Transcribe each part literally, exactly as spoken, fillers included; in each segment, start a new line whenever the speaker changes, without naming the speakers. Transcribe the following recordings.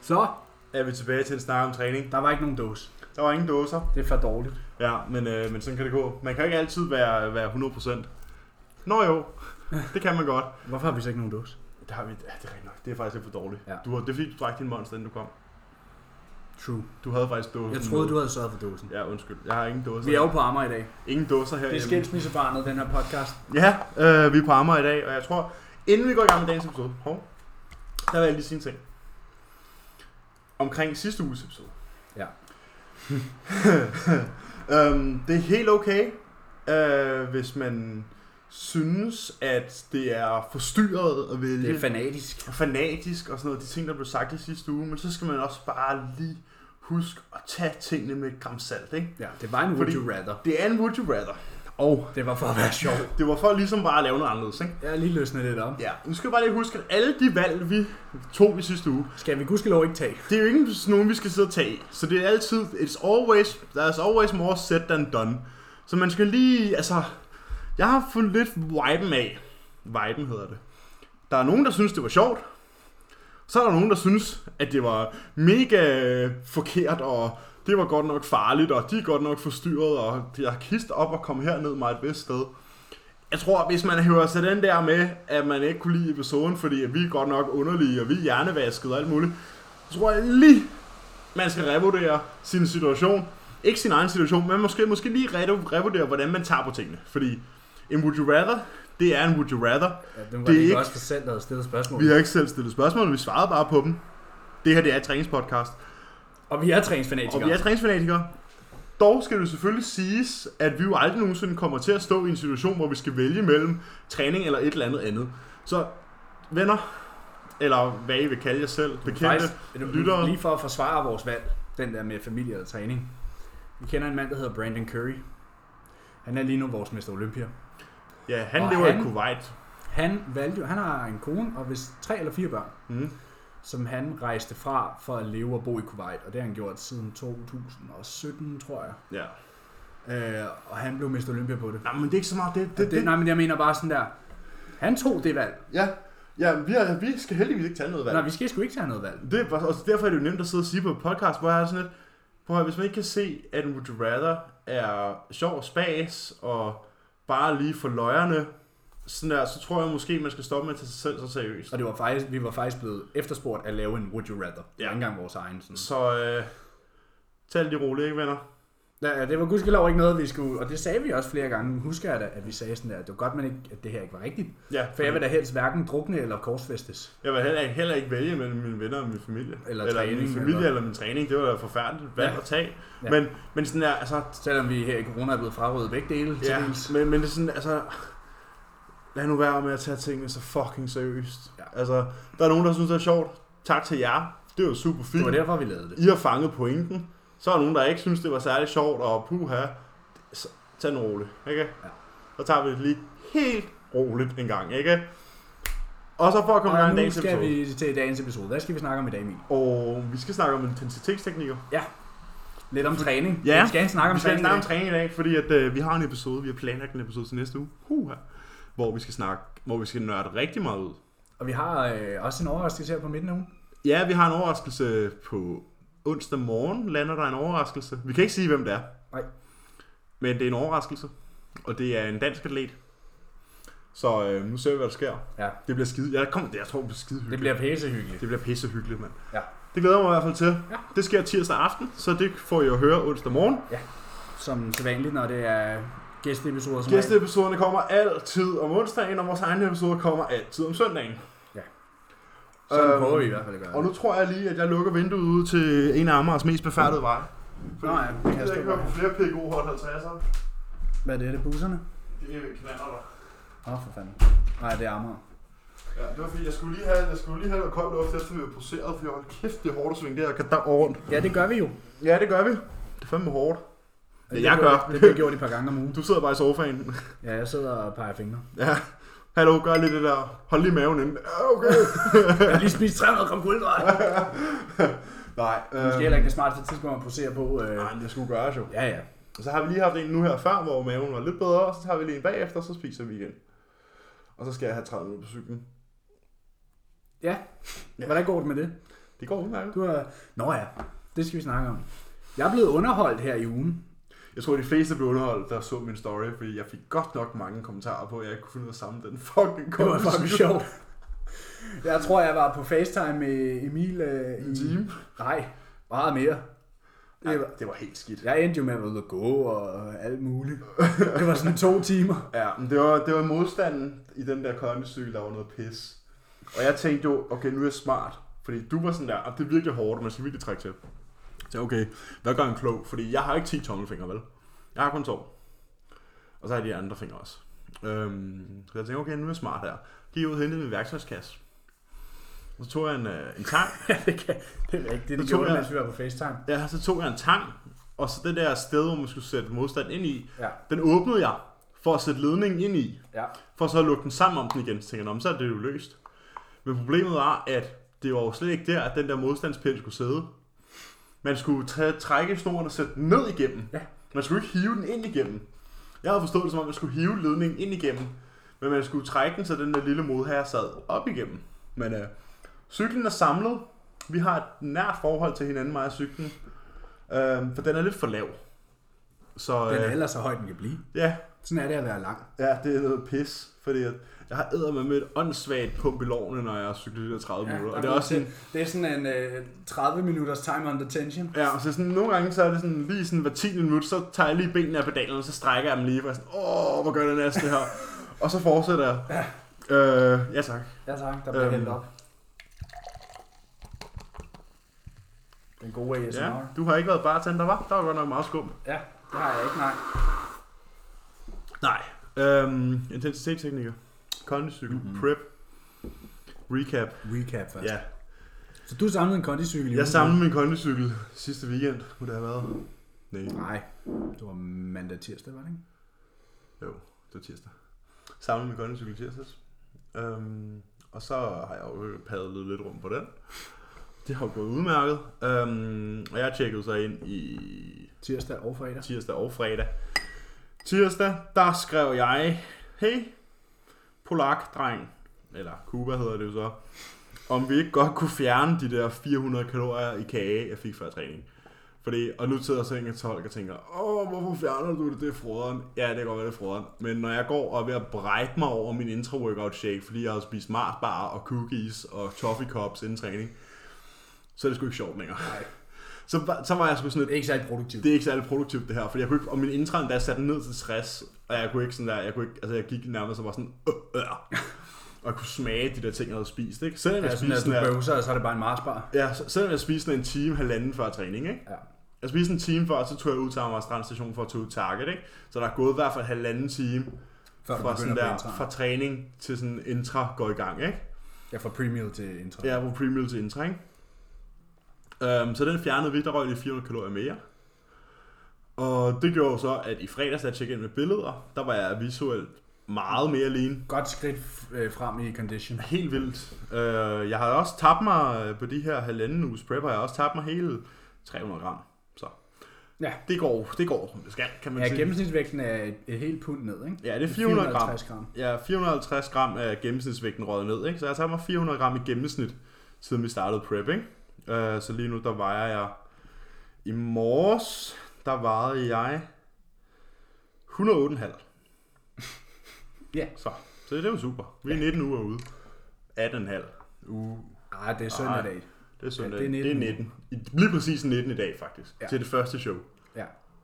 Så
er vi tilbage til en snak om træning.
Der var ikke nogen dåse.
Der var ingen dåser.
Det er for dårligt.
Ja, men, øh, men sådan kan det gå. Man kan ikke altid være, være hundrede procent. Nå jo, det kan man godt.
Hvorfor har vi så ikke nogen dåse?
Det har vi, ja, det er rigtigt nok. Det er faktisk lidt for dårligt.
Ja.
Du har, det er fordi, du drak din monster, inden du kom.
True.
Du havde faktisk dåsen.
Jeg troede, du havde sørget for dåsen.
Ja, undskyld. Jeg har ingen dåser.
Vi er jo på Amager i dag.
Ingen dåser her.
Det er skilsmissebarnet, den her podcast.
Ja, øh, vi er på Amager i dag, og jeg tror, inden vi går i gang med dagens episode, hov, der vil jeg lige sige en ting. Omkring sidste uges episode.
Ja.
um, det er helt okay, uh, hvis man synes, at det er forstyrret at vælge.
Det er fanatisk.
Og fanatisk og sådan noget, de ting, der blev sagt i sidste uge, men så skal man også bare lige huske at tage tingene med et gram salt, ikke?
Ja, det var en would you rather.
Det er en would you rather. Og
det var for at være sjov.
Det var for ligesom bare at lave noget anderledes, ikke?
Jeg har lige løsnet lidt om.
Ja, nu skal vi bare lige huske, at alle de valg, vi tog i sidste uge,
skal vi gudskelov ikke tage.
Det er jo ikke nogen, vi skal sidde og tage. Så det er altid, it's always, there's always more said than done. Så man skal lige, altså, jeg har fundet lidt viben af. Viben hedder det. Der er nogen, der synes, det var sjovt. Så er der nogen, der synes, at det var mega forkert, og det var godt nok farligt, og de er godt nok forstyrret, og de har kist op og komme herned med et vist sted. Jeg tror, hvis man hører sig den der med, at man ikke kunne lide episoden, fordi vi er godt nok underlige, og vi er hjernevasket og alt muligt, så tror jeg lige, man skal revurdere sin situation. Ikke sin egen situation, men måske, måske lige revurdere, hvordan man tager på tingene. Fordi en would you rather, det er en would you rather.
Ja, den var
det er
ikke
ikke
også for selv, der havde stillet spørgsmål.
Vi har ikke selv stillet spørgsmål, vi svarede bare på dem. Det her, det er et træningspodcast.
Og vi er træningsfanatikere.
Og vi er træningsfanatikere. Dog skal det selvfølgelig siges, at vi jo aldrig nogensinde kommer til at stå i en situation, hvor vi skal vælge mellem træning eller et eller andet andet. Så venner, eller hvad I vil kalde jer selv, bekendte, lyttere.
Lige for at forsvare vores valg, den der med familie eller træning. Vi kender en mand, der hedder Brandon Curry. Han er lige nu vores mester Olympia.
Ja, han
og
lever
han,
i Kuwait.
Han valgte han har en kone og vist tre eller fire børn.
Mm.
Som han rejste fra for at leve og bo i Kuwait, og det har han gjort siden to tusind og sytten, tror jeg.
Ja.
Øh, og han blev mester Olympia på det.
Nej, men det er ikke så meget det. det, det,
det nej, men jeg mener bare sådan der, han tog det valg.
Ja, ja vi, er, vi skal heldigvis ikke tage noget valg.
Nej, vi skal sgu ikke tage noget valg.
Det er, og derfor er det jo nemt at sidde og sige på et podcast, hvor jeg er sådan lidt, hvor hvis man ikke kan se, at en would you rather er sjov og spas, og bare lige for løjerne, sådan der, så tror jeg måske, man skal stoppe med at tage sig selv så seriøst.
Og det var faktisk, vi var faktisk blevet efterspurgt at lave en would you rather. Ja. Ikke engang vores egen. Sådan.
Så øh, tag det roligt, ikke venner?
Ja, det var gudskelov ikke noget, vi skulle... Og det sagde vi også flere gange. Husker jeg da, at vi sagde sådan der, at det var godt, man ikke, at det her ikke var rigtigt.
Ja.
For jeg vil da helst hverken drukne eller korsfæstes.
Jeg vil heller ikke, heller ikke vælge mellem mine venner og min familie.
Eller,
eller
træning.
min familie eller... eller min træning. Det var da forfærdeligt valg ja. at tage. Ja. Men, men sådan der, altså...
Selvom vi her i corona er blevet frarøvet begge dele.
Ja, men, men det er sådan, altså... Lad nu være med at tage tingene så fucking seriøst. Ja. Altså, der er nogen, der synes, det er sjovt. Tak til jer. Det er jo super fint.
Det var derfor, vi lavede det.
I har fanget pointen. Så er der nogen, der ikke synes, det var særlig sjovt. Og puha, så tag den roligt. Ikke? Ja. Så tager vi det lige helt roligt en gang. Ikke? Og så for at komme i gang med dagens episode.
Og nu skal vi til dagens episode. Hvad skal vi snakke om i dag, Emil?
Og vi skal snakke om intensitetsteknikker.
Ja. Lidt om træning.
Ja,
vi skal snakke om
vi skal
træning,
snakke om træning i dag, fordi at, øh, vi har en episode, vi har planlagt en episode til næste uge. Huha. Hvor vi skal snakke, hvor vi skal nørde rigtig meget ud.
Og vi har øh, også en overraskelse her på midten af ugen.
Ja, vi har en overraskelse på onsdag morgen, lander der en overraskelse. Vi kan ikke sige, hvem det er.
Nej.
Men det er en overraskelse, og det er en dansk atlet. Så øh, nu ser vi, hvad der sker.
Ja.
Det bliver skide, jeg, kommer, jeg tror, det bliver skide hyggeligt.
Det bliver pissehyggeligt.
Det bliver pissehyggeligt, mand.
Ja.
Det glæder mig i hvert fald til.
Ja.
Det sker tirsdag aften, så det får I at høre onsdag morgen.
Ja, som sædvanligt, når det er gæsteepisoder. Som
Gæsteepisoderne kommer altid om onsdagen, og vores egne episoder kommer altid om søndagen.
Ja. Sådan
øhm,
prøver vi i hvert fald at gøre.
Og nu tror jeg lige, at jeg lukker vinduet ud til en af Amagers mest befærdede veje.
Nå ja,
det kan jeg ikke høre på flere P K Hold halvtredsere.
Hvad er det? Er det busserne?
Det er knander der.
Åh, oh, for fanden. Nej, det er Amager.
Ja, det var fordi, jeg skulle lige have, jeg skulle lige have noget koldt luft, efter vi var poseret, for hold kæft, det er hårdt at svinge der kadam rundt.
Ja, det gør vi jo.
Ja, det gør vi. Det er fandme hårdt. Ja,
det
jeg gør.
Det bliver gjort et par gange om ugen.
Du sidder bare i sofaen.
Ja, jeg sidder og peger fingre.
Ja. Hallo, gør lige det der. Hold lige maven inde. Ja, okay.
Jeg har lige spist tre hundrede gram kulhydrat.
Nej.
Øh... Måske heller ikke det smarteste tidspunkt at posere på. Øh...
Nej, det skulle gøres jo.
Ja, ja.
Og så har vi lige haft en nu her før, hvor maven var lidt bedre, og så tager vi lige en bagefter, og så spiser vi igen. Og så skal jeg have tredive minutter på cyklen.
Ja. Hvordan går det med det?
Det går udmærket.
Du er... Nå ja, det skal vi snakke om. Jeg er blevet underholdt her i ugen.
Jeg tror, de fleste blev underholdt, der så min story, fordi jeg fik godt nok mange kommentarer på, at jeg ikke kunne finde ud af at samle den fucking
Det var fucking sjovt. Jeg tror, jeg var på FaceTime med Emil øh,
En
i...
time?
Nej, meget mere.
Det var, det var helt skidt.
Jeg endte jo med at være ude at gå og alt muligt. Det var sådan to timer.
Ja, men det var, det var modstanden i den der kondicykel, der var noget pis. Og jeg tænkte jo, okay, nu er jeg smart. Fordi du var sådan der, det er virkelig hårdt, man skal virkelig trække til. Så okay, hvad gør en klog? Fordi jeg har ikke ti tommelfingre, vel? Jeg har kun to. Og så har jeg de andre fingre også. Øhm, så jeg tænkte, okay, nu er jeg smart her. Gik ud og hentede min værktøjskasse. Og så tog jeg en, øh, en tang.
Ja, det, kan, det er ikke det, det gjorde, mens vi var på FaceTime.
Ja, så tog jeg en tang. Og så det der sted, hvor man skulle sætte modstand ind i,
ja. Den
åbnede jeg for at sætte ledningen ind i.
Ja. For
så at lukke den sammen om den igen. Så tænkte jeg, så er det jo løst. Men problemet var, at det var jo slet ikke der, at den der modstandspind skulle sidde. Man skulle træ- trække snoren og sætte den ned igennem.
Ja.
Man skulle ikke hive den ind igennem. Jeg havde forstået det som om, man skulle hive ledningen ind igennem. Men man skulle trække den, så den der lille modherre sad op igennem. Men øh, cyklen er samlet. Vi har et nært forhold til hinanden, mig og cyklen. Øh, for den er lidt for lav. Så,
den er
øh,
ellers så høj, den kan blive.
Ja.
Sådan er det at være lang.
Ja, det er noget pis. Fordi jeg, jeg har eddermed med et åndssvagt pump i lårene, når jeg cykler de der tredive
ja,
minutter. Og det er også sådan,
det er sådan en øh, tredive minutters time under tension.
Ja, og så sådan, nogle gange så er det sådan, lige sådan hver tiende minut, så tager jeg lige benene af pedalen, og så strækker jeg dem lige, for sådan, åh, hvor gør det næste det her. Og så fortsætter jeg.
Ja.
Øh, ja tak.
Ja tak, der bliver øhm. hældt op. Den gode A S M R.
Ja, du har ikke været bartender, var? Der var godt nok meget skum.
Ja, det har jeg ikke, nej.
Nej. Øhm, intensitetsteknikker. Kondicykel. Mm-hmm. Prep. Recap.
Recap først.
Ja.
Så du samlede en kondicykel i
Jeg samlede min kondicykel sidste weekend, må det have været. Nej.
Nej, det var mandag tirsdag, var det ikke?
Jo, det var tirsdag. Samlede min kondicykel tirsdags. Øhm, og så har jeg jo padlet lidt rundt på den. Det har jo gået udmærket. Øhm, og jeg tjekkede så ind i...
Tirsdag og fredag.
Tirsdag og fredag. Tirsdag, der skrev jeg, hey, polak-dreng, eller Cuba hedder det jo så, om vi ikke godt kunne fjerne de der fire hundrede kalorier i kage, jeg fik før træning. Fordi, og nu sidder jeg så en til Holk og tænker, åh, hvorfor fjerner du det, det er froderen? Ja, det kan godt være, det er froderen. Men når jeg går og er ved at brække mig over min intra-workout shake, fordi jeg har spist Mars bar og cookies og toffee cups inden træning, så er det sgu ikke sjovt længere. Nej. Så, så var jeg sgu sådan lidt...
Det er ikke særlig produktivt.
Det er ikke særlig produktivt det her, for jeg kunne ikke... Og min intraen, der satte den ned til tres, og jeg kunne ikke sådan der... Jeg kunne ikke... Altså, jeg gik nærmest og var sådan... Øh, øh, og jeg kunne smage de der ting, jeg havde spist, ikke? Selvom
ja,
jeg
sådan,
spiste
at du bøvser, og så er det bare en Mars-bar.
Ja, selvom jeg spiste en time, halvanden før træning, ikke?
Ja.
Jeg spiste en time før, så tog jeg ud til Amager Strand Station for at tage ud Target, ikke? Så der er gået i hvert fald halvanden time
før
fra, sådan der, fra træning til sådan intra går i gang, ikke?
Ja, fra pre-meal til intra.
Ja, fra pre-meal til intra, ikke? Um, så den fjernede vi, der røg lige fire hundrede kalorier mere. Og det gjorde så, at i fredags, da jeg tjekkede ind med billeder, der var jeg visuelt meget mere lean.
Godt skridt frem i condition.
Helt vildt. Uh, jeg har også tabt mig på de her halvanden uges prep, har jeg også tabt mig hele tre hundrede gram. Så
ja.
Det går, det går, som det skal, kan man
ja,
sige.
Ja, gennemsnitsvægten er et, et helt pund ned, ikke?
Ja, det er fire hundrede gram.
gram.
Ja, fire hundrede og halvtreds gram af gennemsnitsvægten røget ned, ikke? Så jeg har taget mig fire hundrede gram i gennemsnit, siden vi startede prep, ikke? Uh, så lige nu, der vejer jeg... I morges, der vejede jeg... et hundrede og otte komma fem.
Ja.
Så, så det er jo super. Vi er ja. nitten uger ude. atten komma fem uge.
Ah, det er søndag i dag.
Det er søndag.
Ja, det er nitten.
Det er nitten. Lige præcis nitten i dag, faktisk. Ja. Til det første show.
Ja.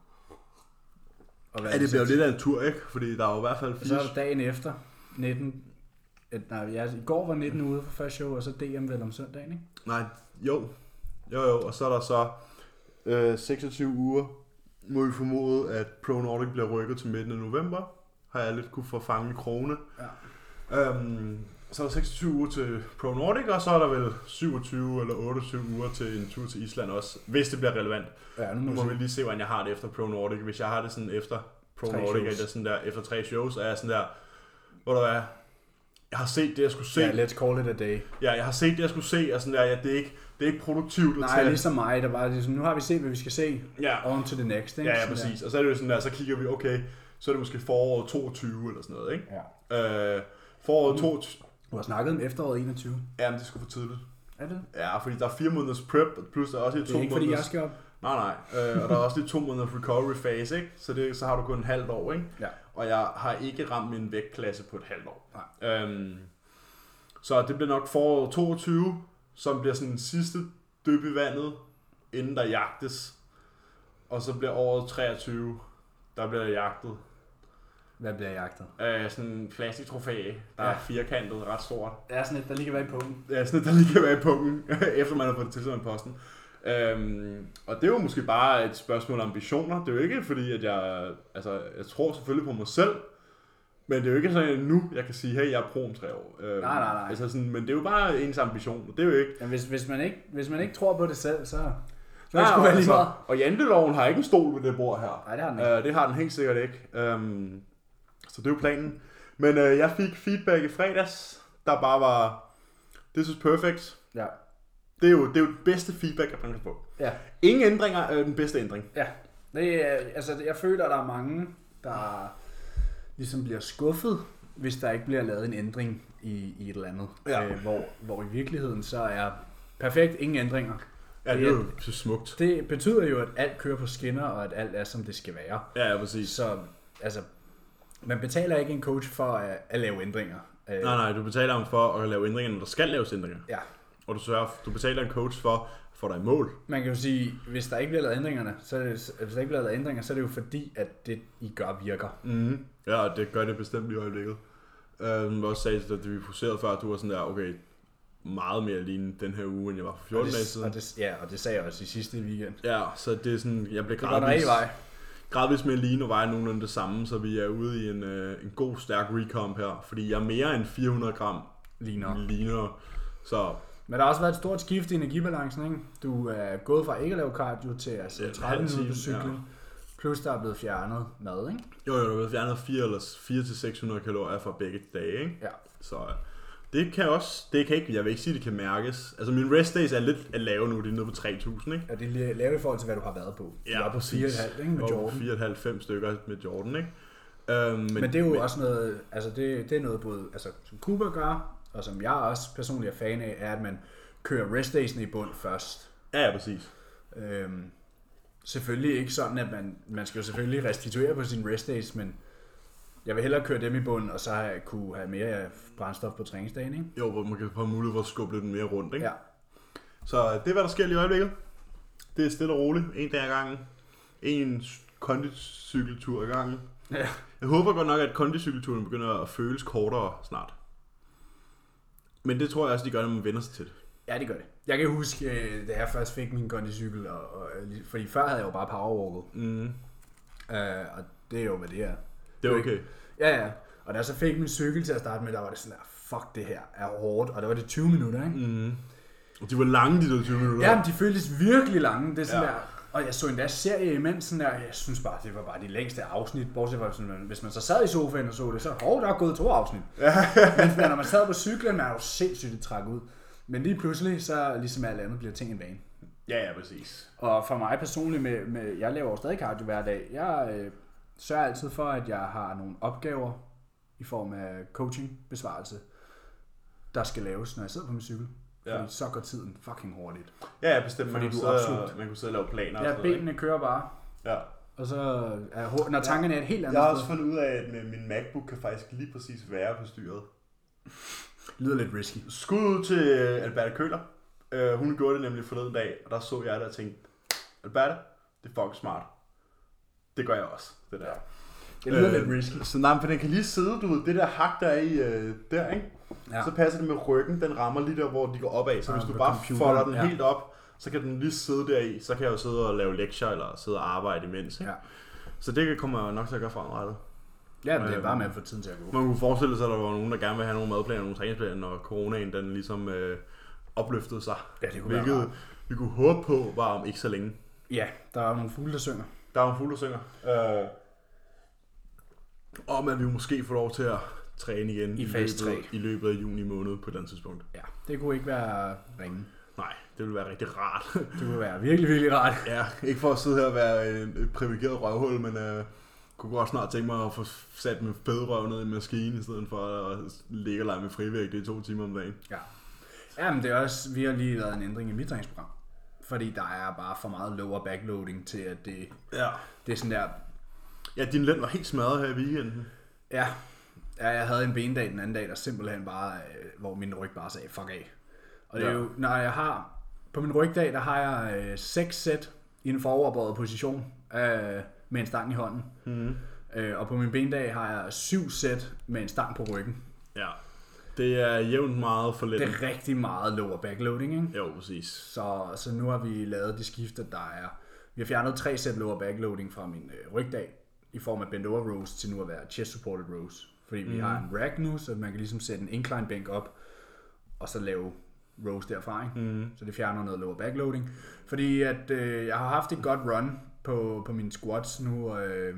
Og hvad ja, det bliver jo lidt af en tur, ikke? Fordi der er jo i hvert fald...
Så er det dagen efter. nitten... Nej, ja, i går var nitten ude for første show, og så D M vel om søndagen, ikke?
Nej, jo. Jo, jo. Og så er der så øh, seksogtyve uger, må vi formode, at Pro Nordic bliver rykket til midten af november. Har jeg lidt kunne få fange i krone. Ja. Øhm, så er der seksogtyve uger til Pro Nordic, og så er der vel syvogtyve eller otteogtyve uger til en tur til Island også, hvis det bliver relevant. Ja, nu må, må vi lige se, hvordan jeg har det efter Pro Nordic. Hvis jeg har det sådan efter Pro tre Nordic, er det sådan der, efter tre shows, er jeg sådan der, hvor der er, jeg har set det, jeg skulle se.
Ja, yeah, let's call it a day.
Ja, jeg har set det, jeg skulle se, og sådan der, ja, det er ikke, det er ikke produktivt.
Nej, tage... ligesom mig, der bare ligesom, nu har vi set, hvad vi skal se.
Ja.
On to the next, ikke?
Ja, ja, præcis. Og så er det jo sådan der, så kigger vi, okay, så er det måske foråret toogtyve eller sådan noget, ikke? Ja. Øh, foråret toogtyve.
Du har snakket om efteråret enogtyve.
Ja, men det skulle for tidligt.
Er det?
Ja, fordi der er fire måneders prep, plus der er også lige to
Det er ikke, fordi
måneders...
jeg skal op.
Nej, nej. Øh, og der er også lige to måneders recovery phase, ikke? Så, det, så har du kun en halvt år, ikke?
Ja.
Og jeg har ikke ramt min vægtklasse på et halvt år.
Nej.
Øhm, så det bliver nok foråret toogtyve, som bliver sådan den sidste dyb i vandet, inden der jagtes. Og så bliver året treogtyve, der bliver der jagtet.
Hvad bliver jagtet?
Øh, sådan en plastiktrofæ, der ja. er firkantet, ret stort.
Det er sådan et, der lige kan være i pungen.
Ja, sådan et, der lige kan være i pungen, efter man har fået det tilsendt posten. Øhm, og det er jo måske bare et spørgsmål om ambitioner. Det er jo ikke fordi, at jeg... Altså, jeg tror selvfølgelig på mig selv, men det er jo ikke sådan, at nu jeg kan sige, hey, jeg er pro om tre år. Øhm,
Nej, nej, nej.
Altså sådan, men det er jo bare ens ambition. Det er jo ikke...
Ja, hvis, hvis, man ikke hvis man ikke tror på det selv, så... Så
Nej,
det skulle være lige meget.
Og janteloven har ikke en stol ved det bord her.
Nej, det har den ikke.
Øh, det har den helt sikkert ikke. Øhm, så det er jo planen. Men øh, jeg fik feedback i fredags, der bare var, this is perfect.
Ja.
Det er jo det er jo det bedste feedback, jeg kan få.
Ja.
Ingen ændringer er den bedste ændring.
Ja. Det er, altså, jeg føler, at der er mange, der ligesom bliver skuffet, hvis der ikke bliver lavet en ændring i, i et eller andet.
Ja.
Øh, hvor, hvor i virkeligheden så er perfekt ingen ændringer.
Ja, det er jo så smukt.
Det betyder jo, at alt kører på skinner, og at alt er, som det skal være.
Ja, ja, præcis.
Så altså, man betaler ikke en coach for at, at lave ændringer.
Nej, nej, du betaler ham for at lave ændringer, når der skal laves ændringer.
Ja.
Og du, sørger, du betaler en coach for at få dig i mål.
Man kan jo sige, hvis der ikke bliver lavet ændringerne, så er det, hvis der ikke bliver lavet ændringer, så er det jo fordi, at det I gør virker.
Mm-hmm. Ja, og det gør det bestemt i øjeblikket. Øhm, jeg også sagde, at vi fokuserede før, at du var sådan der, okay, meget mere lignende den her uge, end jeg var for fjorten dage siden.
Og det, ja, og det sagde jeg også i sidste weekend.
Ja, så det er sådan, jeg blev
det var
gradvis,
vej.
gradvis mere lignende og vejer nogenlunde det samme, så vi er ude i en, øh, en god, stærk recomp her, fordi jeg er mere end fire hundrede gram
ligner.
ligner. Så
men der har også været et stort skift i energibalancen, ikke? Du er gået fra ikke at lave cardio til at sætte tredive minutter på cyklen, ja. Plus der er blevet fjernet mad, ikke?
Jo, jo, der er blevet fjernet fire til seks hundrede kalorier fra begge dage, ikke?
Ja.
Så det kan også, det kan ikke, jeg vil ikke sige, det kan mærkes. Altså min rest days er lidt at lave nu, de er nede på tre tusind, ikke?
Ja, det er lavet i forhold til, hvad du har været på.
Ja,
på fire komma fem, ikke? Med Jordan.
fire komma fem fem stykker med Jordan, ikke? Øhm, men,
men det er jo
men,
også noget, altså det, det er noget både, altså som Cooper gør, og som jeg også personligt er fan af, er, at man kører rest daysen i bund først.
Ja, ja, præcis.
Øhm, selvfølgelig ikke sådan, at man, man skal jo selvfølgelig restituere på sine rest days, men jeg vil hellere køre dem i bund, og så har jeg kunne have mere brændstof på træningsdagen, ikke?
Jo, hvor man kan få mulighed for at skubbe lidt mere rundt, ikke?
Ja.
Så det er, hvad der sker i øjeblikket. Det er stille og roligt. En dag ad gangen. En kondicykeltur ad gangen.
Ja.
Jeg håber godt nok, at kondicykelturen begynder at føles kortere snart. Men det tror jeg også, de gør, når man vender sig til det.
Ja, det gør det. Jeg kan huske, da jeg først fik min kondicykel, og, og, fordi før havde jeg jo bare powerwalket.
Mm.
Uh, og det er jo, hvad det er.
Det er okay.
Ja, ja. Og da jeg så fik min cykel til at starte med, der var det sådan der, fuck, det her er hårdt. Og der var det tyve minutter, ikke?
Mm. Og de var lange, de der tyve minutter.
Ja, men de føltes virkelig lange. Det er sådan
ja. der.
Og jeg så endda serie imens sådan der, jeg synes bare, det var bare de længste afsnit, bortset fra sådan, hvis man så sad i sofaen og så det, så hov, der er gået to afsnit. Men når man sad på cyklen, man er jo sindssygt træk ud. Men lige pludselig, så ligesom alt andet bliver ting en vane.
Ja, ja, præcis.
Og for mig personligt, med, med, jeg laver jo stadig cardio hver dag. Jeg øh, sørger altid for, at jeg har nogle opgaver i form af coaching, besvarelse, der skal laves, når jeg sidder på min cykel. Ja. Fordi så går tiden fucking hurtigt.
Ja, ja, bestemt. Man,
fordi
kunne
du
sidde, man kunne sidde og lave planer.
Ja,
og sådan
benene noget, kører bare.
Ja.
Og så er, når tankerne er et helt andet
sted. Jeg har
sted.
også fundet ud af, at min MacBook kan faktisk lige præcis være på styret.
Lyder lidt risky.
Skud ud til Alberte Køller. Uh, hun gjorde det nemlig forleden dag, og der så jeg det og tænkte, Alberte, det er fucking smart. Det gør jeg også, det der.
Det lyder uh, lidt risky.
Så nej, for den kan lige sidde, du ved, det der hak, der er i uh, der, ikke? Ja. Så passer det med ryggen, den rammer lige der, hvor de går opad. Så ja, hvis du bare folder den ja. helt op, så kan den lige sidde der i. Så kan jeg jo sidde og lave lektier, eller sidde og arbejde imens. Ikke? Ja. Så det kommer jeg nok til at gøre fremadrettet.
Ja, det er bare med at få tiden til at gå.
Man kunne forestille sig, at der var nogen, der gerne vil have nogle madplaner, nogle træningsplaner, når coronaen den ligesom øh, opløftede sig.
Ja, det kunne
Hvilket vi kunne håbe på var om ikke så længe.
Ja, der er nogle fugle, der synger.
Der er nogle fugle, der synger. Øh, om at vi måske får lov til at træne igen
i,
i, løbet, i løbet af juni måned på et andet tidspunkt.
Ja, det kunne ikke være ringe.
Nej, det ville være rigtig rart.
Det kunne være virkelig, virkelig rart.
Ja, ikke for at sidde her og være et privilegeret røvhul, men øh, kunne godt snart tænke mig at få sat med fedrøv ned i maskinen, i stedet for at ligge og lege med frivægt i to timer om dagen.
Ja. Jamen det er også, vi har lige lavet en ændring i mit træningsprogram. Fordi der er bare for meget lower backloading til, at det,
ja.
det er sådan der...
Ja, din lænd var helt smadret her i weekenden.
Ja. Ja, jeg havde en bendag den anden dag, der simpelthen bare, øh, hvor min ryg bare sagde, fuck af. Og det er ja. jo, når jeg har, på min rygdag, der har jeg øh, seks sæt i en foroverbøjet position øh, med en stang i hånden. Mm. Øh, og på min bendag har jeg syv sæt med en stang på ryggen.
Ja, det er jævnt meget for lidt.
Det er rigtig meget lower backloading, ikke?
Jo, præcis.
Så, så nu har vi lavet det skift, at der er, vi har fjernet tre sæt lower backloading fra min øh, rygdag, i form af bend over rows til nu at være chest supported rows. Fordi vi mm. har en rack nu, så man kan ligesom sætte en incline bænk op, og så lave rows derfra, ikke? Mm. Så det fjerner noget lower backloading. Fordi at øh, jeg har haft et godt run på, på mine squats nu, øh,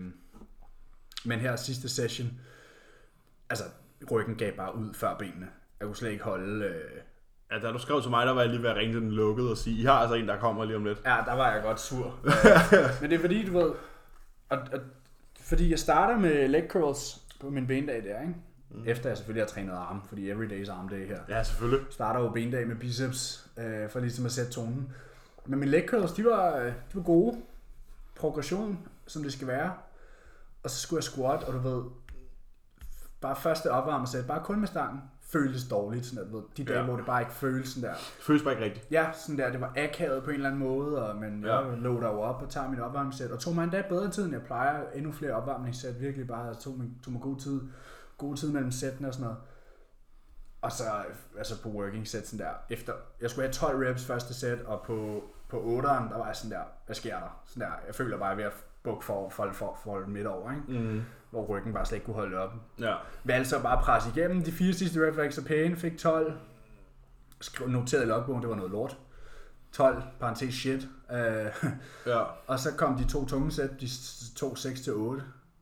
men her sidste session, altså ryggen gav bare ud før benene. Jeg kunne slet ikke holde... Øh...
Ja, da du skrev til mig, der var jeg lige ved at ringe til den lukkede og sige, I har altså en, der kommer lige om lidt.
Ja, der var jeg godt sur. Men det er fordi, du ved... Og, og, fordi jeg starter med leg curls på min bendag der, ikke? Mm. Efter jeg selvfølgelig har trænet arm, fordi everydays arm day her.
Ja, selvfølgelig.
Starter jo bendag med biceps, øh, for ligesom at sætte tonen. Men mine leg curls, de var, de var gode. Progression, som det skal være. Og så skulle jeg squat, og du ved, bare første opvarmesæt, bare kun med stangen, føltes dårligt. Sådan der, du ved, de dage, ja. hvor det bare ikke føles sådan der.
Det føles bare ikke rigtigt.
Ja, sådan der, det var akavet på en eller anden måde, og, men ja. jeg lå der jo op og tager min opvarmningssæt, og tog mig endda bedre tid, end jeg plejer. Endnu flere opvarmningssæt, virkelig bare tog mig, tog mig god tid. God tid mellem sættene og sådan noget. Og så altså på working set sådan der, efter, jeg skulle have tolv reps første sæt, og på, på otteren, der var jeg sådan der, hvad sker der? Sådan der, jeg føler bare, at jeg er ved at bukke for, for, for, for holde midt over, ikke? Mm. Hvor ryggen bare slet ikke kunne holde op. Ja. Valgte så bare presse igennem, de fire sidste reps var ikke så pæne, fik tolv, skrev, noterede i logbogen, det var noget lort. tolv, parentes shit. Uh, ja. Og så kom de to tunge sæt, de to seks til otte.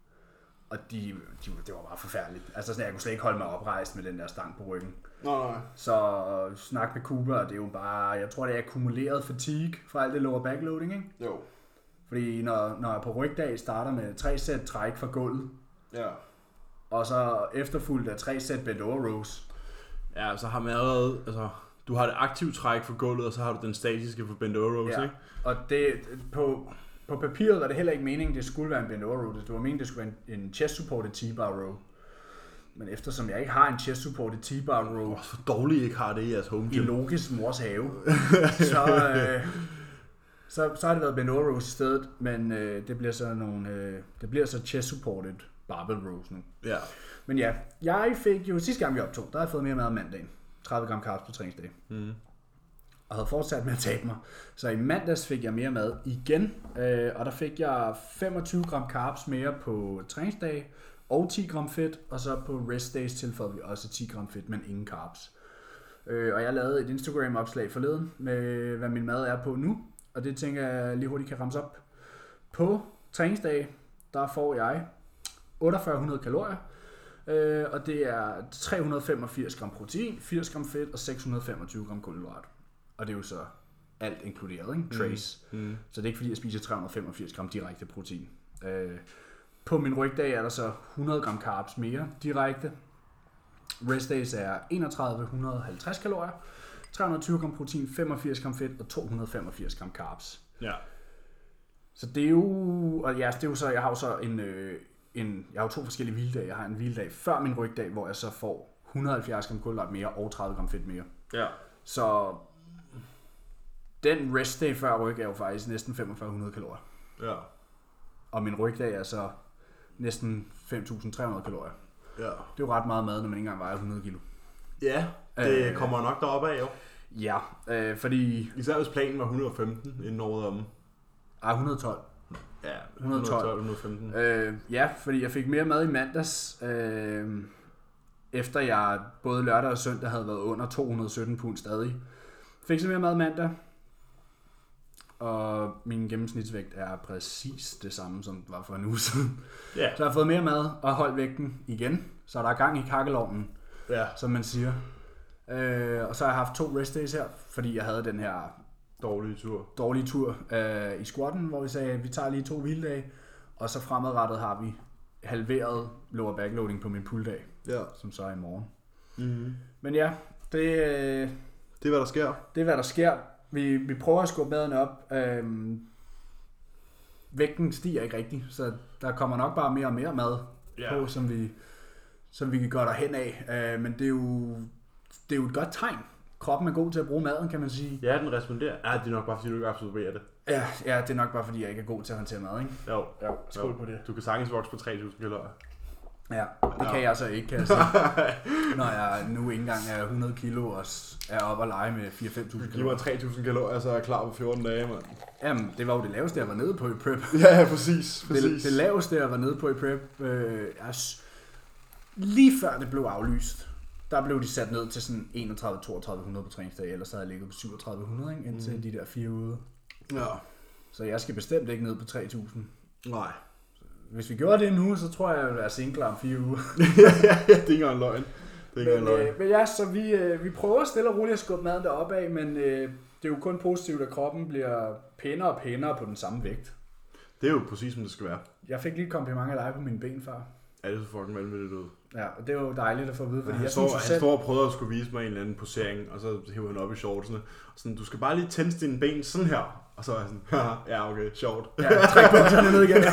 Og de, de, det var bare forfærdeligt. Altså sådan, jeg kunne slet ikke holde mig oprejst med den der stang på ryggen.
Nej, nej.
Så snak med Cooper, det er jo bare, jeg tror det er akkumuleret fatigue fra alt det lower backloading, ikke?
Jo.
Fordi når, når jeg på rygdag starter med tre sæt træk fra gulvet,
ja.
Og så efterfulgt af tre sæt bend over rows.
Ja, så har man allerede, altså, du har det aktive træk fra gulvet, og så har du den statiske for bend over rows, ja. Ikke?
Og det, på... På papiret var det heller ikke meningen, det skulle være en bend over row. Det var meningen, det skulle være en chest supported T-bar row. Men eftersom jeg ikke har en chest supported T-bar row,
oh, så dårligt ikke har det i jeres home gym.
I logisk mors have, så, øh, så, så har det været bend over rows i stedet, men øh, det bliver så nogle, øh, det bliver så chest supported barbell rows nu.
Ja.
Men ja, jeg fik jo sidste gang vi optog, der havde jeg fået mere mad om mandagen. tredive gram carbs på træningsdag. Mm. Og havde fortsat med at tabe mig. Så i mandags fik jeg mere mad igen, øh, og der fik jeg femogtyve gram carbs mere på træningsdag, og ti gram fedt, og så på rest days tilføjede vi også ti gram fedt, men ingen carbs. Øh, og jeg lavede et Instagram-opslag forleden med, hvad min mad er på nu, og det tænker jeg lige hurtigt kan ramse op. På træningsdag, der får jeg otteogfyrre hundrede kalorier, øh, og det er tre hundrede femogfirs gram protein, firs gram fedt og seks hundrede femogtyve gram kulhydrat. Og det er jo så alt inkluderet, ikke? Trace. Mm. Mm. Så det er ikke fordi, jeg spiser tre hundrede femogfirs gram direkte protein. Øh, på min rygdag er der så hundrede gram carbs mere direkte. Rest days er enogtredive hundrede og halvtreds kalorier, tre hundrede og tyve gram protein, femogfirs gram fedt og to hundrede og femogfirs gram carbs. Ja. Så det er jo, og ja, det er jo så, jeg har jo så en, øh, en, jeg har jo to forskellige hviledage. Jeg har en hviledag før min rygdag, hvor jeg så får et hundrede og halvfjerds gram kulhydrat mere og tredive gram fedt mere. Ja. Så den rest day før ryg er jo faktisk næsten femogfyrre hundrede kalorier. Ja. Og min rygdag er så næsten fem tusind tre hundrede kalorier. Ja. Det er jo ret meget mad, når man ikke engang vejer hundrede kilo.
Ja, det øh, kommer nok deroppe af jo.
Ja, øh, fordi...
Især hvis planen var et hundrede og femten inden året om.
Ej, et hundrede og tolv.
Ja, et hundrede og tolv, et hundrede og femten.
Øh, ja, fordi jeg fik mere mad i mandags, øh, efter jeg både lørdag og søndag havde været under to hundrede og sytten pund stadig. Fik så mere mad mandag, og min gennemsnitsvægt er præcis det samme, som det var for en uge siden. Yeah. Så jeg har fået mere mad og holdt vægten igen, så der er gang i kakkelovnen, yeah. som man siger. Øh, og så har jeg haft to rest days her, fordi jeg havde den her
dårlige tur,
dårlige tur øh, i squatten, hvor vi sagde, at vi tager lige to hviledage, og så fremadrettet har vi halveret lower backloading på min pulldag, yeah. som så er i morgen. Mm-hmm. Men ja, det,
Det er, hvad der sker.
Det er, hvad der sker. Vi, vi prøver at skubbe maden op. Øhm, vægten stiger ikke rigtigt, så der kommer nok bare mere og mere mad yeah. på, som vi, som vi kan gøre derhen af. Øh, men det er, jo, det er jo et godt tegn. Kroppen er god til at bruge maden, kan man sige.
Ja, den responderer. Ja, det er nok bare, fordi du ikke absorberer det.
Ja, ja, det er nok bare, fordi jeg ikke er god til at håndtere mad, ikke?
Jo.
Jo, skål jo. På det.
Du kan sagtens vokse på tre tusind kalorier.
Ja, det kan jeg så ikke, kan jeg sige. Når jeg nu ikke engang er hundrede kilo og er oppe og lege med fire til fem tusind
kalorier. Giv mig tre tusind kalorier, så er jeg klar på fjorten dage, mand.
Jamen, det var jo det laveste, jeg var nede på i prep.
Ja, ja, præcis. præcis.
Det, det laveste, jeg var nede på i prep, øh, jeg, lige før det blev aflyst, der blev de sat ned til sådan enogtredive til toogtredive hundrede på træningsdag, ellers havde jeg ligget på syvogtredive hundrede, ikke, indtil mm. de der fire uger.
Ja.
Så jeg skal bestemt ikke ned på tre tusind.
Nej.
Hvis vi gjorde det nu, så tror jeg, at jeg vil være single om fire uger.
ja, ja, det er ikke engang løgn. Det er ikke
men,
løgn.
Øh, men ja, så vi, øh, vi prøver stille og roligt at skubbe maden deroppe af, men øh, det er jo kun positivt, at kroppen bliver pænere og pænere på den samme vægt.
Det er jo præcis, som det skal være.
Jeg fik lige et kompliment af dig på mine ben, far.
Ja, det er så fucking vanvittigt ud.
Ja, og det er jo dejligt at få at vide, fordi
ja,
jeg
står,
synes
han
selv...
står og prøver at skulle vise mig en eller anden posering, og så hiver han op i shortsene. Og sådan, du skal bare lige tænde dine ben sådan her. Og så er jeg sådan, ja okay, sjovt.
Ja, træk bukserne ned igen.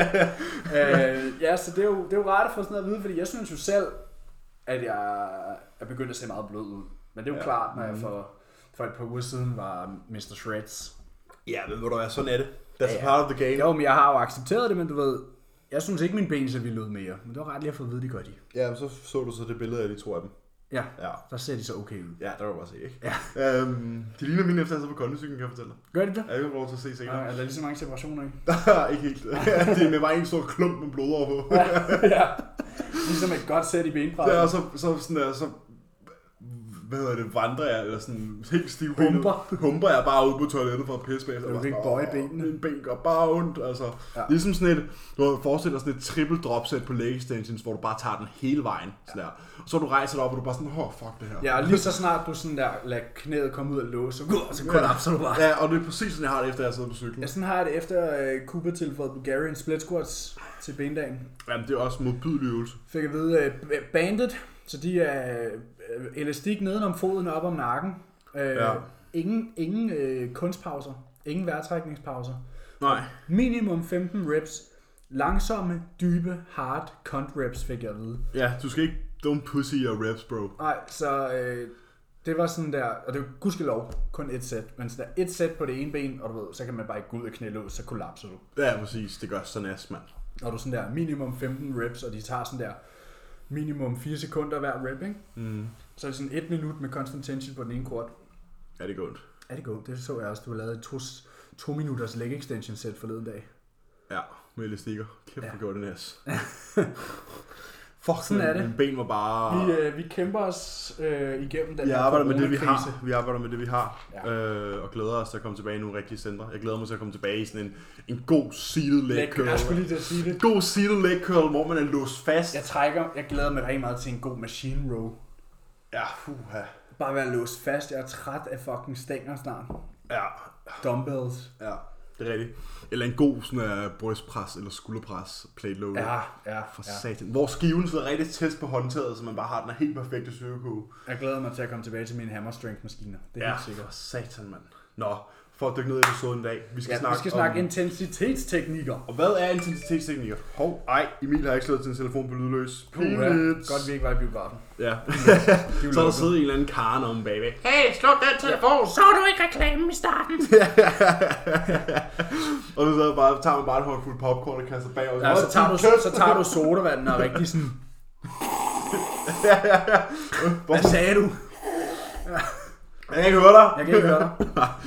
øh, ja, så det er, jo, det er jo rart at få sådan noget at vide, fordi jeg synes jo selv, at jeg er begyndt at se meget blød ud. Men det er jo ja. klart, når jeg for, for et par uger siden var mister Shreds.
Ja, men ved du hvad, sådan er det. That's
ja,
a part of the game.
Jo, men jeg har jo accepteret det, men du ved, jeg synes ikke, mine ben ser vildt ud mere. Men det var ret lige at få at vide, de gør de.
Ja, men så så du så det billede af de to af dem.
Ja,
ja,
der ser de så okay ud.
Ja, der var bare se, ikke?
Ja.
Øhm, de ligner mine efter, at jeg på kondicyklen, kan jeg fortælle dig.
Gør de det?
Ja, jeg kan få lov til at se senere.
Ja, er der lige så mange separationer i?
ikke helt. Det er med bare en stor klump med blod over på.
ja, ja. Ligesom et godt sæt i benbrættet.
Ja, og så, så sådan der, så hvad hedder det, vandrer jeg, eller sådan helt stiv
humper.
Humper jeg bare ud på toilettet for at pisse bag.
Du kan ikke bøje benene.
Mine ben gør bare ondt, altså. Ja. Ligesom sådan et, du forestiller sådan et triple drop set på leg extensions, hvor du bare tager den hele vejen, sådan der. Og så du rejser dig op, og du bare sådan, åh, oh, fuck det her.
Ja, og lige så snart du sådan der, lader knæet komme ud af låse, så kollapser du bare.
Ja, og det er præcis sådan, jeg har det, efter jeg sidder på cyklen.
Ja, sådan har jeg det efter uh, Cooper tilføjet Bulgarian split squats til bendagen.
Jamen, det er også modbydelig øvelse.
Fik at vide, uh, banded, så de er uh, elastik nedenom foden op om nakken. Uh, ja. Ingen, ingen uh, kunstpauser, ingen vejrtrækningspauser.
Nej.
Minimum femten reps. Langsomme, dybe, hard cunt reps fik jeg at vide.
Ja, du skal ikke don't pussy your reps, bro.
Nej, så øh, det var sådan der, og det var gudskelov kun et sæt, men sådan der et sæt på det ene ben, og du ved, så kan man bare ikke gå ud og knælås, så kollapser du.
Ja, præcis, det gør sådan næst, mand.
Og du sådan der minimum femten reps, og de tager sådan der minimum fire sekunder hver rep, ikke?
Mm.
Så er det sådan et minut med constant tension på den ene quad.
Ja, det er godt.
Ja, det er godt. Det så jeg også, du har lavet et to, to minutters leg extension sæt forleden dag.
Ja, med elastikker. Kæft, hvor gjorde det næs.
Fuck, sådan er det.
Mine ben var bare...
Vi, øh, vi kæmper os øh, igennem den
vi
her
arbejder med det, vi har. Vi arbejder med det, vi har.
Ja.
Øh, og glæder os til at komme tilbage i nogle rigtige centre. Jeg glæder mig til at komme tilbage i sådan en, en god seated leg curl.
Jeg skulle lige til at sige det.
En god seated leg curl, hvor man er låst fast.
Jeg trækker, jeg glæder mig rigtig meget til en god machine row.
Ja, fuha.
Bare være låst fast. Jeg er træt af fucking stænger snart.
Ja.
Dumbbells.
Ja, det er rigtigt. Eller en god sådan uh, brystpres eller skulderpres plate load.
Ja, ja.
For
ja.
satan. Hvor skiven sidder rigtig tæt på håndtaget, så man bare har den helt perfekte styrkekode.
Jeg glæder mig til at komme tilbage til mine hammer strength maskiner. Det er
ja,
helt sikkert.
for satan, mand. Nå, for at dykke ned i episoden i dag. Vi skal
ja,
snakke
vi skal snakke
om...
intensitetsteknikker.
Og hvad er intensitetsteknikker? Hov, ej, Emil har ikke slået sin telefon på lydløs.
Uh, ja. Godt vi ikke var i biografen.
Ja. Så er der siddet en eller anden karen om bagved.
Hey, sluk den telefon! Ja. Så du ikke reklamen i starten!
Og så bare, tager man bare et håndfuld popcorn og kaster bag. Og
ja, så, tager du, så tager du sodavanden og rigtig sådan... Hvad sagde du?
Jeg kan ikke høre dig.
Jeg kan ikke høre dig.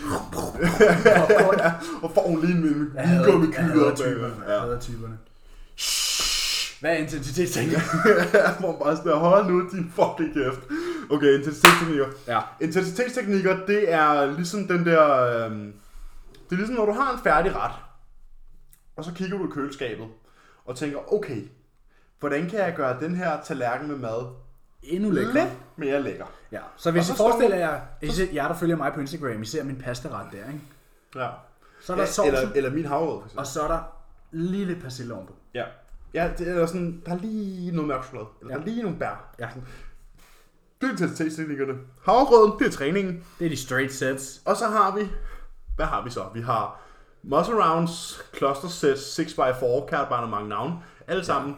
Og får hun lige en med vingummi kyldet op.
Jeg hader typerne. Hvad er intensitetsteknikker?
Hvor man bare sådan der, hold nu din fucking kæft. Okay, intensitetsteknikker.
Ja.
Intensitetsteknikker, det er ligesom den der... Øhm, det er ligesom, når du har en færdig ret, og så kigger du i køleskabet, og tænker, okay, hvordan kan jeg gøre den her tallerken med mad
endnu lækker.
Lidt mere lækker.
Ja, så hvis I forestiller jer, så... jer der følger mig på Instagram, I ser min pastaret der, ikke?
Ja.
Så er der
ja,
sovsen,
eller, eller min havregrød, for eksempel.
Og så er der lige lidt persille ovenpå.
Ja. Ja, det er sådan, der er lige noget mørk chokolade, eller ja. Der er lige nogle bær.
Ja.
Det er intensitetsteknikkerne. Havregrøden, det er træningen.
Det er de straight sets.
Og så har vi, hvad har vi så? Vi har muscle rounds, cluster sets, six by four, kært barn og mange navne. Alle sammen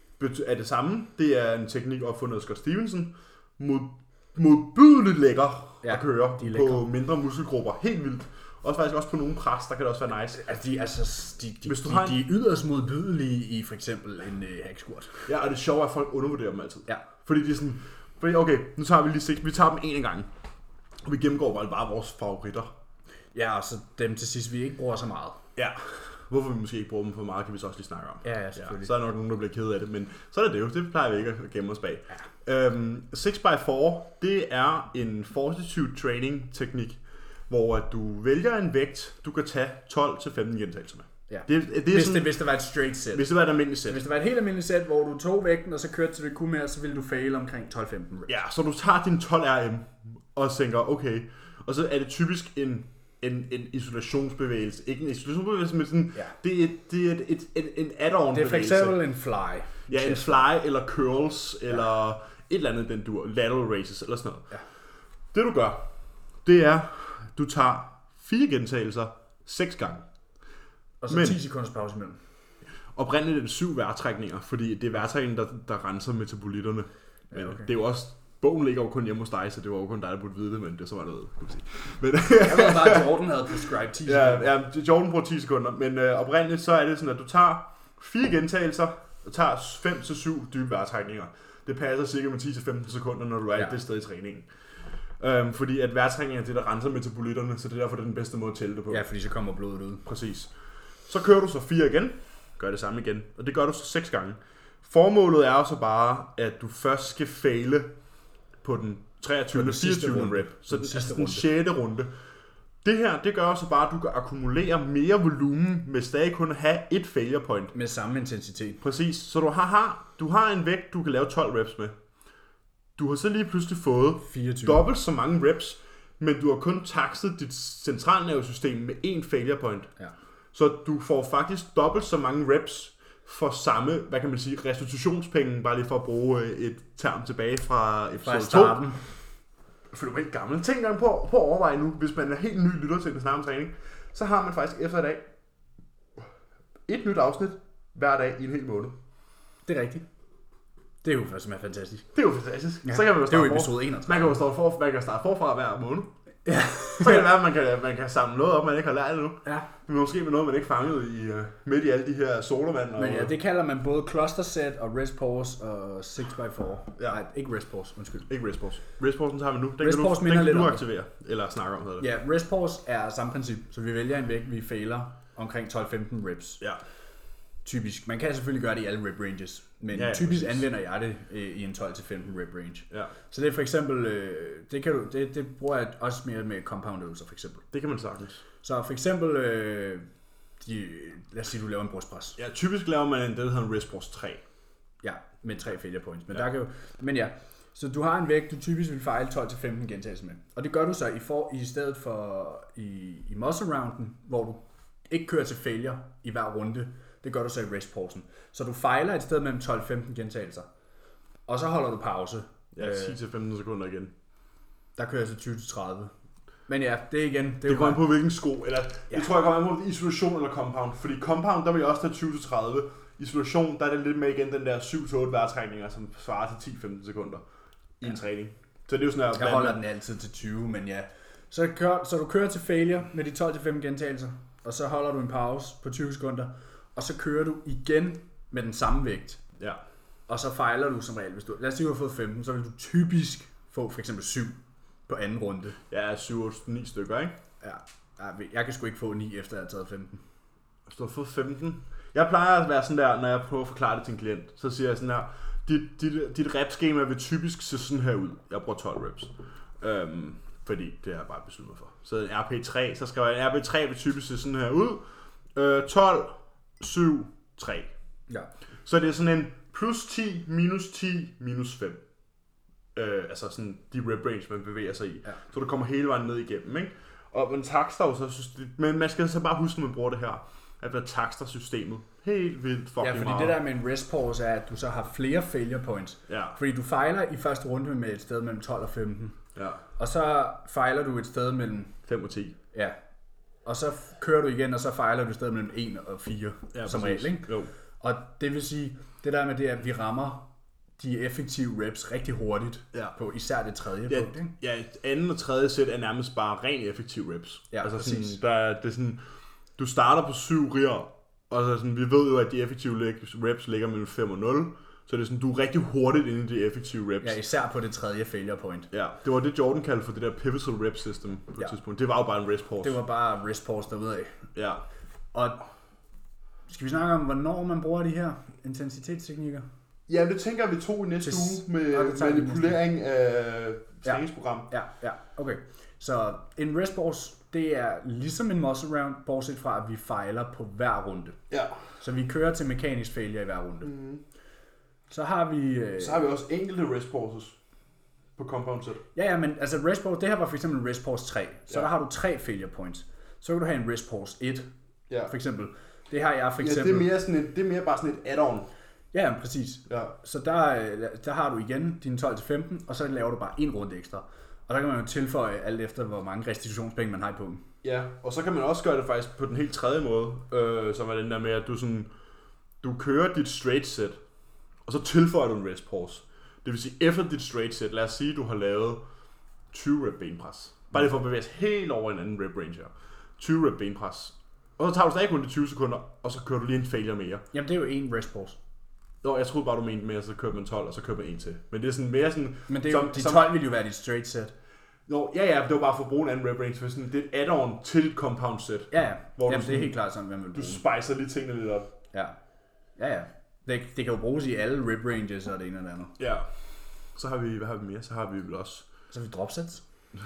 er det samme. Det er en teknik opfundet af Scott Stevenson. Mod, modbydeligt lækker ja, at køre på mindre muskelgrupper. Helt vildt. Også faktisk også på nogle pres, der kan det også være nice.
Altså, de, altså, de, de, Hvis du de, har en... de er yderst modbydelige i for eksempel en uh, hack squat.
Ja, og det sjove er, at folk undervurderer dem altid.
Ja.
Fordi de er sådan, fordi okay, nu tager vi lige seks, vi tager dem en gang. Og vi gennemgår bare, bare vores favoritter.
Ja, og så dem til sidst, vi ikke bruger så meget.
Ja. Hvorfor vi måske ikke bruger dem for meget, kan vi så også lige snakke om.
Ja, ja, selvfølgelig.
Ja, så er der nok nogen, der bliver ked af det, men så er det det jo. Det plejer vi ikke at gemme os bag. Ja. Øhm, six by four, det er en fortitude training teknik, hvor du vælger en vægt, du kan tage tolv til femten gentagelser med.
Ja.
Det, det er
hvis,
sådan,
det, hvis det var et straight set.
Hvis det var et almindeligt set.
Hvis det var et helt almindeligt set, hvor du tog vægten, og så kørte til det kunne mere, så ville du fail omkring tolv femten reps.
Ja, så du tager din tolv R M og tænker, okay, og så er det typisk en En, en isolationsbevægelse. Ikke en isolationsbevægelse, men sådan, ja. det er, det er et, et, et, en add-on
bevægelse. Det er for eksempel en fly.
Ja, en fly, eller curls, eller ja. et eller andet, den du lateral raises, eller sådan noget. Ja. Det du gør, det er, du tager fire gentagelser, seks gange.
Og så men, ti sekunders pause imellem.
Oprindeligt er det syv vejrtrækninger, fordi det er vejrtrækningen, der, der renser metabolitterne. Men ja, okay. Det er jo også... Bogen ligger jo kun hjemme hos dig, så det var jo kun dig, der burde vide det, men det så var noget, kan man sige. Men,
jeg ved bare, at Jordan havde prescribed ti sekunder.
Ja, ja, Jordan bruger ti sekunder, men øh, oprindeligt så er det sådan, at du tager fire gentagelser, og tager fem til syv dybe vejrtrækninger. Det passer cirka med ti til femten sekunder, når du er ja. det sted i træningen. Øhm, fordi at vejrtrækningen er det, der renser metabolitterne, så det er derfor, det er den bedste måde at tælle det på.
Ja, fordi så kommer blodet ud.
Præcis. Så kører du så fire igen, gør det samme igen, og det gør du så seks gange. Formålet er jo så bare, at du først skal faile på den treogtyvende fireogtyvende rep, så den, altså den sjette runde. Det her, det gør så bare, at du kan akkumulere mere volumen med stadig kun at have et failure point.
Med samme intensitet.
Præcis, så du har, har, du har en vægt, du kan lave tolv reps med. Du har så lige pludselig fået fireogtyve dobbelt så mange reps, men du har kun taxet dit centralnervesystem med en failure point. Ja. Så du får faktisk dobbelt så mange reps for samme, hvad kan man sige, restitutionspenge, bare lige for at bruge et term tilbage fra episode to. Jeg føler mig helt gammel. Tænk engang på, på at overveje nu, hvis man er helt ny lytter til den snakke om træning, så har man faktisk efter i dag et nyt afsnit hver dag i en hel måned.
Det er rigtigt. Det er jo faktisk fantastisk.
Det er jo fantastisk. Ja, så kan man jo starte
det er jo episode enogtredive.
Man kan jo starte, for, man kan starte forfra hver måned. Ja. Så kan det være, at man kan, man kan samle noget op, man ikke har lært endnu. Ja. Men måske med noget, man ikke fangede i, uh, midt i alle de her sodavand.
Men ja, det kalder man både cluster set og rest pause og six by four. Ja. Nej, ikke rest pause, undskyld.
Ikke rest pause. Rest pausen tager vi nu. Den
rest
kan
pause
du, den
kan
du aktivere, eller snakke om.
Det. Ja, rest pause er samme princip. Så vi vælger en vægt, vi fejler omkring tolv femten reps. Ja. Typisk. Man kan selvfølgelig gøre det i alle rep ranges, men ja, ja, typisk præcis. Anvender jeg det øh, i en tolv til femten rep range. Ja. Så det er for eksempel, øh, det, kan du, det, det bruger jeg også mere med compound øvelser for eksempel.
Det kan man sagtens.
Så for eksempel, øh, de, lad os sige, du laver en brystpres.
Ja, typisk laver man en, det der hedder en rest pause tre.
Ja, med tre failure points. Men, ja. der kan jo, men ja, så du har en vægt, du typisk vil fejle tolv til femten gentagelser med. Og det gør du så i, for, i stedet for i, i muscle rounden, hvor du ikke kører til failure i hver runde. Det gør du så i rest pausen. Så du fejler et sted mellem tolv femten gentagelser. Og så holder du pause.
Ja, ti til femten sekunder igen.
Der kører jeg så tyve til tredive. Men ja, det er igen... Det,
det kommer an på hvilken sko. Eller, ja. Det tror jeg kommer an på isolation eller compound. Fordi compound, der vil jeg også tage tyve til tredive. Isolation, der er det lidt med igen den der syv til otte vejrtrækninger, som svarer til ti til femten sekunder i en ja. træning. Så det er jo sådan her...
Jeg holder den altid til tyve, men ja. Så, kør, så du kører til failure med de tolv til femten gentagelser. Og så holder du en pause på tyve sekunder. Og så kører du igen med den samme vægt. Ja. Og så fejler du som regel. Hvis du, lad os sige, du har fået femten, så vil du typisk få for eksempel syv på anden runde.
Ja, syv otte ni stykker, ikke?
Ja. Jeg kan sgu ikke få ni efter jeg har taget femten.
Hvis du har fået femten? Jeg plejer at være sådan der, når jeg prøver at forklare det til en klient. Så siger jeg sådan her, dit, dit, dit rep-schema vil typisk se sådan her ud. Jeg bruger tolv reps. Øhm, fordi det har jeg bare besluttet mig for. Så en R P tre, så skal jeg en R P tre vil typisk se sådan her ud. Øh, tolv syv, tre. Ja. Så det er sådan en plus ti, minus ti, minus fem. Øh, altså sådan de rep range, man bevæger sig i. Ja. Så du kommer hele vejen ned igennem, ikke? Og man takster jo så, men man skal så bare huske, når man bruger det her, at der takster systemet helt vildt fucking meget.
Ja, fordi
meget.
det der med en rest pause er, at du så har flere failure points.
Ja.
Fordi du fejler i første runde med et sted mellem tolv og femten.
Ja.
Og så fejler du et sted mellem...
fem og ti.
Ja. Og så kører du igen, og så fejler du et sted mellem en og fire,
ja,
som regel, ikke?
Jo.
Og det vil sige, det der med det, at vi rammer de effektive reps rigtig hurtigt,
ja.
på især det tredje
ja,
punkt, ikke?
Ja, anden og tredje sæt er nærmest bare ren effektive reps.
Ja,
altså
præcis.
sådan, der er, det er sådan, du starter på syv riger, og så sådan, vi ved jo, at de effektive reps ligger mellem fem og nul, så det er sådan, du er rigtig hurtigt inde i de effektive reps.
Ja, især på det tredje failure point.
Ja, det var det Jordan kaldte for det der pivotal rep system på et
ja.
tidspunkt. Det var jo bare en rest pause.
Det var bare rest pause derudad.
Ja.
Og skal vi snakke om, hvornår man bruger de her intensitetsteknikker?
Ja, det tænker vi to i næste
Til,
uge med manipulering af træningsprogram.
Ja, ja, ja, okay. Så en rest pause, det er ligesom en muscle round, bortset fra, at vi fejler på hver runde.
Ja.
Så vi kører til mekanisk failure i hver runde. Mm. Så har vi... Øh...
Så har vi også enkelte rest pauses på compound set.
Ja, ja, men altså rest pause, det her var for eksempel en rest pause tre. Så ja. Der har du tre failure points. Så kan du have en rest pause et, ja. For eksempel. Det har jeg for eksempel...
Ja, det er mere, sådan et, det er mere bare sådan et add-on.
Ja, præcis.
Ja.
Så der, der har du igen dine tolv til femten, og så laver du bare en runde ekstra. Og der kan man jo tilføje alt efter, hvor mange restitutionspenge man har i pungen.
Ja, og så kan man også gøre det faktisk på den helt tredje måde, øh, som er den der med, at du, sådan, du kører dit straight set, og så tilføjer du en rest pause. Det vil sige, efter dit straight set, lad os sige, at du har lavet tyve rep benpres. Bare lige for at bevæge sig helt over en anden rep range her. tyve rep benpres. Og så tager du stadig kun de tyve sekunder, og så kører du lige en failure mere.
Jamen, det er jo en rest pause.
Nå, jeg troede bare, du mente mere, så kører man tolv, og så kører man en til. Men det er sådan mere sådan...
Men det er jo, som, de tolv vil jo være dit straight set.
Nå, ja, ja, det var bare for at bruge en anden rep range, for sådan, det er et add-on til dit compound set.
Ja, ja.
Hvor
Jamen,
du
det er helt klart sådan, hvad man vil
bruge.
bruge.
Du spicer lige tingene lidt op.
Ja. Ja, ja. Det, det kan jo bruges i alle rep ranges og det ene og det andet.
Ja. Så har vi, hvad har vi mere? Så har vi vel også...
Så har vi drop sets.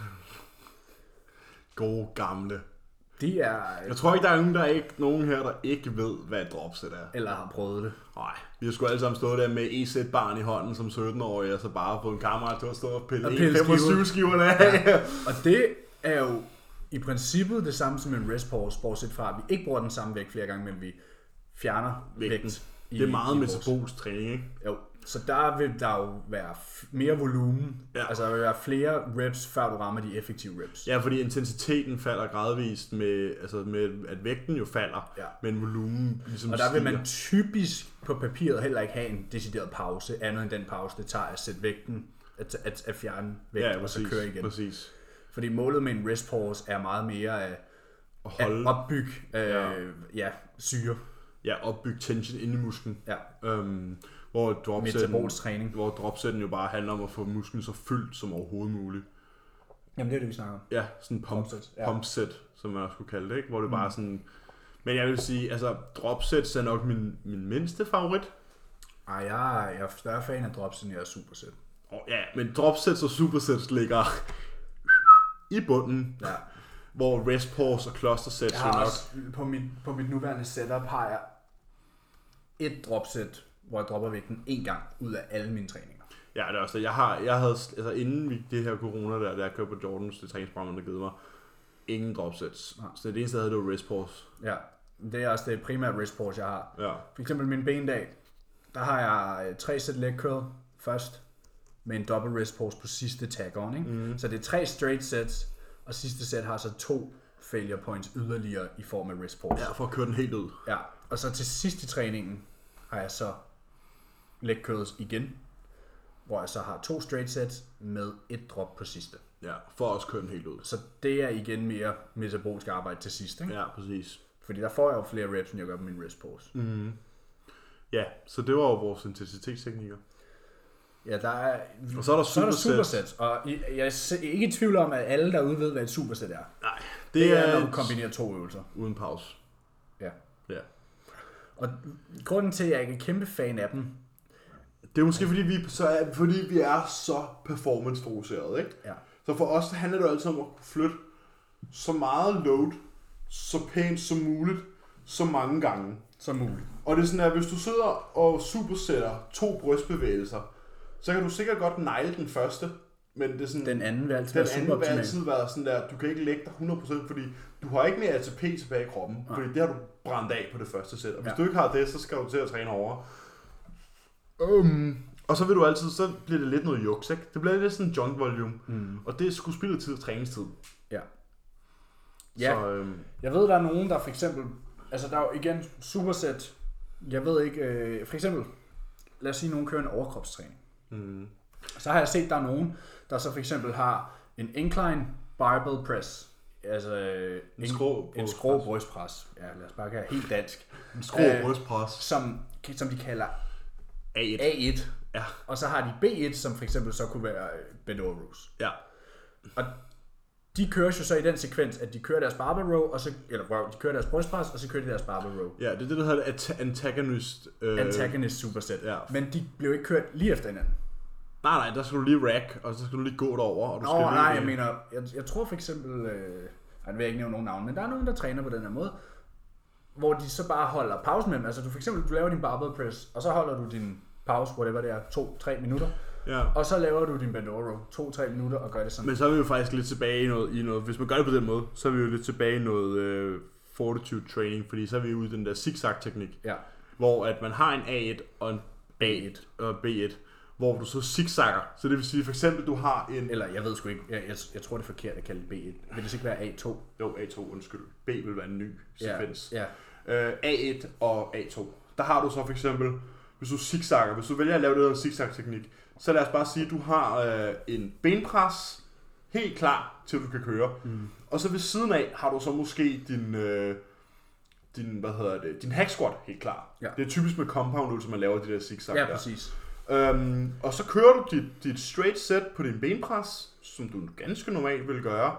Gode gamle.
De er...
Jeg tror ikke, der er nogen, der er ikke nogen her, der ikke ved, hvad et dropset er.
Eller har prøvet det.
Nej, vi har sgu alle sammen stået der med E Z-barn i hånden som sytten-årige, og så bare fået en kammerat til at stå og pille, og pille femogtyve skiverne af.
Ja. Og det er jo i princippet det samme som en rest pause, bortset fra, at vi ikke bruger den samme vægt flere gange, men vi fjerner vægten. vægt.
I, det er meget metabolsk træning, ikke?
Jo, så der vil der jo være f- mere volumen. Ja. Altså der vil være flere reps, før du rammer de effektive reps.
Ja, fordi intensiteten falder gradvist med, altså med at vægten jo falder, ja. Men volumen ligesom
og der vil
stiger.
man typisk på papiret heller ikke have en decideret pause, andet end den pause, det tager at sætte vægten, at, at, at fjerne vægten, ja, præcis, og så køre igen.
Præcis.
Fordi målet med en rest pause er meget mere at, at opbygge øh, ja. Ja, syre.
Ja, opbygge tension inde i musklen.
Ja.
Øhm, hvor
dropsetten, træning.
Hvor dropsetten jo bare handler om at få musklen så fyldt som overhovedet muligt.
Jamen det er det, vi snakker om.
Ja, sådan en pump, ja. pump set, som man også kunne kalde det, ikke? Hvor det mm. bare sådan... Men jeg vil sige, altså dropsets er nok min, min mindste favorit.
Ej, jeg er, jeg er større fan af dropsets, end jeg er superset.
Oh, ja, men dropsets og supersets ligger i bunden.
Ja.
Hvor rest pause og cluster sets
jeg har nok... også, på, mit, på mit nuværende setup har jeg et dropset, hvor jeg dropper vægten en gang ud af alle mine træninger.
Ja, det er også det. Jeg, har, jeg havde, altså inden vi, det her corona der, der jeg kørte på Jordans, det træningsprogram, der givet mig, ingen dropsets. Ja. Så det eneste, jeg havde, det var rest pause.
Ja, det er også det primære rest pause, jeg har.
Ja.
For eksempel min bendag, der har jeg tre sæt leg curl først, med en double rest pause på sidste tag on, ikke? Mm. Så det er tre straight sets, og sidste sæt har så to failure points yderligere i form af rest pause.
Ja, for at køre den helt ud.
Ja, og så til sidst i træningen har jeg så leg curls igen, hvor jeg så har to straight sets med et drop på sidste.
Ja, for at også køre den helt ud.
Så det er igen mere metabolsk arbejde til sidst, ikke?
Ja, præcis.
Fordi der får jeg jo flere reps, end jeg gør på min rest pause.
Mm. Ja, så det var jo vores intensitetsteknikker.
Ja, der er,
og så er der,
så er der supersets, og jeg er ikke i tvivl om, at alle derude ved, hvad et superset er.
Nej,
det, det er, er, når du kombinerer to øvelser.
Uden pause.
Ja.
Ja.
Og grunden til, at jeg ikke er kæmpe fan af dem,
det er måske fordi vi, så er, fordi vi er så performance-fokuseret, ikke?
Ja.
Så for os handler det altid om at flytte så meget load, så pænt som muligt, så mange gange
som muligt.
Og det er sådan, at hvis du sidder og supersætter to brystbevægelser, så kan du sikkert godt negle den første, Men det er sådan,
den anden vil altid
den
være
anden
super
vil
optimal.
altid være sådan der, du kan ikke lægge dig hundrede procent, fordi du har ikke mere A T P tilbage i kroppen, ja. Fordi det har du brændt af på det første sæt. Og hvis ja. du ikke har det, så skal du til at træne over. Um, og så vil du altid, så bliver det lidt noget juks, ikke? Det bliver lidt sådan junk volume, mm. og det er sgu spildet tid og træningstid.
Ja. Ja, så, øhm, jeg ved, der er nogen, der for eksempel, altså der er jo igen supersæt, jeg ved ikke, øh, for eksempel, lad os sige, nogen kører en overkropstræning. Mm. Så har jeg set, der er nogen, der så for eksempel har en incline barbell press, altså en, en skrå en skrå brystpres. Ja, lad os bare gøre helt dansk.
En skrå brystpres.
Som, som de kalder
A et.
A et. Ja. Og så har de B et, som for eksempel så kunne være bent over rows.
Ja.
Og de kører jo så i den sekvens, at de kører deres barbell row, og så, eller de kører deres brystpres, og så kører de deres barbell row.
Ja, det er det, der hedder antagonist.
Øh... Antagonist superset. Ja. Men de blev ikke kørt lige efter hinanden.
Nej, nej, der skal du lige rack, og så skal du lige gå derover. Og du
Nå,
skal
nej,
lige...
jeg mener, jeg, jeg tror for eksempel, øh, jeg vil ikke nævne nogen navn, men der er nogen, der træner på den her måde, hvor de så bare holder pause mellem. Altså du for eksempel, du laver din barbell press, og så holder du din pause, whatever det er, to tre minutter.
Ja.
Og så laver du din bent over row, to tre minutter, og gør det sådan.
Men så er vi jo faktisk lidt tilbage i noget, i noget, hvis man gør det på den måde, så er vi jo lidt tilbage i noget øh, fortitude training, fordi så er vi ude i den der zigzag-teknik, ja. Hvor at man har en A et og en B et, og B et, hvor du så zigzagger. Så det vil sige, for eksempel, du har en...
Eller jeg ved sgu ikke, jeg, jeg, jeg tror det er forkert at kalde det B et. Vil det ikke være A to?
Jo, A to, undskyld. B vil være en ny sekvens.
Ja,
ja. Uh, A et og A to. Der har du så for eksempel, hvis du zigzagger, hvis du vælger at lave det her zigzag-teknik, så lad os bare sige, at du har uh, en benpres helt klar til, du kan køre. Mm. Og så ved siden af har du så måske din... Uh, din, hvad hedder det, din hack squat helt klar. Ja. Det er typisk med compound, som man laver de der zigzag.
Ja, præcis.
Øhm, og så kører du dit, dit straight set på din benpres, som du ganske normalt vil gøre.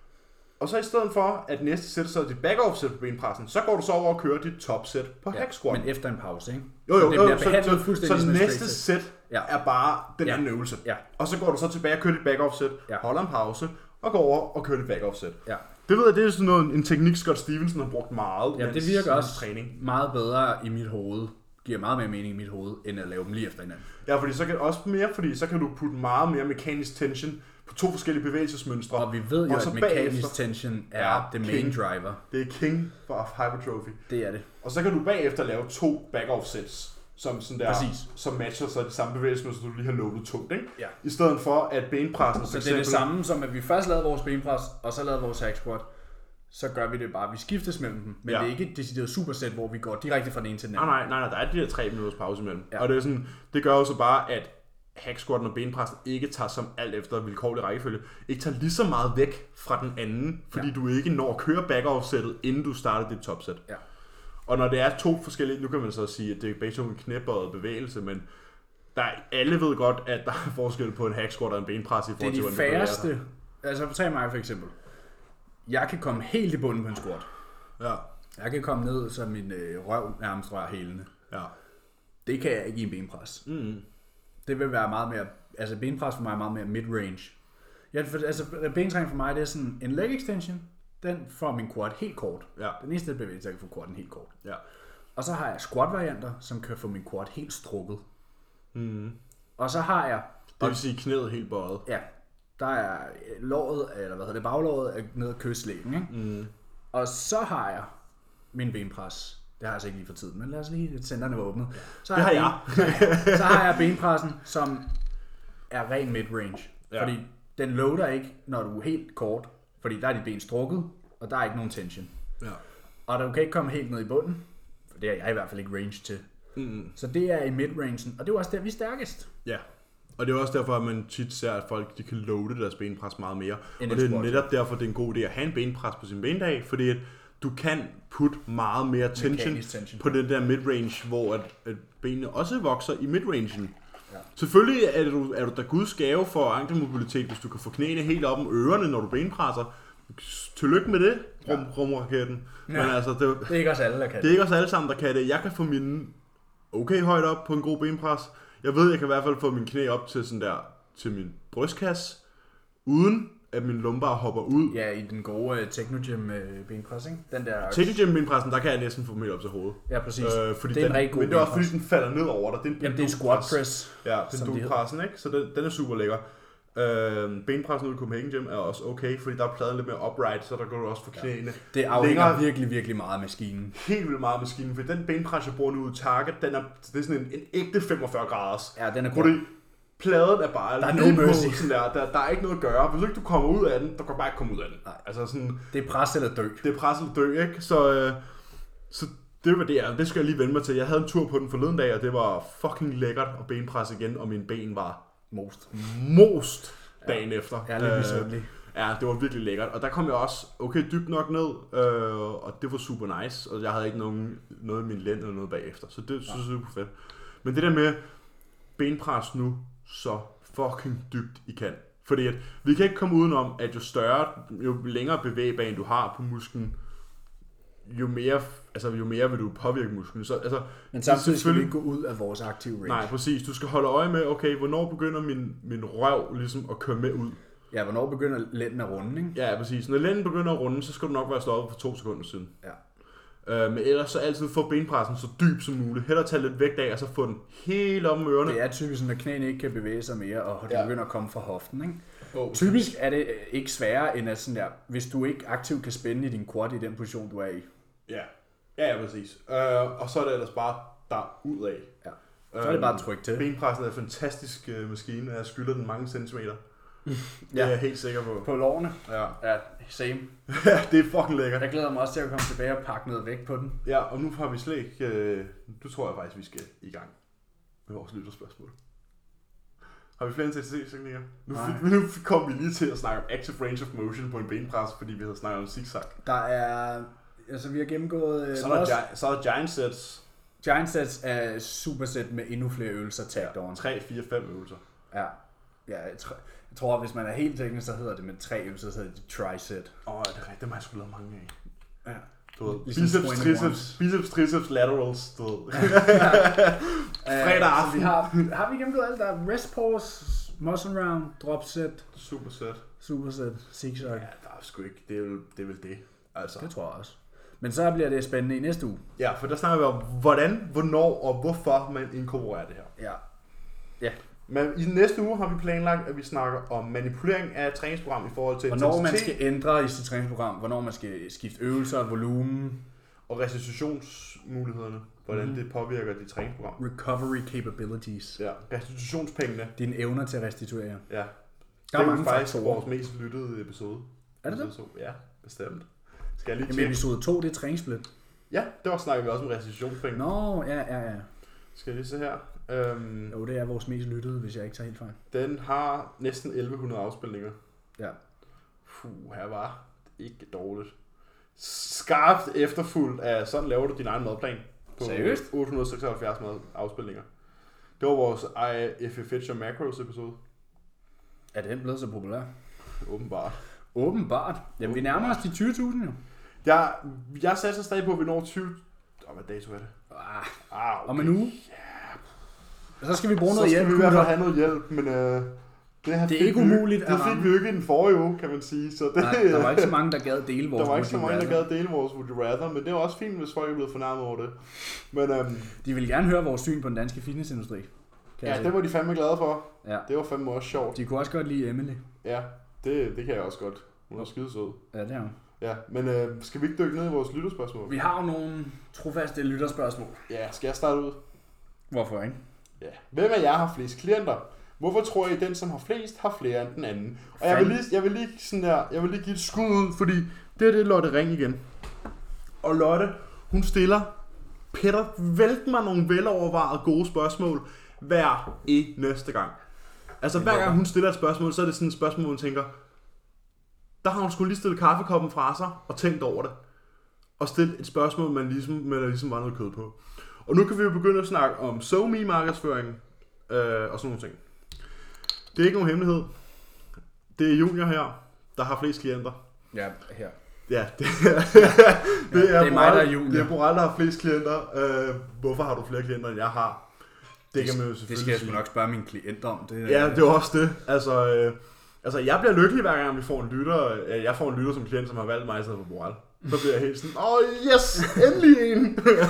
Og så i stedet for, at næste sæt så er dit back-off set på benpressen, så går du så over og kører dit top set på ja, hack squat.
Men efter en pause, ikke?
Jo, jo,
så
jo, så, så, så næste sæt ja. er bare den ja. anden øvelse. Ja. Og så går du så tilbage og kører dit back-off set, ja. holder en pause, og går over og kører dit back-off set. Ja. Det ved jeg, det er sådan noget, en teknik, Scott Stevenson har brugt meget.
Ja, det virker også træning. Meget bedre i mit hoved. Giver meget mere mening i mit hoved, end at lave dem lige efter hinanden.
Ja, fordi så kan også mere, fordi så kan du putte meget mere mekanisk tension på to forskellige bevægelsesmønstre.
Og vi ved jo, at mekanisk tension er ja, the main
king.
driver.
Det er king for hypertrophy.
Det er det.
Og så kan du bagefter lave to back-off sets, som, sådan der, som matcher så det samme bevægelsesmønstre, du lige har loadet tungt, ikke? Ja. I stedet for, at benpressen...
Så det er eksempel, det samme som, at vi først lavede vores benpres, og så lavede vores hack squat. Så gør vi det bare, vi skiftes mellem dem. Men ja. det er ikke et decideret supersæt, hvor vi går direkte fra den ene til den anden.
Nej, nej, nej, der er de der tre minutters pause imellem. Ja. Og det, er sådan, det gør jo så bare, at hack squatten og benpressen ikke tager som alt efter vilkårlig rækkefølge, ikke tager lige så meget væk fra den anden, fordi ja. du ikke når at køre back-off-sættet, inden du starter dit topsæt. Ja. Og når det er to forskellige, nu kan man så sige, at det er begge to en knæbøjet bevægelse, men der er, alle ved godt, at der er forskel på en hack squat og en benpres i forhold til,
det er de færreste, altså tag mig for eksempel. Jeg kan komme helt i bunden på en squat. Ja. Jeg kan komme ned, så min øh, røv nærmest rører hælene. Ja. Det kan jeg ikke i en benpres. Mm. Det vil være meget mere, altså benpres for mig er meget mere mid-range. Jeg, for, altså bentræning for mig, det er sådan en leg extension, den får min quad helt kort. Ja. Den eneste bevægelse, jeg kan få quaden helt kort. Ja. Og så har jeg squat-varianter, som kan få min quad helt strukket. Mm. Og så har jeg...
Det vil sige knæet helt bøjet.
Ja. Der er låret, eller hvad hedder det, baglåret er nede og kyslægen, ikke? Mm. Og så har jeg min benpres. Det har jeg altså ikke lige for tiden, men lad os lige, centerne var åbnet. Så
det har jeg.
Ben, så har jeg benpressen, som er ren mid-range. Ja. Fordi den loader ikke, når du er helt kort, fordi der er dit ben strukket, og der er ikke nogen tension. Ja. Og du kan ikke komme helt ned i bunden, for det er jeg i hvert fald ikke range til. Mm. Så det er i mid-rangen, og det er også der, vi er stærkest.
Ja. Og det er også derfor, at man tit ser, at folk de kan loade deres benpres meget mere. Og det er netop derfor, det er en god idé at have en benpres på sin bendag, fordi at du kan putte meget mere tension, tension på den der midrange, hvor at, at benene også vokser i midrangen. Ja. Selvfølgelig er du, er du da guds gave for ankelmobilitet, hvis du kan få knæene helt op om ørerne, når du benpresser. Tillykke med det, rum, ja. rumraketten.
Ja. Men altså, det, det er ikke os alle, der kan det.
Det er ikke os alle sammen, der kan det. Jeg kan få mine okay højt op på en god benpres. Jeg ved, jeg kan i hvert fald få min knæ op til sådan der, til min brystkasse, uden at min lumbar hopper ud.
Ja, i den gode uh, Technogym uh, benpres, ikke? Den der...
Technogym benpressen, der kan jeg næsten få mig op til hovedet.
Ja, præcis. Øh, fordi det er
den,
en rigtig god
men det er også fordi, den falder ned over dig.
Det er en, Jamen, det er en squat press.
Ja, pendulpressen, ikke? Så den, den er super lækker. Øh, benpressen ude i Copenhagen Gym er også okay, fordi der er pladen lidt mere upright, så der går du også for knæene. Ja.
Det afhænger længere, virkelig, virkelig meget af maskinen.
Helt vildt meget af maskinen, for den benpres, jeg bruger nu i Target, den er, det er sådan en, en ægte femogfyrre graders.
Ja, den er
god. Fordi pladen er bare
der er no mercy.
Sådan der, der, der er ikke noget at gøre. Hvis ikke du kommer ud af den, der kan bare ikke komme ud af den.
Nej.
Altså sådan,
det er pres eller dø.
Det er pres eller dø, ikke? Så, øh, så det var det, er. Det skal jeg lige vende mig til. Jeg havde en tur på den forleden dag, og det var fucking lækkert at benpresse igen, og mine ben var
most.
Most dagen ja. efter.
Ja, lidt
øh, ja, det var virkelig lækkert. Og der kom jeg også okay dybt nok ned, øh, og det var super nice, og jeg havde ikke nogen, noget i min lænd eller noget bagefter, så det synes jeg super fedt. Men det der med benpres nu, så fucking dybt I kan. Fordi at vi kan ikke komme udenom, at jo større, jo længere bevægebane du har på musklen, jo mere, altså jo mere vil du påvirke musklen. Så, altså,
men samtidig skal vi ikke gå ud af vores aktive range.
Nej, præcis. Du skal holde øje med, okay, hvornår begynder min, min røv ligesom at køre med ud.
Ja, hvornår begynder lænden at runde, ikke?
Ja, præcis. Når lænden begynder at runde, så skal du nok være stoppet for to sekunder siden.
Ja.
Øh, men ellers så altid få benpressen så dyb som muligt. Hellere tage lidt vægt af, og så få den helt om ørerne.
Det er typisk sådan, at knæene ikke kan bevæge sig mere, og det ja. begynder at komme fra hoften, ikke?
Oh,
typisk er det ikke sværere, end at sådan der, hvis du ikke aktivt kan spænde i din quad i den position, du er i.
Ja, ja, ja præcis. Øh, og så er det ellers bare der ud af.
Ja. Så er det bare at trykke til.
Benpressen er en fantastisk uh, maskine, og jeg skylder den mange centimeter.
Ja.
Det er jeg helt sikker på.
På lårene?
Ja.
Ja, same.
Ja, det er fucking lækkert.
Jeg glæder mig også til at komme tilbage og pakke noget væk på den.
Ja, og nu har vi slet ikke... Øh, nu tror jeg faktisk, vi skal i gang med vores lytterspørgsmål. Har vi flere N T C-teknikker? Nu, nu kom vi lige til at snakke om active range of motion på en benpres, fordi vi havde snakket om zigzag.
Der er... Altså, vi har gennemgået...
Så er der, gi- så er der giant sets.
Giant sets er supersæt med endnu flere øvelser tagged on.
tre, fire, fem øvelser.
Ja. Ja, jeg, tr- jeg tror, at hvis man er helt teknisk, så hedder det med tre øvelser, så hedder det tri-set.
Åh, oh, det er rigtigt. Dem har jeg sgu lavet mange af.
Ja.
Du ved,
ligesom
biceps, triceps, biceps, triceps, laterals, du ved. Fredag aften.
Uh, vi har, har vi gennemgået alt der? Rest pause, muscle round, drop set.
Superset.
Superset, zigzag.
Ja, der er sgu ikke. Det er vel det. Er vel det. Altså.
Det tror jeg også. Men så bliver det spændende i næste uge.
Ja, for der snakker vi om, hvordan, hvornår og hvorfor man inkorporerer det her.
Ja. Ja.
Men i næste uge har vi planlagt, at vi snakker om manipulering af et træningsprogram i forhold til
hvornår man skal ændre i sit træningsprogram, hvornår man skal skifte øvelser, volumen
og restitutionsmulighederne, hvordan mm. det påvirker dit træningsprogram.
Recovery capabilities.
Ja, restitutionspengene.
Dine evner til at restituere.
Ja.
Der
det
er
er
mange
faktisk
faktorer.
vores mest lyttede episode.
Er det det?
Ja, bestemt. Skal jeg lige
Jamen episode to, det er træningssplit.
Ja, det var snakker vi også om restitutionspenge.
Nå, ja, ja, ja.
Skal jeg lige se her. Øhm,
jo, det er vores mest lyttede, hvis jeg ikke tager helt fejl.
Den har næsten elleve hundrede afspilninger.
Ja.
Puh, her var ikke dårligt. Skarpt efterfulgt af, sådan laver du din egen madplan. På
seriøst?
otte hundrede seksoghalvfjerds afspilninger. Det var vores I F F H og Macros episode.
Er den blevet så populær?
Åbenbart.
Åbenbart? Jamen, Åbenbart. Vi nærmer os de tyve tusind jo.
Jeg, jeg satser stadig på, at vi når tyve... Åh, hvad dato er det?
Ah,
ah okay.
Om en uge?
Ja.
Så skal vi bruge noget hjælp.
Så skal vi i hvert fald have noget hjælp, men... Øh,
det, det er ikke umuligt
vi, det fik vi jo ikke i den forrige uge, kan man sige. Så det,
nej, der var ikke så mange, der gad dele vores
Der var ikke så mange,
rather.
der gad dele vores Would You Rather, men det er også fint, hvis folk er blevet fornærmet over det. Men, øhm,
de vil gerne høre vores syn på den danske fitnessindustri.
Ja, det var de fandme glade for.
Ja.
Det var fandme også sjovt.
De kunne også godt lide Emily.
Ja, det, det kan jeg også godt. Hun er skidesød.
Ja, det er hun.
Ja, men øh, skal vi ikke dykke ned i vores lytterspørgsmål?
Vi har jo nogle trofaste lytterspørgsmål.
Ja, skal jeg starte ud?
Hvorfor ikke?
Ja. Hvem af jer har flest klienter? Hvorfor tror I, den som har flest, har flere end den anden? Og jeg vil lige, jeg vil lige, sådan der, jeg vil lige give et skud ud, fordi det er det Lotte Ring igen. Og Lotte, hun stiller Peter, vælt mig nogle velovervejede gode spørgsmål hver i næste gang. Altså hver gang hun stiller et spørgsmål, så er det sådan et spørgsmål, hvor hun tænker, der har hun skulle lige stillet kaffekoppen fra sig og tænkt over det. Og stillet et spørgsmål, man ligesom, man ligesom var noget kød på. Og nu kan vi jo begynde at snakke om SoMe markedsføring øh, og sådan nogle ting. Det er ikke nogen hemmelighed. Det er Junior her, der har flest klienter.
Ja, her.
Ja, det er, det er,
det er mig, der er Junior.
Det er Boral, der har flest klienter. Øh, hvorfor har du flere klienter, end jeg har? Det, det kan man jo selvfølgelig
Det skal jeg sgu nok spørge mine klienter om. Det,
ja, det er også det. Altså, øh, altså, jeg bliver lykkelig hver gang, vi får en lytter. Øh, jeg får en lytter som klient, som har valgt mig i stedet for Boral. Så bliver jeg helt sådan, åh oh, yes, endelig en.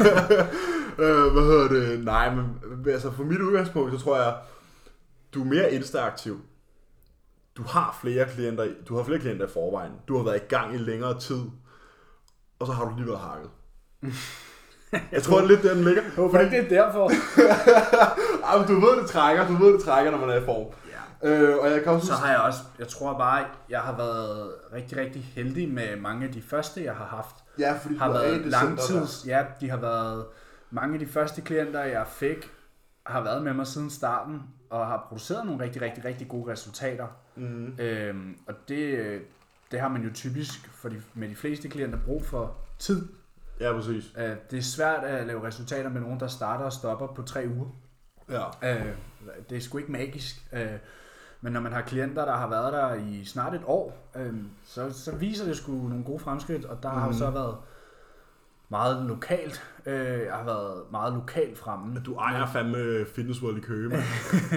øh, hvad hedder det? Nej, men altså for mit udgangspunkt, så tror jeg, du er mere Insta-aktiv. du har flere klienter, du har flere klienter i forvejen. Du har været i gang i længere tid, og så har du lige været hakket. Jeg tror, det er lidt der, den ligger.
Hvorfor ikke det er derfor?
Jamen, du ved, det trækker. Du ved, det trækker, når man er i form.
Ja.
Øh, og jeg kan også
så har jeg også, jeg tror bare, jeg har været rigtig, rigtig heldig med mange af de første, jeg har haft.
Ja, fordi
har
du
været
er i det
langtids. Ja, de har været mange af de første klienter, jeg fik, har været med mig siden starten, og har produceret nogle rigtig, rigtig, rigtig gode resultater.
Mm.
Øhm, og det, det har man jo typisk for de, med de fleste klienter brug for tid.
Ja, præcis.
Øh, det er svært at lave resultater med nogen, der starter og stopper på tre uger.
Ja.
Øh, det er sgu ikke magisk. Øh, men når man har klienter, der har været der i snart et år, øh, så, så viser det sgu nogle gode fremskridt, og der mm. har jo så været meget lokalt. Øh, jeg har været meget lokalt fremme.
Du ejer fandme Fitness World i Køge, man.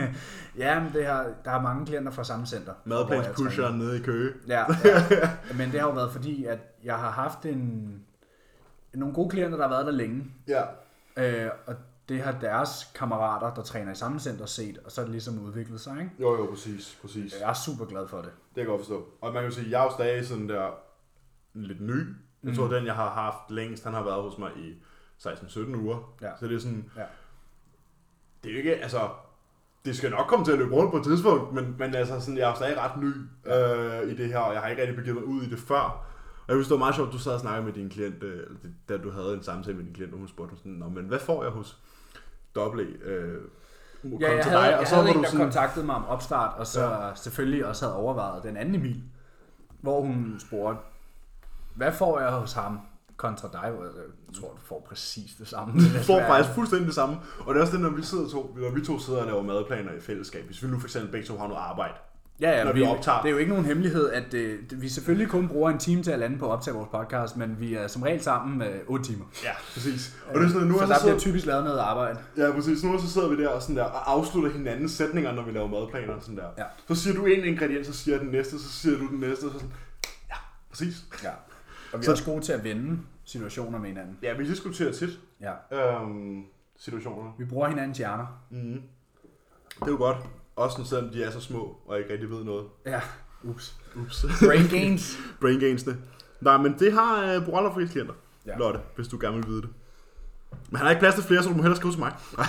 Ja, men det har, der er mange klienter fra samme center.
Madplanspusheren nede i Køge.
Ja, ja, men det har jo været fordi, at jeg har haft en, nogle gode klienter, der har været der længe.
Ja.
Øh, og det har deres kammerater, der træner i samme center, set, og så er det ligesom udviklet sig, ikke?
Jo, jo, præcis, præcis.
Jeg er super glad for det.
Det kan jeg godt forstå. Og man kan jo sige, jeg er jo stadig sådan der lidt ny. Jeg tror, mm. den jeg har haft længst, han har været hos mig i seksten sytten uger.
Ja.
Så det er sådan,
ja.
Det er jo ikke, altså, det skal nok komme til at løbe rundt på et tidspunkt, men, men altså sådan, jeg er stadig ret ny ja. øh, i det her, og jeg har ikke rigtig begivet mig ud i det før. Og jeg synes, det var meget sjovt, at du sad og snakkede med din klient, øh, da du havde en samtale med din klient, og hun spurgte sådan, nå, men hvad får jeg hos Double A? Øh,
ja, jeg havde, dig, og så jeg havde en, der sådan... kontaktede mig om opstart, og så ja. selvfølgelig også havde overvejet den anden Emil, hvor hun spurgte, hvad får jeg hos ham kontra dig? Jeg tror, du får præcis det samme.
Du får faktisk fuldstændig det samme. Og det er også det, når vi, sidder to, når vi to sidder og laver madplaner i fællesskab. Hvis vi nu for eksempel begge to har noget arbejde.
Ja, ja, når vi, vi optager. Det er jo ikke nogen hemmelighed, at det, vi selvfølgelig kun bruger en time til at lande på at optage vores podcast, men vi er som regel sammen med otte timer.
Ja, præcis. Og det er sådan, nu
så
er
der
så
bliver typisk lavet noget arbejde.
Ja, præcis. Nu så sidder vi der og, sådan der og afslutter hinandens sætninger, når vi laver madplaner og sådan der.
Ja.
Så siger du en ingrediens, så siger jeg den næste, så siger du den næste, så sådan, ja, præcis.
Ja. Og vi er så, også gode til at vende situationer med hinanden.
Ja, vi diskuterer tit
ja.
øhm, situationer.
Vi bruger hinandens hjerner.
Mm-hmm. Det er jo godt. Også selvom de er så små og ikke rigtig ved noget.
Ja, ups.
Ups.
Brain gains.
Brain gainsne. Nej, men det har uh, Borrell og Friis klienter,
ja.
Lotte, hvis du gerne vil vide det. Men han har ikke plads til flere, så du må hellere skrive til mig. Nej.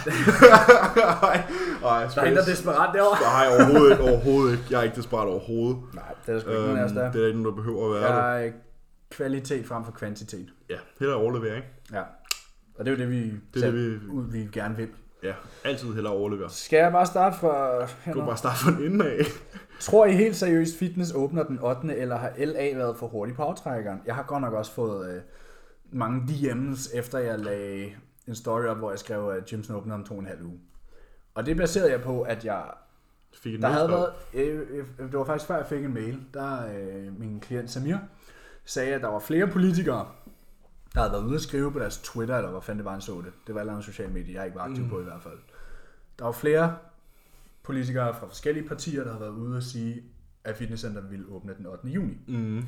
Nej, der er en, der er desperat derovre.
Nej, overhovedet ikke, overhovedet ikke. Jeg er ikke desperat overhovedet.
Nej, det er der sgu ikke øhm, nogen af os der.
Det er ikke nogen, der behøver at være
der.
det.
Er kvalitet frem for kvantitet.
Ja, hellere overlevere, ikke?
Ja, og det er jo det, vi,
det er det,
vi... vi gerne vil.
Ja, altid hellere overlevere.
Skal jeg bare starte fra...
Du kan bare starte fra den ende af.
Tror I helt seriøst, fitness åbner den ottende, eller har L A været for hurtig på aftrækkeren? Jeg har godt nok også fået øh, mange D M's, efter jeg lagde en story op, hvor jeg skrev, at gymsen åbner om to og en halv uge. Og det baserede jeg på, at jeg...
Fik en
der havde været, øh, øh, det var faktisk før jeg fik en mail, der øh, min klient Samir sagde, at der var flere politikere, der havde været ude at skrive på deres Twitter, eller hvad fanden det var, han så det. Det var et eller andet sociale medier, jeg ikke var aktiv mm. på i hvert fald. Der var flere politikere fra forskellige partier, der havde været ude at sige, at fitnesscenteret ville åbne den ottende juni.
Mm.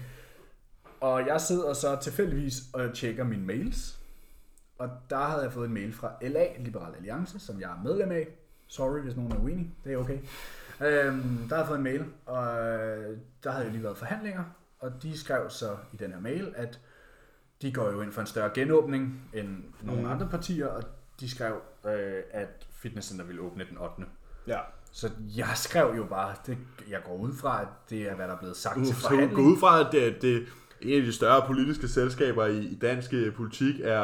Og jeg sidder så tilfældigvis og tjekker mine mails, og der havde jeg fået en mail fra L A, Liberal Alliance, som jeg er medlem af. Sorry, hvis nogen er uenig, det er okay. Øhm, der havde jeg fået en mail, og der havde jo lige været forhandlinger, og de skrev så i den her mail, at de går jo ind for en større genåbning end nogle mm. andre partier, og de skrev, øh, at fitnesscenter ville åbne den ottende.
Ja.
Så jeg skrev jo bare, det, jeg går ud fra, at det er, hvad der er blevet sagt uh, til forhandling.
Så du går ud fra, at det, det en af de større politiske selskaber i, i dansk politik er,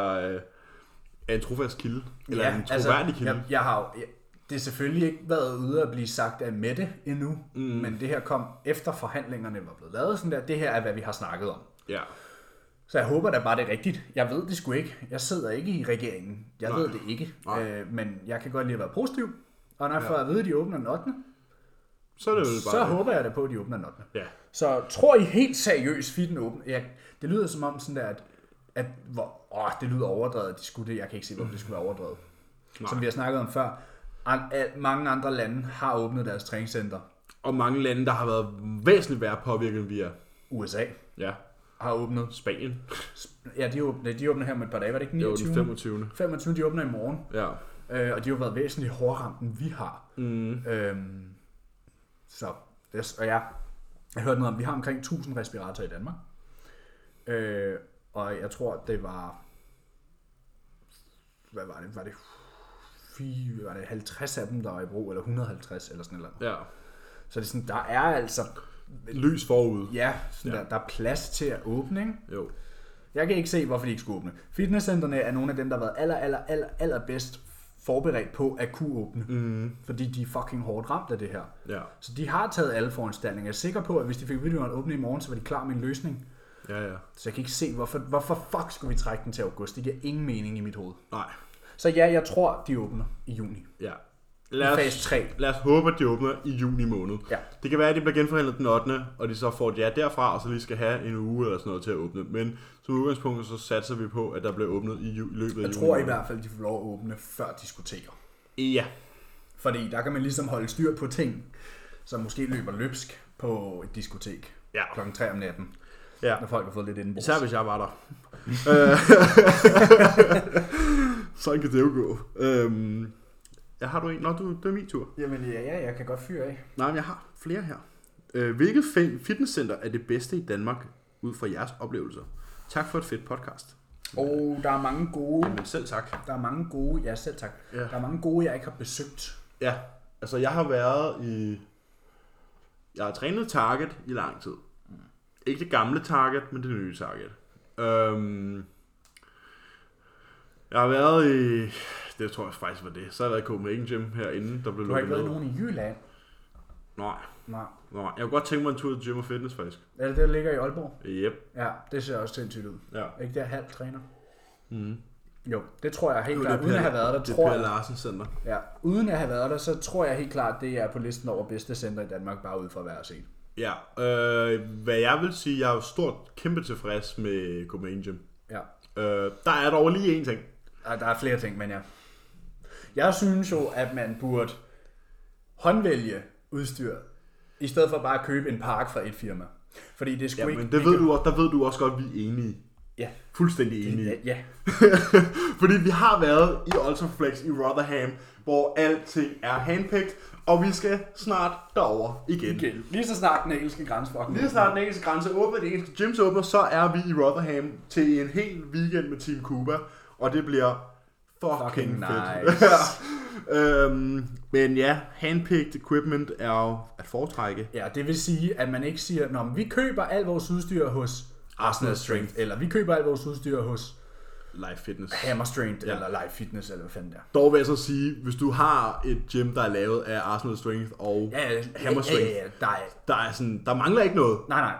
er en trofast kilde, eller ja, en troværdig altså, kilde.
Jeg, jeg har jo, jeg, det er selvfølgelig ikke været ude at blive sagt af Mette endnu, mm. men det her kom efter forhandlingerne var blevet lavet, sådan der, det her er, hvad vi har snakket om.
Ja.
Så jeg håber da bare, det er rigtigt. Jeg ved det sgu ikke. Jeg sidder ikke i regeringen. Jeg Nej. ved det ikke. Øh, men jeg kan godt lide at være positiv. Og når jeg ja. får at vide, at de åbner den ottende,
så, er det bare
så
det.
håber jeg da på, at de åbner den ottende.
Ja.
Så tror I helt seriøst, fitten åbner? Ja, det lyder som om sådan der, at, at hvor, åh, det lyder overdrevet, at de skulle det. Jeg kan ikke se, hvor det skulle være overdrevet. Nej. Som vi har snakket om før. Mange andre lande har åbnet deres træningscenter.
Og mange lande, der har været væsentligt værre påvirket end vi er.
U S A.
Ja.
Har åbnet.
Spanien.
Ja, de åbner, de åbner her med et par dage, var det ikke niogtyvende?
Jo, den femogtyvende.
femogtyvende, de åbner i morgen.
Ja.
Øh, og de har været væsentligt hårdere ramt, end vi har.
Mm.
Øhm, så, det, og ja, Jeg hørte noget om, vi har omkring tusind respiratorer i Danmark. Øh, og jeg tror, det var... Hvad var det? Var det, fire, var det halvtreds af dem, der var i brug, eller et hundrede og halvtreds, eller sådan noget.
Ja.
Så det er sådan, der er altså...
Lys forud.
Ja, sådan
Ja.
Der, der er plads til at åbne, ikke?
Jo.
Jeg kan ikke se, hvorfor de ikke skulle åbne. Fitnesscentrene er nogle af dem, der har været aller, aller, aller, aller bedst forberedt på at kunne åbne.
Mm.
Fordi de er fucking hårdt ramt af det her.
Ja.
Så de har taget alle foranstaltninger. Jeg er sikker på, at hvis de fik videoen åbne i morgen, så var de klar med en løsning.
Ja, ja.
Så jeg kan ikke se, hvorfor, hvorfor fuck skulle vi trække den til august. Det giver ingen mening i mit hoved.
Nej.
Så ja, jeg tror, de åbner i juni.
Ja.
I
Lad os,
fase tre.
lad os håbe, at de åbner i juni måned.
Ja.
Det kan være, at de bliver genforhandlet den ottende og de så får et ja derfra, og så lige skal have en uge eller sådan noget til at åbne. Men som udgangspunkt, så satser vi på, at der bliver åbnet i, ju- i løbet af
Jeg
juni.
tror i hvert fald, de får lov at åbne før diskoteker.
Ja.
Fordi der kan man ligesom holde styr på ting, som måske løber løbsk på et diskotek
Ja.
klokken tre om natten,
Ja.
når folk har fået lidt indenbords.
Især hvis jeg var der. Øh, Sådan kan det jo gå. Øhm, ja, har du en? Nå, du, det er min tur.
Jamen ja, ja, jeg kan godt fyre af.
Nej, men jeg har flere her. Øh, hvilket fe- fitnesscenter er det bedste i Danmark, ud fra jeres oplevelser? Tak for et fedt podcast.
Og der er mange gode,
Men selv tak.
der er mange gode, ja selv tak,
Ja.
der er mange gode, jeg ikke har besøgt.
Ja, altså jeg har været i... Jeg har trænet Target i lang tid. Ikke det gamle Target, men det nye Target. Øhm, jeg har været i... Det tror jeg faktisk var det. Så har jeg været i Copenhagen Gym herinde, der blev
Du har ikke
lukket
været
ned.
nogen i Jylland?
Nej,
Nej.
nej. Jeg kunne godt tænke mig en tur til Gym og Fitness faktisk.
Er det det, der ligger i Aalborg?
Yep.
Ja, det ser også sindssygt ud.
Ja.
Er ikke der halv træner?
Mm.
Jo, det tror jeg helt
Nu er
klart.
det
Uden at
Per-
have været der,
Det
tror
er Per
jeg,
Larsen Center.
ja, uden at have været der, så tror jeg helt klart, det er på listen over bedste center i Danmark, bare ud fra hver set.
Ja, øh, hvad jeg vil sige, jeg er jo stort kæmpe tilfreds med Copenhagen Gym.
Ja.
Øh, der er dog lige en ting.
Der der er flere ting, men ja. Jeg synes jo, at man burde håndvælge udstyr, i stedet for bare at købe en park fra et firma. Fordi det er sgu
Ja,
ikke...
men det ved du, også- der ved du også godt, at vi er enige.
Ja.
Fuldstændig enige.
Ja, ja.
Fordi vi har været i Ultraflex i Rotherham, hvor alting er handpicked, og vi skal snart derover igen.
Igen. Lige så snart den engelske grænse fucking
Lige så snart den engelske grænse åbner, det engelske gyms åbner, så er vi i Rotherham til en hel weekend med Team Cuba, og det bliver fucking,
Fucking
fedt.
nice.
øhm, men ja, handpicked equipment er jo at foretrække.
Ja, det vil sige, at man ikke siger, nå, men vi køber al vores udstyr hos Arsenal Strength, eller vi køber al vores udstyr hos
Live Fitness.
Hammer Strength,
Ja.
eller Live Fitness, eller hvad fanden der.
Dog vil jeg så sige, hvis du har et gym, der er lavet af Arsenal Strength og
Ja, ja,
Hammer
ja,
Strength,
ja, ja, der er...
der er sådan, der mangler ikke noget,
Nej, nej.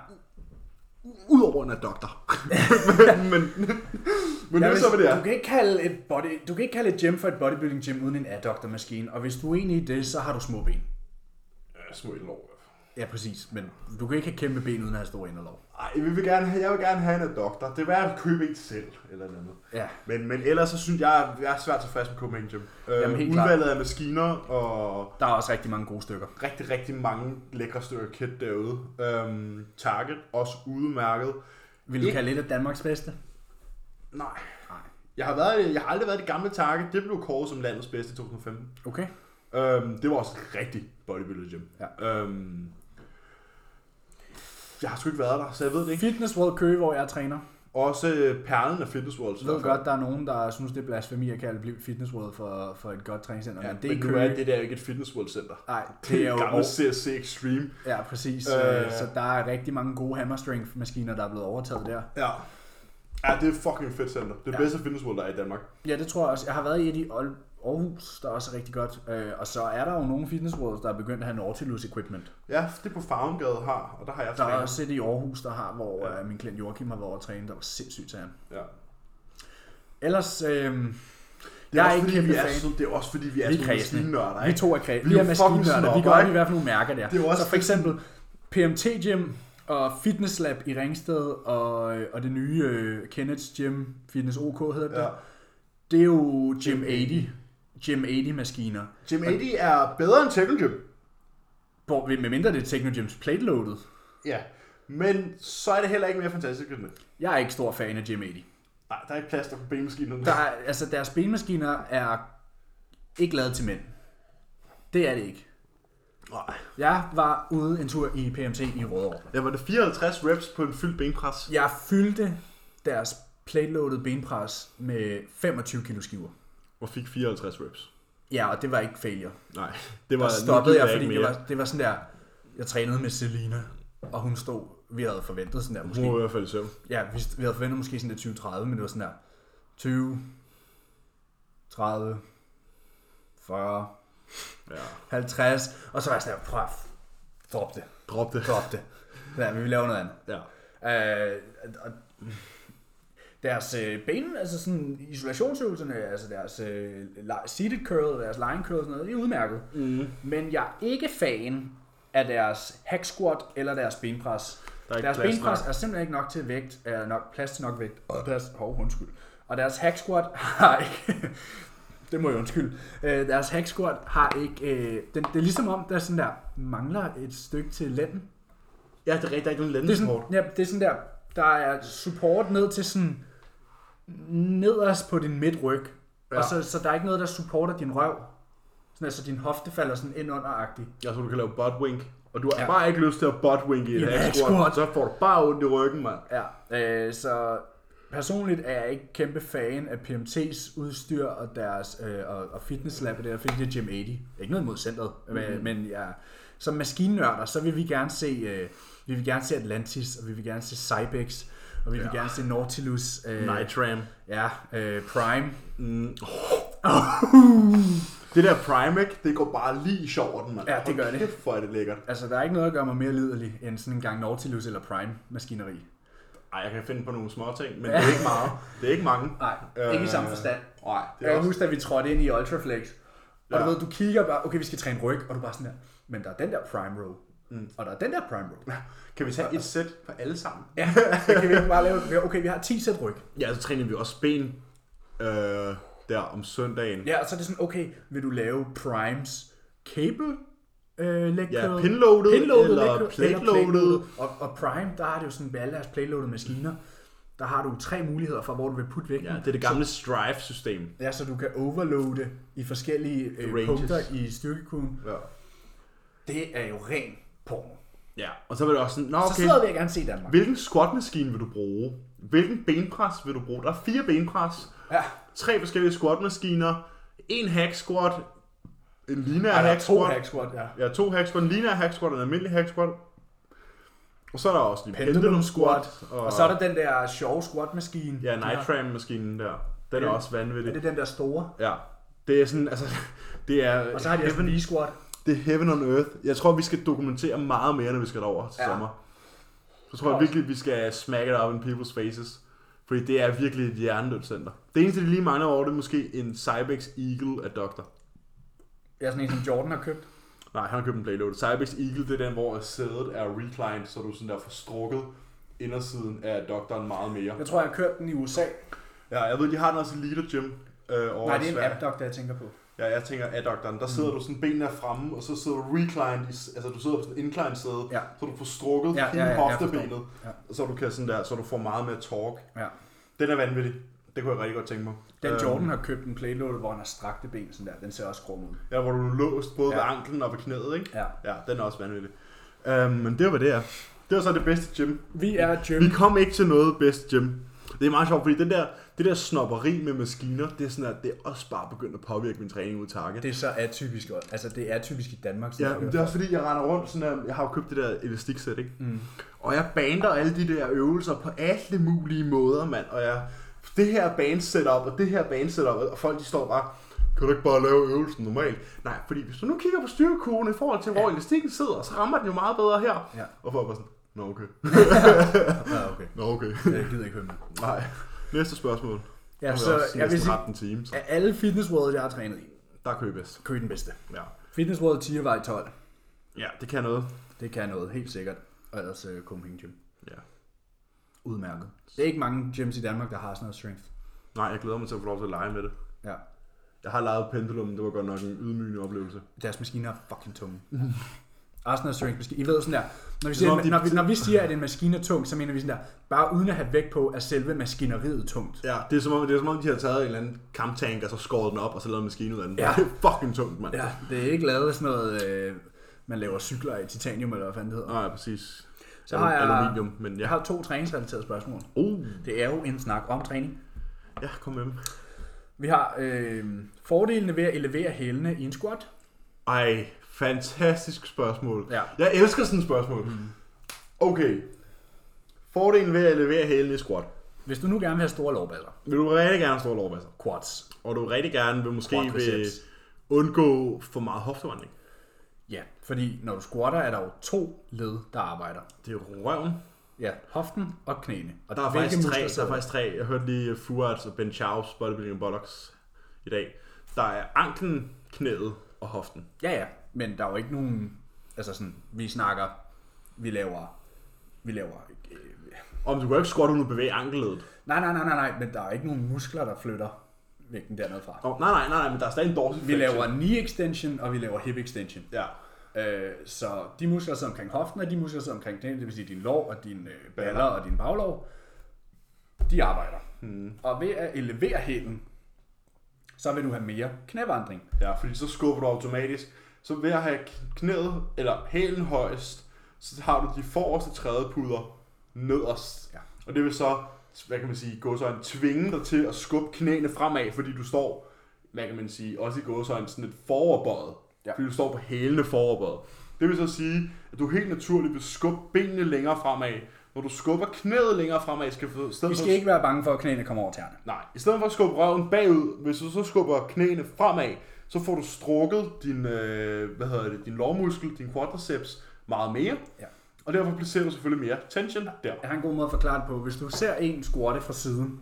udover en adductor. men men, men det er
Ja,
så, hvad det
Du
er.
kan ikke kalde et body, du kan ikke kalde et gym for et bodybuilding gym uden en adductor-maskine, og hvis du er enig i det, så har du små ben.
Ja, små et lov.
Ja, præcis, men du kan ikke have kæmpe ben uden at have store inderlov.
Ej, vi vil gerne have, jeg vil gerne have en adductor. Det er værd at købe en selv, eller noget andet.
Ja.
Men, men ellers så synes jeg, jeg er svært tilfreds med Copenhagen Gym.
Jamen,
Øh,
helt
udvalget af maskiner, og
Der er også rigtig mange gode stykker.
rigtig, rigtig mange lækre stykker kit derude. Øhm, Target, også udmærket.
Vil du
Ikke-
kalde det et Danmarks bedste?
Nej.
Nej.
Jeg har, været, jeg har aldrig været i det gamle Target. Det blev kåret som landets bedste i to tusind og femten.
Okay.
Øhm, det var også et rigtig bodybuilder gym.
Ja.
Øhm, jeg har sgu ikke været der, så jeg ved det ikke.
Fitness World Køge, hvor jeg træner.
Også øh, perlen af Fitness World.
Jeg ved godt, der er nogen, der synes, det er blasfemi at kalde Fitness World for, for et godt træningscenter.
Ja,
men det
men
er
nu er
Køge.
det der ikke et Fitness World Center.
Nej,
Det er
jo...
et gammelt C S C Extreme.
Ja, præcis.
Øh.
Øh. Så der er rigtig mange gode hammer strength maskiner, der er blevet overtaget der.
Ja. Ja, det er fucking fedt center. Det er
Ja.
bedste Fitness World, der er i Danmark.
Ja, det tror jeg også. Jeg har været i et i Aal- Aarhus, der er også rigtig godt. Øh, og så er der jo nogle fitness worlds, der er begyndt at have Nautilus equipment.
Ja, det er på Farmgade har, og der har jeg
Der er
trænet.
også et i Aarhus, der har, hvor
Ja.
ja. min klient Joachim har været over at træne, der var sindssygt til ham.
Ja.
Ellers, øh,
Det er,
jeg er
også,
ikke
fordi,
kæmpe
vi er,
fan.
så, det er også fordi, vi er
Vi er
sådan nogle
kredsende.
maskindnørder,
Vi
ikke?
to er kræ.
Vi
Vi
er
er
jo fucking
maskinørder. Vi
snobber,
går op i
ikke?
hvert fald nogle mærker der.
Det er jo også
Så for eksempel P M T Gym og Fitness Lab i Ringsted og, og det nye uh, Kenneth's Gym, Fitness O K hedder det.
Ja.
Det er jo Gym otte. Gym otte maskiner.
Gym otte er bedre end Techno Gym.
Hvor, med mindre det er Technogyms plate loaded.
Ja, men så er det heller ikke mere fantastisk end det.
Jeg er ikke stor fan af Gym otte.
Nej, der er ikke plads der på benmaskinerne.
Der er, altså deres benmaskiner er ikke lavet til mænd. Det er det ikke.
Nej.
Jeg var ude en tur i P M T i Rødovre.
Ja, var det fireoghalvtreds reps på en fyldt benpres?
Jeg fyldte deres plate-loaded benpres med femogtyve kilo skiver.
Og fik fireoghalvtreds reps.
Ja, og det var ikke failure.
Nej, det var...
Der stoppede jeg, fordi det var, det var sådan der... Jeg trænede med Selina, og hun stod... Vi havde forventet sådan der måske...
Hun var i hvert fald i søvn.
Ja, vi, vi havde forventet måske sådan der tyve tredive, men det var sådan der... tyve, tredive, fyrre,
ja.
halvtreds, og så var jeg sådan der... Prøv at drop det.
Drop det.
Drop det. Ja, vi vil lave noget andet.
Ja.
Øh, og deres øh, ben, altså sådan isolationsøvelserne, altså deres øh, seated curl, deres line curl og sådan noget, det er udmærket.
Mm.
Men jeg er ikke fan af deres hack squat eller deres benpres. Deres benpres er simpelthen ikke nok til vægt, er nok plads til nok vægt, og deres, hov, undskyld. Og deres hack squat har ikke, det må jeg undskylde, øh, deres hack squat har ikke, øh, det, det er ligesom om, der sådan der mangler et stykke til lænden.
Ja, det er rigtig, der er ikke nogen
lændesupport. Ja, det er sådan der, der er support ned til sådan, nederst på din midtryg, ja. Og så, så der er ikke noget, der supporter din røv. Sådan altså din hofte falder sådan ind under-agtigt.
Ja, så du kan lave butt wink. Og du har
ja.
bare ikke lyst til at butt wink i et hack squat. Så får du bare ondt i ryggen, mand.
Ja, øh, så personligt er jeg ikke kæmpe fan af P M T's udstyr og deres øh, og, og fitness lab, det er Fitness Gym ottende. Ikke noget mod centret, mm-hmm. men, men ja, som maskinnørder, så vil vi gerne se, øh, vi vil gerne se Atlantis, og vi vil gerne se Cybex, og vi vil ja. gerne se Nautilus.
Øh, Nitram.
Ja, øh, Prime.
Mm. Det der Prime, ikke? Det går bare lige i shorten, mand.
Ja, det gør det.
Kæft, hvor er det lækkert.
Altså, der er ikke noget, der gør mig mere liderlig end sådan en gang Nautilus eller Prime-maskineri.
Ej, jeg kan finde på nogle små ting, men det er ikke meget. Det er ikke mange.
Nej, øh, ikke i samme forstand.
Nej,
det er jeg også... husker, at vi trådte ind i Ultraflex, og ja. du ved, du kigger bare, okay, vi skal træne ryg, og du bare sådan der, men der er den der Prime row, mm. og der er den der Prime row.
Kan vi tage et sæt for alle sammen?
Ja, det kan vi ikke bare lave. Okay, vi har ti sæt ryg.
Ja, så træner vi også ben øh, der om søndagen.
Ja, og så er det sådan, okay, vil du lave Primes cable øh, leg
ja, pinloaded, pinloaded eller plate-loaded.
Og, og Prime, der har det jo sådan med alle deres plate-loaded maskiner. Der har du tre muligheder for, hvor du vil putte vægten.
Ja, det er det gamle Strive-system.
Ja, så du kan overloade i forskellige øh, punkter i styrkekurven.
Ja.
Det er jo ren porno.
Ja, og så vil det også sådan, nå okay,
så sidder vi gerne se Danmark.
Hvilken squat-maskine vil du bruge? Hvilken benpres vil du bruge? Der er fire benpres,
ja.
tre forskellige squat-maskiner, en hack squat, en linear
ja,
hack squat.
to hack squat, ja.
Ja, to hack squat, en linear hack squat og en almindelig hack squat. Og så er der også en
pendulum, pendulum squat. Og... og så er der den der sjove squat-maskine.
Ja, Nitram-maskinen der. Den ja. er også vanvittig.
Er det den der store?
Ja. Det er sådan, altså, det er...
Og så har de også en squat.
Det er heaven on earth. Jeg tror, vi skal dokumentere meget mere, når vi skal derover til ja. sommer. Så tror jeg virkelig, vi skal smack it up in people's faces. Fordi det er virkelig et hjernedødt center. Det eneste, de lige mangler over, det er måske en Cybex Eagle Adductor.
Ja, sådan en, som Jordan har købt.
Nej, han har købt en Playload. Cybex Eagle, det er den, hvor sædet er reclined, så du sådan der får strukket indersiden af adductoren meget mere.
Jeg tror, jeg har kørt den i U S A.
Ja, jeg ved, de har den også i Leader Gym. Øh, over
Nej, det er en abductor, jeg tænker på.
Ja, jeg tænker adductoren. Der sidder mm. du sådan, benene er fremme, og så sidder du reclined, i, altså du sidder på sådan en inclined sæde,
ja.
så du får strukket
ja,
hele
ja, ja,
hoftebenet,
ja.
så du kan sådan der, så du får meget mere torque.
Ja.
Den er vanvittig. Det kunne jeg rigtig godt tænke mig.
Den Jordan um, har købt en playload, hvor han har strakte ben sådan der. Den ser også grum ud.
Ja, hvor du er låst både ja. ved anklen og ved knæet, ikke? Ja. Ja, den er også vanvittig. Um, men det var, hvad det er. Det var så det bedste gym.
Vi er gym.
Vi kom ikke til noget bedste gym. Det er meget sjovt, fordi den der, det der snobberi med maskiner, det er sådan, at det er også bare begyndt at påvirke min træning ud Target.
Det er så atypisk også. Altså, det er typisk i Danmark.
Ja, det er også fordi, jeg render rundt sådan der, jeg har jo købt det der elastiksæt, ikke? Mm. Og jeg bander alle de der øvelser på alle mulige måder, mand. Og jeg, det her band-setup og det her band-setup, og folk de står bare, kan du ikke bare lave øvelsen normalt? Nej, fordi hvis du nu kigger på styrkekurven i forhold til, hvor ja. elastikken sidder, så rammer den jo meget bedre her. Ja. Og folk bare sådan, nå okay.
ja, okay.
Nå okay.
Jeg gider ikke høre med.
Nej. Næste spørgsmål.
Ja, så jeg vil sige,
time, så.
af alle Fitness World, jeg har trænet i,
der kører bedst.
Kører den bedste.
Ja.
Fitness World Tiervej tolv.
Ja, det kan noget.
Det kan noget, helt sikkert. Og ellers uh, Copenhagen Gym.
Ja.
Udmærket. Det er ikke mange gyms i Danmark, der har sådan noget strength.
Nej, jeg glæder mig til at få lov til at lege med det.
Ja.
Jeg har leget pendulum, det var godt nok en ydmygende oplevelse.
Deres maskiner er fucking tunge. Arsenal strength maskine. I ved sådan der, når vi, siger, de... når, vi, når vi siger, at en maskine er tung, så mener vi sådan der, bare uden at have vægt på, at selve maskineriet tungt.
Ja, det er som om, det er som om de har taget en eller anden kamptank, og så skåret den op, og så lavet en maskine ud af den. Ja. Det er fucking tungt, mand.
Ja, det er ikke lavet sådan noget, øh, man laver cykler af titanium, eller hvad fanden det hedder.
Nej, præcis.
Så har jeg,
aluminium, men ja.
jeg har to træningsrelaterede spørgsmål.
Uh.
Det er jo en snak om træning.
Ja, kom med dem.
Vi har øh, fordelene ved at elevere hælene i en squat.
Ej, fantastisk spørgsmål.
Ja.
Jeg elsker sådan et spørgsmål. Mm. Okay. Fordelen ved at elevere hælene i squat.
Hvis du nu gerne vil have store lårballer.
Vil du rigtig gerne have store lårballer?
Quads.
Og du rigtig gerne vil måske vil undgå for meget hoftevandring.
Ja, fordi når du squatter, er der jo to led, der arbejder.
Det er jo røven.
Ja, hoften og knæene. Og
der er faktisk tre, der er faktisk tre. Jeg hørte lige Fuarts og Ben Chau's Bodybuilding Bullocks i dag. Der er anklen, knæet og hoften.
Ja, ja, men der er jo ikke nogen, altså sådan, vi snakker, vi laver, vi laver... Øh,
Om du kan ikke squatte uden at bevæge ankelledet.
Nej, nej, nej, nej, nej, men der er ikke nogen muskler, der flytter vægten dernede fra.
Oh, nej, nej, nej, nej, men der er stadig en dorsal
Vi laver knee extension, og vi laver hip extension.
Ja.
Øh, så de muskler, der sidder omkring hoften, og de muskler, der sidder omkring knæene, det vil sige dine lår og dine øh, baller og dine baglår, de arbejder. Hmm. Og ved at elevere hælen, så vil du have mere knævandring.
Ja, fordi så skubber du automatisk. Så ved at have knæet, eller hælen højst, så har du de forreste trædepuder nederst. Ja. Og det vil så, hvad kan man sige, gåsøjne tvinge dig til at skubbe knæene fremad, fordi du står, hvad kan man sige, også i gåsøjne sådan et foroverbøjet. Ja. Fordi du står på hælene foroverbøjet. Det vil så sige, at du helt naturligt vil skubbe benene længere fremad. Når du skubber knæet længere fremad, skal du...
Vi skal for... ikke være bange for, at knæene kommer over tæerne.
Nej, i stedet for at skubbe røven bagud, hvis du så skubber knæene fremad, så får du strukket din, øh, hvad hedder det, din lårmuskel, din quadriceps meget mere. Ja. Og derfor placerer du selvfølgelig mere tension der.
Jeg har en god måde at forklare det på. Hvis du ser en squatte fra siden,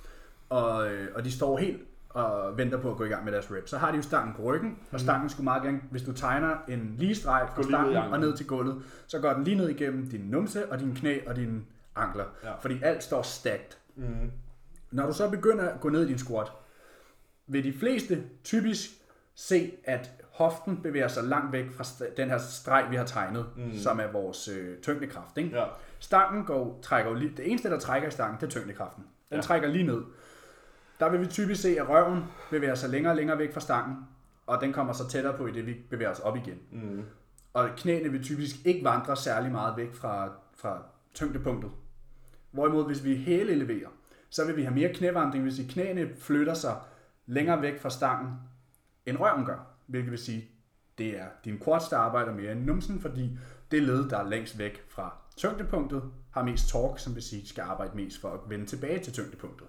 og, øh, og de står helt og venter på at gå i gang med deres rep, så har de jo stangen på ryggen, og stangen skulle meget gerne, hvis du tegner en lige streg fra stangen og ned til gulvet, så går den lige ned igennem din numse og din knæ og dine ankler, ja. Fordi alt står stacked. Mm. Når du så begynder at gå ned i din squat, vil de fleste typisk se, at hoften bevæger sig langt væk fra den her streg, vi har tegnet, mm. som er vores øh, tyngdekraft. Ikke? Ja. Stangen går, trækker jo lige, det eneste, der trækker i stangen, det er tyngdekraften. Den ja. trækker lige ned. Der vil vi typisk se, at røven bevæger sig længere og længere væk fra stangen, og den kommer så tættere på, i det vi bevæger os op igen. Mm. Og knæene vil typisk ikke vandre særlig meget væk fra, fra tyngdepunktet. Hvorimod, hvis vi hæle eleverer, så vil vi have mere knævandring, hvis de knæene flytter sig længere væk fra stangen, end røven gør. Hvilket vil sige, det er din quads, der arbejder mere end numsen, fordi det led, der er længst væk fra tyngdepunktet, har mest torque, som vil sige, skal arbejde mest for at vende tilbage til tyngdepunktet.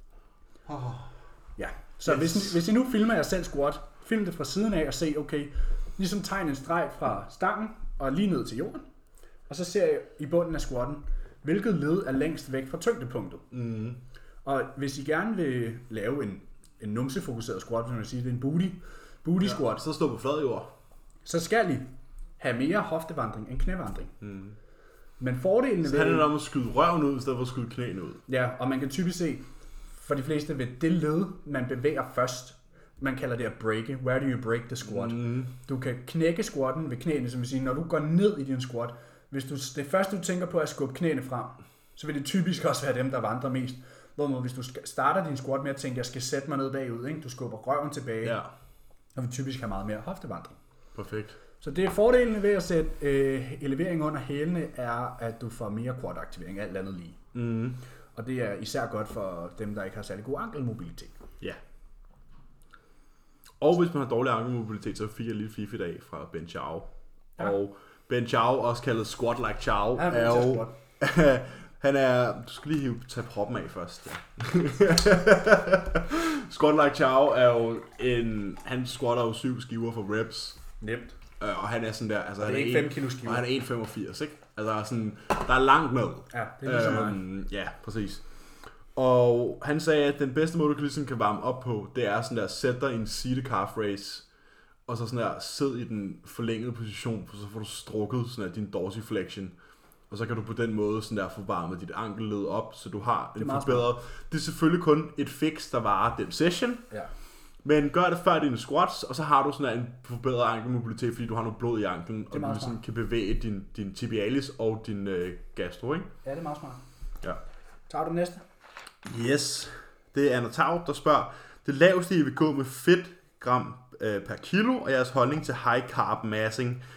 Oh. Ja, så yes. hvis, hvis I nu filmer jer selv squat, film det fra siden af og se, okay, ligesom tegn en streg fra stangen og lige ned til jorden, og så ser jeg i bunden af squatten, hvilket led er længst væk fra tyngdepunktet. Mm. Og hvis I gerne vil lave en, en numsefokuseret squat, hvis man sige, det er en booty, booty ja, squat,
så stå på flad jord.
Så skal I have mere hoftevandring end knævandring. Mm. Men fordelen
så handler det om at skyde røven ud, i stedet for at skyde knæene ud.
Ja, og man kan typisk se, for de fleste ved det led, man bevæger først, man kalder det at breake. Where do you break the squat? Mm. Du kan knække squatten ved knæene, som vil sige, når du går ned i din squat, hvis du, det første du tænker på er at skubbe knæene frem, så vil det typisk også være dem, der vandrer mest. Hvorimod hvis du starter din squat med at tænke, jeg skal sætte mig ned bagud, ikke? Du skubber røven tilbage, ja. Og vil typisk have meget mere hoftevandring.
Perfekt.
Så det er fordelene ved at sætte øh, elevering under hælene, er, at du får mere quad-aktivering, alt andet lige. Mm. Og det er især godt for dem, der ikke har særlig god ankelmobilitet.
Ja. Og hvis man har dårlig ankelmobilitet, så fik jeg lidt fif i dag fra Ben Chau. Ja. Og Ben Chau, også kaldet Squat Like Chau, ja, er jo... han er... Du skal lige hive, tage proppen af først. Ja. Squat Like Chau er jo en... Han squatter jo syv skiver for reps.
Nemt.
Og han er sådan der... Altså,
det er ikke fem kilo skiver.
Og han er en komma femogfirs, ikke? Altså sådan... Der er langt ned.
Ja, det er ligesom øhm,
Ja, præcis. Og han sagde, at den bedste måde, du ligesom kan varme op på, det er sådan der, sæt dig i en seated calf raise, og så sådan der, sid i den forlængede position, for så får du strukket sådan der, din dorsiflexion, og så kan du på den måde sådan der få varmet dit ankelled op, så du har en forbedret. Det er selvfølgelig kun et fix, der varer den session, ja. Men gør det før dine squats, og så har du sådan der, en forbedret ankelmobilitet, fordi du har noget blod i anklen, og du ligesom kan bevæge din, din tibialis og din øh, gastro, ikke?
Ja, det er meget smart.
Ja.
Tager du næste?
Yes, det er Anna Taub, der spørger, det laveste I vil gå med fedt gram øh, per kilo, og jeres holdning til high carb massing.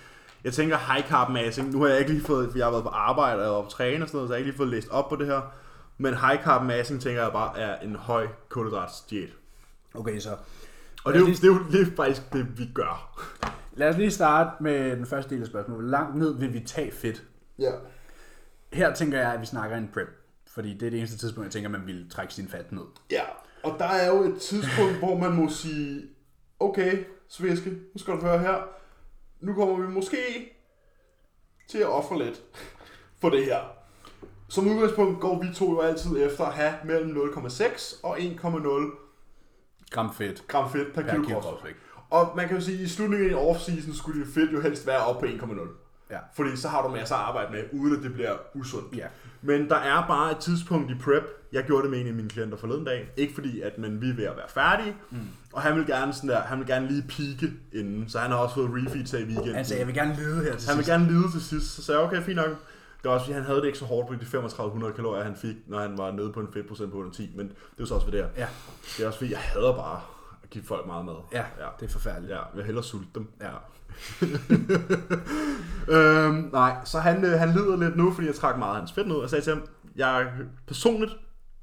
Jeg tænker high carb massing. Nu har jeg ikke lige fået, for jeg har været på arbejde og på træne og sådan noget, så jeg har ikke lige fået læst op på det her. Men high carb massing tænker jeg bare er en høj kulhydratsdiæt.
Okay, så.
Og det er, jo, det er jo det er faktisk det, vi gør.
Lad os lige starte med den første del af spørgsmålet. Hvor langt ned vil vi tage fedt?
Ja.
Her tænker jeg, at vi snakker en prep. Fordi det er det eneste tidspunkt, jeg tænker, man vil trække sin fat ned.
Ja, og der er jo et tidspunkt, hvor man må sige, okay, Sviske, nu skal du høre her. Nu kommer vi måske til at ofre lidt for det her. Som udgangspunkt går vi to jo altid efter at have mellem nul komma seks og en komma nul
gram fedt,
gram fedt per, per kilo kropsvægt. Og man kan jo sige, at i slutningen af off-season skulle det fedt jo helst være op på en komma nul.
Ja.
Fordi så har du masser af arbejde med, uden at det bliver usundt.
Ja.
Men der er bare et tidspunkt i prep. Jeg gjorde det med en af mine klienter forleden dag. Ikke fordi, at man, vi er ved at være færdige. Mm. Og han vil gerne sådan der, han vil gerne lige peake inden. Så han har også fået refeeds af i weekenden.
Han sagde, jeg vil gerne lide her til sidst.
Han vil gerne lide til sidst. Så sagde jeg, okay, fint nok. Det var også fordi, han havde det ikke så hårdt på de femogtredive hundrede kalorier, han fik, når han var nede på en fedtprocent på under ti. Men det er jo så også ved det her.
Ja.
Det er også fordi, jeg hader bare at give folk meget mad.
Ja, ja. Det er forfærdeligt.
Ja, jeg vil hellere sulte dem.
Ja.
øhm, nej, så han, øh, han lider lidt nu, fordi jeg trak meget af hans fedt ned. Og sagde til ham, jeg personligt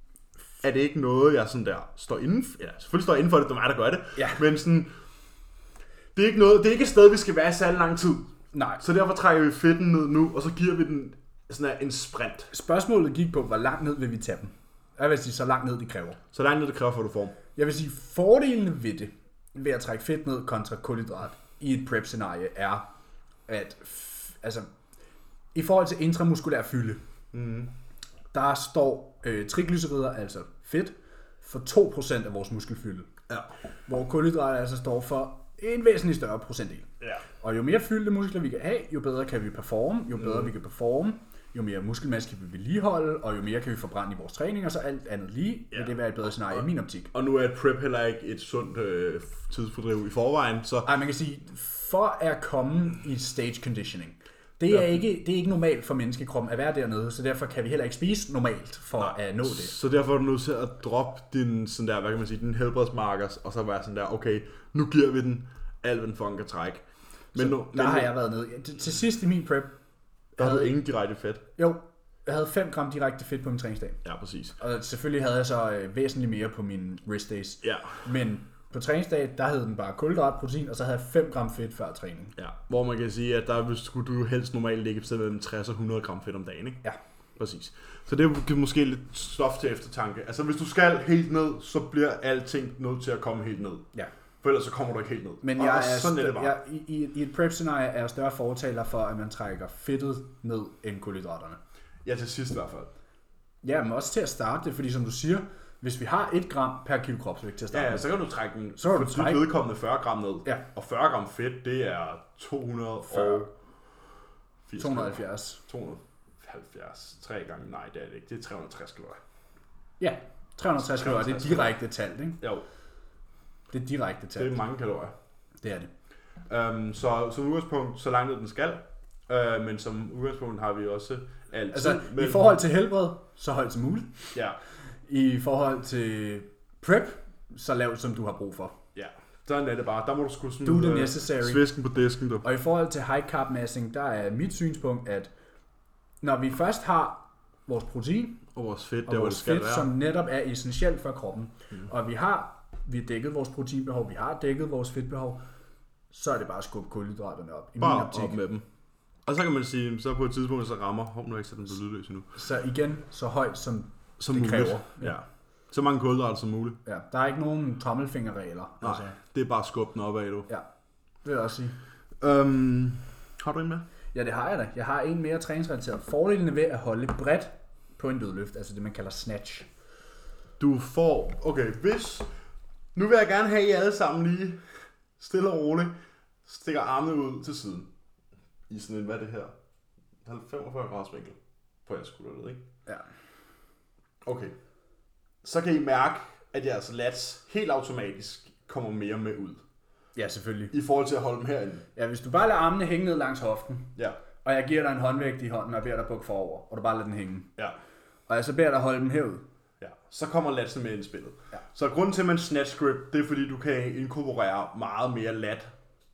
er det ikke noget, jeg sådan der står inden for. Ja, selvfølgelig står inden for det, det er mig, der gør det.
Ja.
Men sådan, det er ikke noget, det er ikke et sted, vi skal være i særlig lang tid.
Nej.
Så derfor trækker vi fedten ned nu, og så giver vi den sådan en sprint.
Spørgsmålet gik på, hvor langt ned vil vi tage dem? Jeg vil sige, så langt ned det kræver.
Så langt ned det kræver, for du form.
Jeg vil sige, fordelene ved det, ved at trække fedt ned kontra kulhydrat i et prep-scenarie, er, at f- altså, i forhold til intramuskulær fylde, mm. der står øh, triglycerider, altså fedt, for to procent af vores muskelfylde.
Ja.
Hvor kulhydrat altså står for en væsentlig større procentdel.
Ja.
Og jo mere fyldte muskler vi kan have, jo bedre kan vi performe, jo bedre mm. vi kan performe, jo mere muskelmasse kan vi vedligeholde, og jo mere kan vi forbrænde i vores træning, og så alt andet lige, ja. Vil det være et bedre scenarie i min optik.
Og nu er et prep heller ikke et sundt øh, tidsfordriv i forvejen, så...
Ej, man kan sige, for at komme i stage conditioning, det er, ja. ikke, det er ikke normalt for menneskekroppen at være dernede, så derfor kan vi heller ikke spise normalt for Nej. At nå det.
Så derfor er du nødt til at droppe din, sådan der, hvad kan man sige, din helbredsmarkers, og så være sådan der, okay, nu giver vi den alt, hvad den fucking kan trække. Men
så
nu,
der
men
har
nu,
jeg været nede. Til, til sidst i min prep,
der havde du ingen direkte fedt.
Jo, jeg havde fem gram direkte fedt på min træningsdag.
Ja, præcis.
Og selvfølgelig havde jeg så øh, væsentligt mere på mine rest days.
Ja.
Men på træningsdag, der havde den bare kulhydrat, protein, og så havde jeg fem gram fedt før træning.
Ja, hvor man kan sige, at der skulle du helst normalt ligge på stedet mellem tres og hundrede gram fedt om dagen, ikke?
Ja.
Præcis. Så det er måske lidt stof til eftertanke. Altså, hvis du skal helt ned, så bliver alting nødt til at komme helt ned.
Ja.
For ellers så kommer du ikke helt ned.
Men jeg er, sådan er det bare. Jeg, i, I et prep-scenarie er jeg større fortaler for, at man trækker fedtet ned end kulhydraterne.
Ja, til sidst i hvert fald.
Ja, men også til at starte det, fordi som du siger, hvis vi har et gram per kilo kropsvægt til at starte
ja,
med,
så kan du trække den,
så kan du trække
vedkommende fyrre gram ned.
Ja.
Og fyrre gram fedt, det er to hundrede og firs.
to hundrede og halvfjerds.
to hundrede og halvfjerds. Tre gange, nej, det er det ikke. Det er tre hundrede og tres kalorier.
Ja, tre hundrede og tres kalorier, det er direkte talt, ikke?
Jo.
Det er direkte talt.
Det er mange kalorier.
Det er det.
Um, så som udgangspunkt, så langt ned den skal. Uh, men som udgangspunkt har vi også altid...
Altså, mellem... i forhold til helbred, så højt som muligt.
Ja.
I forhold til prep, så lavt som du har brug for.
Ja, sådan er det bare. Der må du sgu
smide do the necessary.
Svisken på disken, du.
Og i forhold til high carb massing, der er mit synspunkt, at når vi først har vores protein
og vores fedt,
og
der,
vores
det skal
fedt
være.
Som netop er essentielt for kroppen, mm. og vi har vi har dækket vores proteinbehov, vi har dækket vores fedtbehov, så er det bare at skubbe kulhydraterne op. I
bare
min optik.
Op med dem. Og så kan man sige, så på et tidspunkt så rammer, håber nu ikke sætte den på lydløs endnu.
Så igen, så højt som,
som
det
muligt.
kræver.
Ja. Så mange kulhydrater som muligt.
Ja, der er ikke nogen tommelfingerregler.
Nej, altså. Det er bare skub den opad, du.
Ja, det vil jeg også sige.
Um, har du en mere?
Ja, det har jeg da. Jeg har en mere træningsrelateret. Fordelene ved at holde bredt på en dødløft, altså det man kalder snatch.
Du får, okay, hvis, nu vil jeg gerne have I alle sammen lige stille og roligt, stikker armene ud til siden. I sådan en, hvad er det her? femogfyrre graders vinkel på jeres skulderled, ikke?
Ja.
Okay. Så kan I mærke, at jeres lats helt automatisk kommer mere med ud.
Ja, selvfølgelig.
I forhold til at holde dem herinde.
Ja, hvis du bare lader armene hænge ned langs hoften,
ja.
og jeg giver dig en håndvægt i hånden, og jeg beder dig bukke forover, og du bare lader den hænge.
Ja.
Og jeg så beder dig holde dem herud.
Ja, så kommer latsen med ind i spillet.
Ja.
Så grunden til, at man snatch grip, det er fordi, du kan inkorporere meget mere lat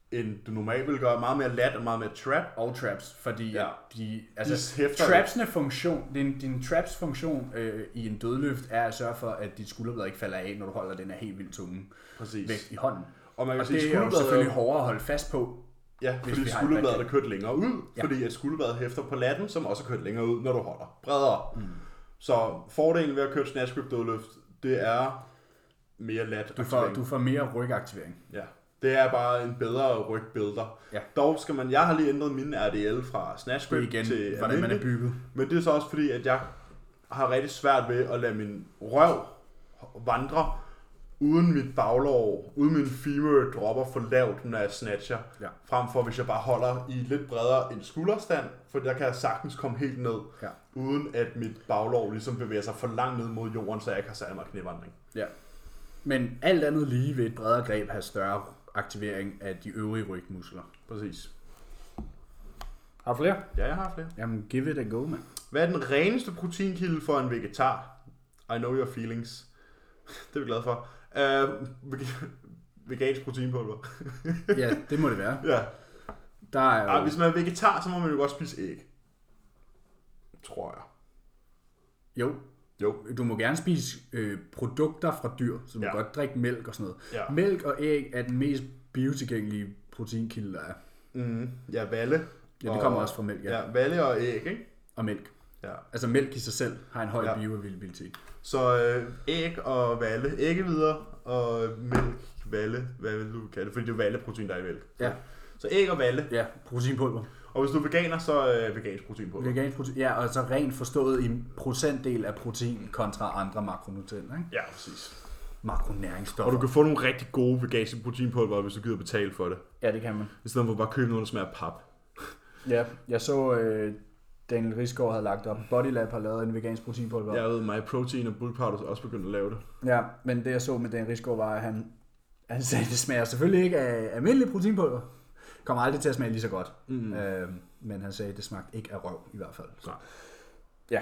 end du normalt vil gøre. Meget mere lat og meget mere trap.
Og traps, fordi
Ja.
de, altså,
De hæfter
trapsene funktion, din, din traps funktion øh, i en dødløft er at sørge for, at dit skulderblad ikke falder af, når du holder den her helt vildt tunge
Præcis.
vægt i hånden.
Og man kan
Og
sige,
det er jo
skulderbladet
selvfølgelig hårdere at holde fast på.
Ja,
hvis
fordi
vi har et
skulderbladet er
backkick.
kørt længere ud,
Ja.
fordi at skulderbladet hæfter på latten, som også er kørt længere ud, når du holder bredere.
Mm.
Så fordelen ved at køre snatch grip dødløft, det er mere lat
Du får, du får mere rygaktivering.
Ja, det er bare en bedre rygbuilder.
Ja.
Dog skal man, jeg har lige ændret min R D L fra snatch
Det er
grip
igen,
til
hvordan man er bygget.
men det er så også fordi, at jeg har rigtig svært ved at lade min røv vandre uden mit baglov, uden min femur dropper for lavt, når jeg snatcher.
Ja.
Frem for hvis jeg bare holder i lidt bredere en skulderstand, for der kan jeg sagtens komme helt ned,
Ja.
uden at mit baglov ligesom bevæger sig for langt ned mod jorden, så jeg ikke har særlig meget knævandring.
Ja. Men alt andet lige ved et bredere greb har større aktivering af de øvrige rygmuskler.
Præcis.
Har du flere?
Ja, jeg har flere.
Jamen, give it a go, man.
Hvad er den reneste proteinkilde for en vegetar? I know your feelings. Det er vi glade for. Uh, vegansk proteinpulver.
Ja, det må det være.
Ja.
Der er jo...
Ej, hvis man er vegetar, så må man jo godt spise æg. Tror jeg.
Jo.
Jo.
Du må gerne spise øh, produkter fra dyr, så du
Ja.
må godt drikke mælk og sådan noget.
Ja.
Mælk og æg er den mest biotilgængelige proteinkilde, der er.
Mm, ja, valle.
Ja, det kommer også fra mælk, ja.
Ja, valle og æg, ikke?
Og mælk.
Ja.
Altså mælk i sig selv har en høj
Ja.
ja. bioavailabilitet.
Så øh, æg og valle. Æggevidder og mælk, valle, hvad vil du kalde det? Fordi det er jo valleprotein, der er i mælk.
Ja.
Så æg og valle.
Ja, proteinpulver.
Og hvis du er veganer, så øh, vegansk proteinpulver.
Vegansk protein, ja, og så rent forstået i procentdel af protein kontra andre makronutrienter, ikke?
Ja, præcis.
Makronæringsstoffer.
Og du kan få nogle rigtig gode veganske proteinpulver, hvis du gider betale for det.
Ja, det kan man.
I stedet for bare at købe noget, der smager pap.
Ja, jeg så øh, Daniel Risgaard havde lagt op. Bodylab har lavet en vegansk proteinpulver.
Jeg ved, MyProtein og Bulk Powder er også begyndt at lave det.
Ja, men det jeg så med Daniel Risgaard var, at han, han sagde, at det smager selvfølgelig ikke af almindelig proteinpulver. Kommer aldrig til at smage lige så godt.
Mm.
Øh, men han sagde, at det smagte ikke af røv i hvert fald. Så.
Nej.
Ja.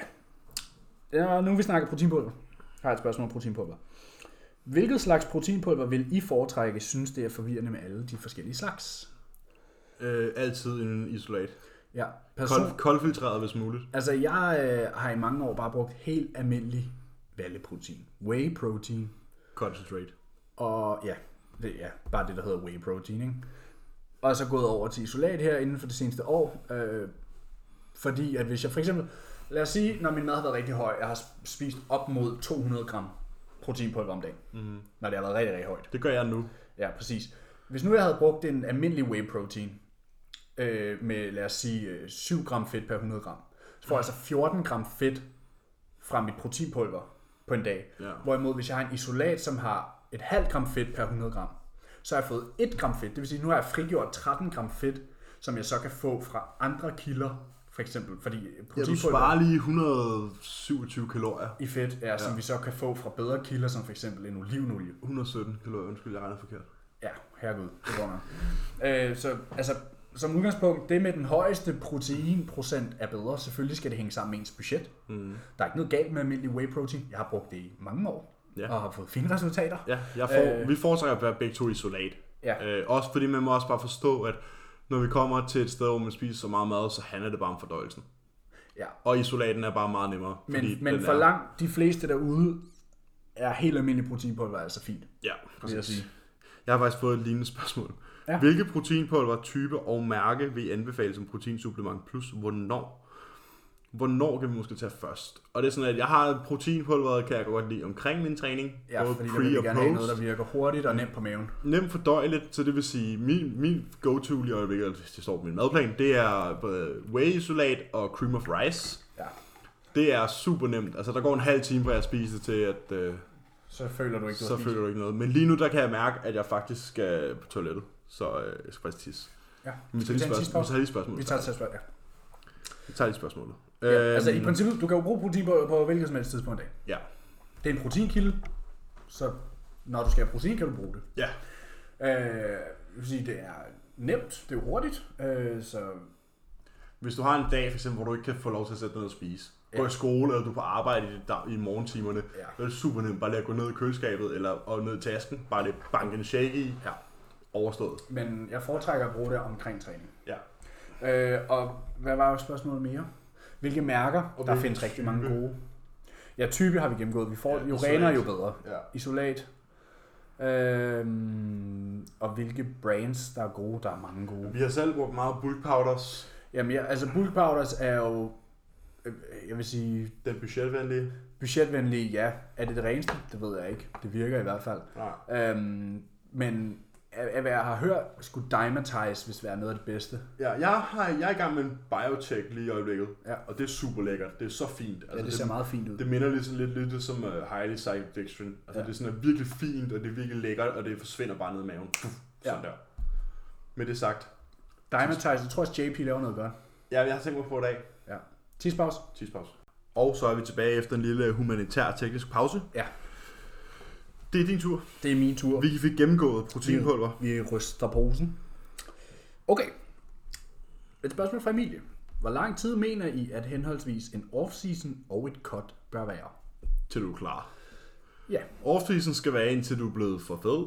Ja, nu vi snakker proteinpulver. Jeg har et spørgsmål om proteinpulver. Hvilket slags proteinpulver vil I foretrække, synes det er forvirrende med alle de forskellige slags?
Øh, altid en isolat.
Ja, person...
Kold, koldfiltreret, hvis muligt.
Altså, jeg øh, har i mange år bare brugt helt almindelig valleprotein. Whey protein.
Concentrate.
Og ja, det er ja, bare det, der hedder whey protein, ikke? Og så gået over til isolat her inden for det seneste år. Øh, fordi at hvis jeg for eksempel, lad os sige, når min mad har været rigtig høj, jeg har spist op mod to hundrede gram proteinpulver om dagen.
Mm.
Når det har været rigtig, rigtig højt.
Det gør jeg nu.
Ja, præcis. Hvis nu jeg havde brugt en almindelig whey protein, øh, med lad os sige øh, syv gram fedt per hundrede gram, så får jeg altså fjorten gram fedt fra mit proteinpulver på en dag.
Ja.
Hvorimod hvis jeg har en isolat, som har et halvt gram fedt per hundrede gram, så har jeg fået et gram fedt. Det vil sige, nu har jeg frigjort tretten gram fedt, som jeg så kan få fra andre kilder, for eksempel. Fordi
Ja, du
proteinpulver
sparer lige et hundrede og syvogtyve kalorier.
i fedt, ja, som
Ja.
vi så kan få fra bedre kilder, som for eksempel en olivenolie.
et hundrede og sytten kalorier, undskyld, jeg regner forkert.
Ja, herregud, det går nok. øh, så altså, som udgangspunkt, det med den højeste proteinprocent er bedre. Selvfølgelig skal det hænge sammen med ens budget.
Mm.
Der er ikke noget galt med almindelig whey protein. Jeg har brugt det i mange år,
Ja.
og har fået fine resultater.
Ja, jeg får,
Øh.
vi foretrækker at være begge to isolat.
Ja.
Øh, også fordi man må også bare forstå, at når vi kommer til et sted, hvor man spiser så meget mad, så handler det bare om fordøjelsen.
Ja.
Og isolaten er bare meget nemmere.
Men,
fordi
men
den
for
er,
langt de fleste derude er helt almindelig proteinpulver altså fint.
Ja,
Vil jeg
præcis.
sige.
Jeg har faktisk fået et lignende spørgsmål.
Ja.
Hvilke proteinpulver, type og mærke vil I anbefale som proteinsupplement plus hvornår? Hvornår kan vi måske tage først? Og det er sådan, at jeg har proteinpulveret, kan jeg godt lide omkring min træning.
Ja,
både
fordi der
pre
vil vi
og
gerne have
post.
noget, der virker hurtigt og nemt på maven.
Nemt fordøjeligt, så det vil sige, min, min go-to lige i øjeblikket, hvis det står på min madplan, det er både whey isolat og cream of rice.
Ja.
Det er super nemt. Altså, der går en halv time, fra jeg spiser til, at øh,
Så føler du ikke, du
så
har spist.
føler du ikke noget. Men lige nu, der kan jeg mærke, at jeg faktisk skal på toilettet. Så øh, jeg skal faktisk tisse.
Ja.
Vi
Skal
tager
vi
lige
tage en
spørgsmål. Vi
tidspause?
tager lige spørgsmål.
Vi tager et spørgsmål, ja.
Vi tager lige spørgsmålet.
ja. Altså i
Øhm,
princippet, du kan jo bruge protein på, på hvilket som helst tidspunkt af.
Ja.
Det er en proteinkilde, så når du skal have protein, kan du bruge det.
Ja.
Øh, jeg vil sige, det er nemt, det er hurtigt, øh, så
Hvis du har en dag, for eksempel, hvor du ikke kan få lov til at sætte dig ned og spise. Gå
Ja.
i skole, eller du er på arbejde i, dag, i morgentimerne.
Ja.
Så er det super nemt. Bare lige at gå ned i køleskabet, eller og ned i tasken. Bare lige banke en shake i.
Ja.
overstået.
Men jeg foretrækker at bruge det omkring træning.
Ja.
Øh, og hvad var jo spørgsmålet mere? Hvilke mærker?
Og
der
hvilke
findes rigtig
type?
mange gode. Ja, type har vi gennemgået. Vi får
Ja,
jo
isolat.
renere, jo bedre.
Ja.
Isolat. Øhm, og hvilke brands, der er gode? Der er mange gode.
Vi har selv brugt meget bulk powders.
Jamen, ja, altså bulk powders er jo, øh, jeg vil sige,
Den budgetvenlige.
budgetvenlige, ja. Er det det reneste? Det ved jeg ikke. Det virker i hvert fald.
Nej.
Øhm, men af hvad jeg har hørt, skulle Dymatize vist være noget af det bedste.
Ja, jeg, har, jeg er i gang med en biotech lige i øjeblikket.
Ja.
Og det er super lækkert. Det er så fint. Altså,
Ja, det ser meget fint ud.
Det minder lidt, lidt, lidt som uh, highly cyclodextrin. Altså
Ja.
det er sådan er virkelig fint, og det er virkelig lækkert, og det forsvinder bare ned i maven. Puff, sådan
Ja.
der. Med det sagt.
Dymatize, jeg tror også J P laver noget godt.
Ja, jeg har tænkt mig på i dag.
Ja. Tidspause.
Tidspause. Og så er vi tilbage efter en lille humanitær teknisk pause.
Ja.
Det er din tur.
Det er min tur.
Vi fik gennemgået proteinpulver.
Vi, vi ryster posen. Okay. Et spørgsmål fra Emilie. Hvor lang tid mener I, at henholdsvis en off-season og et cut bør være?
Til du er klar.
Ja.
Off-season skal være indtil du er blevet for fed.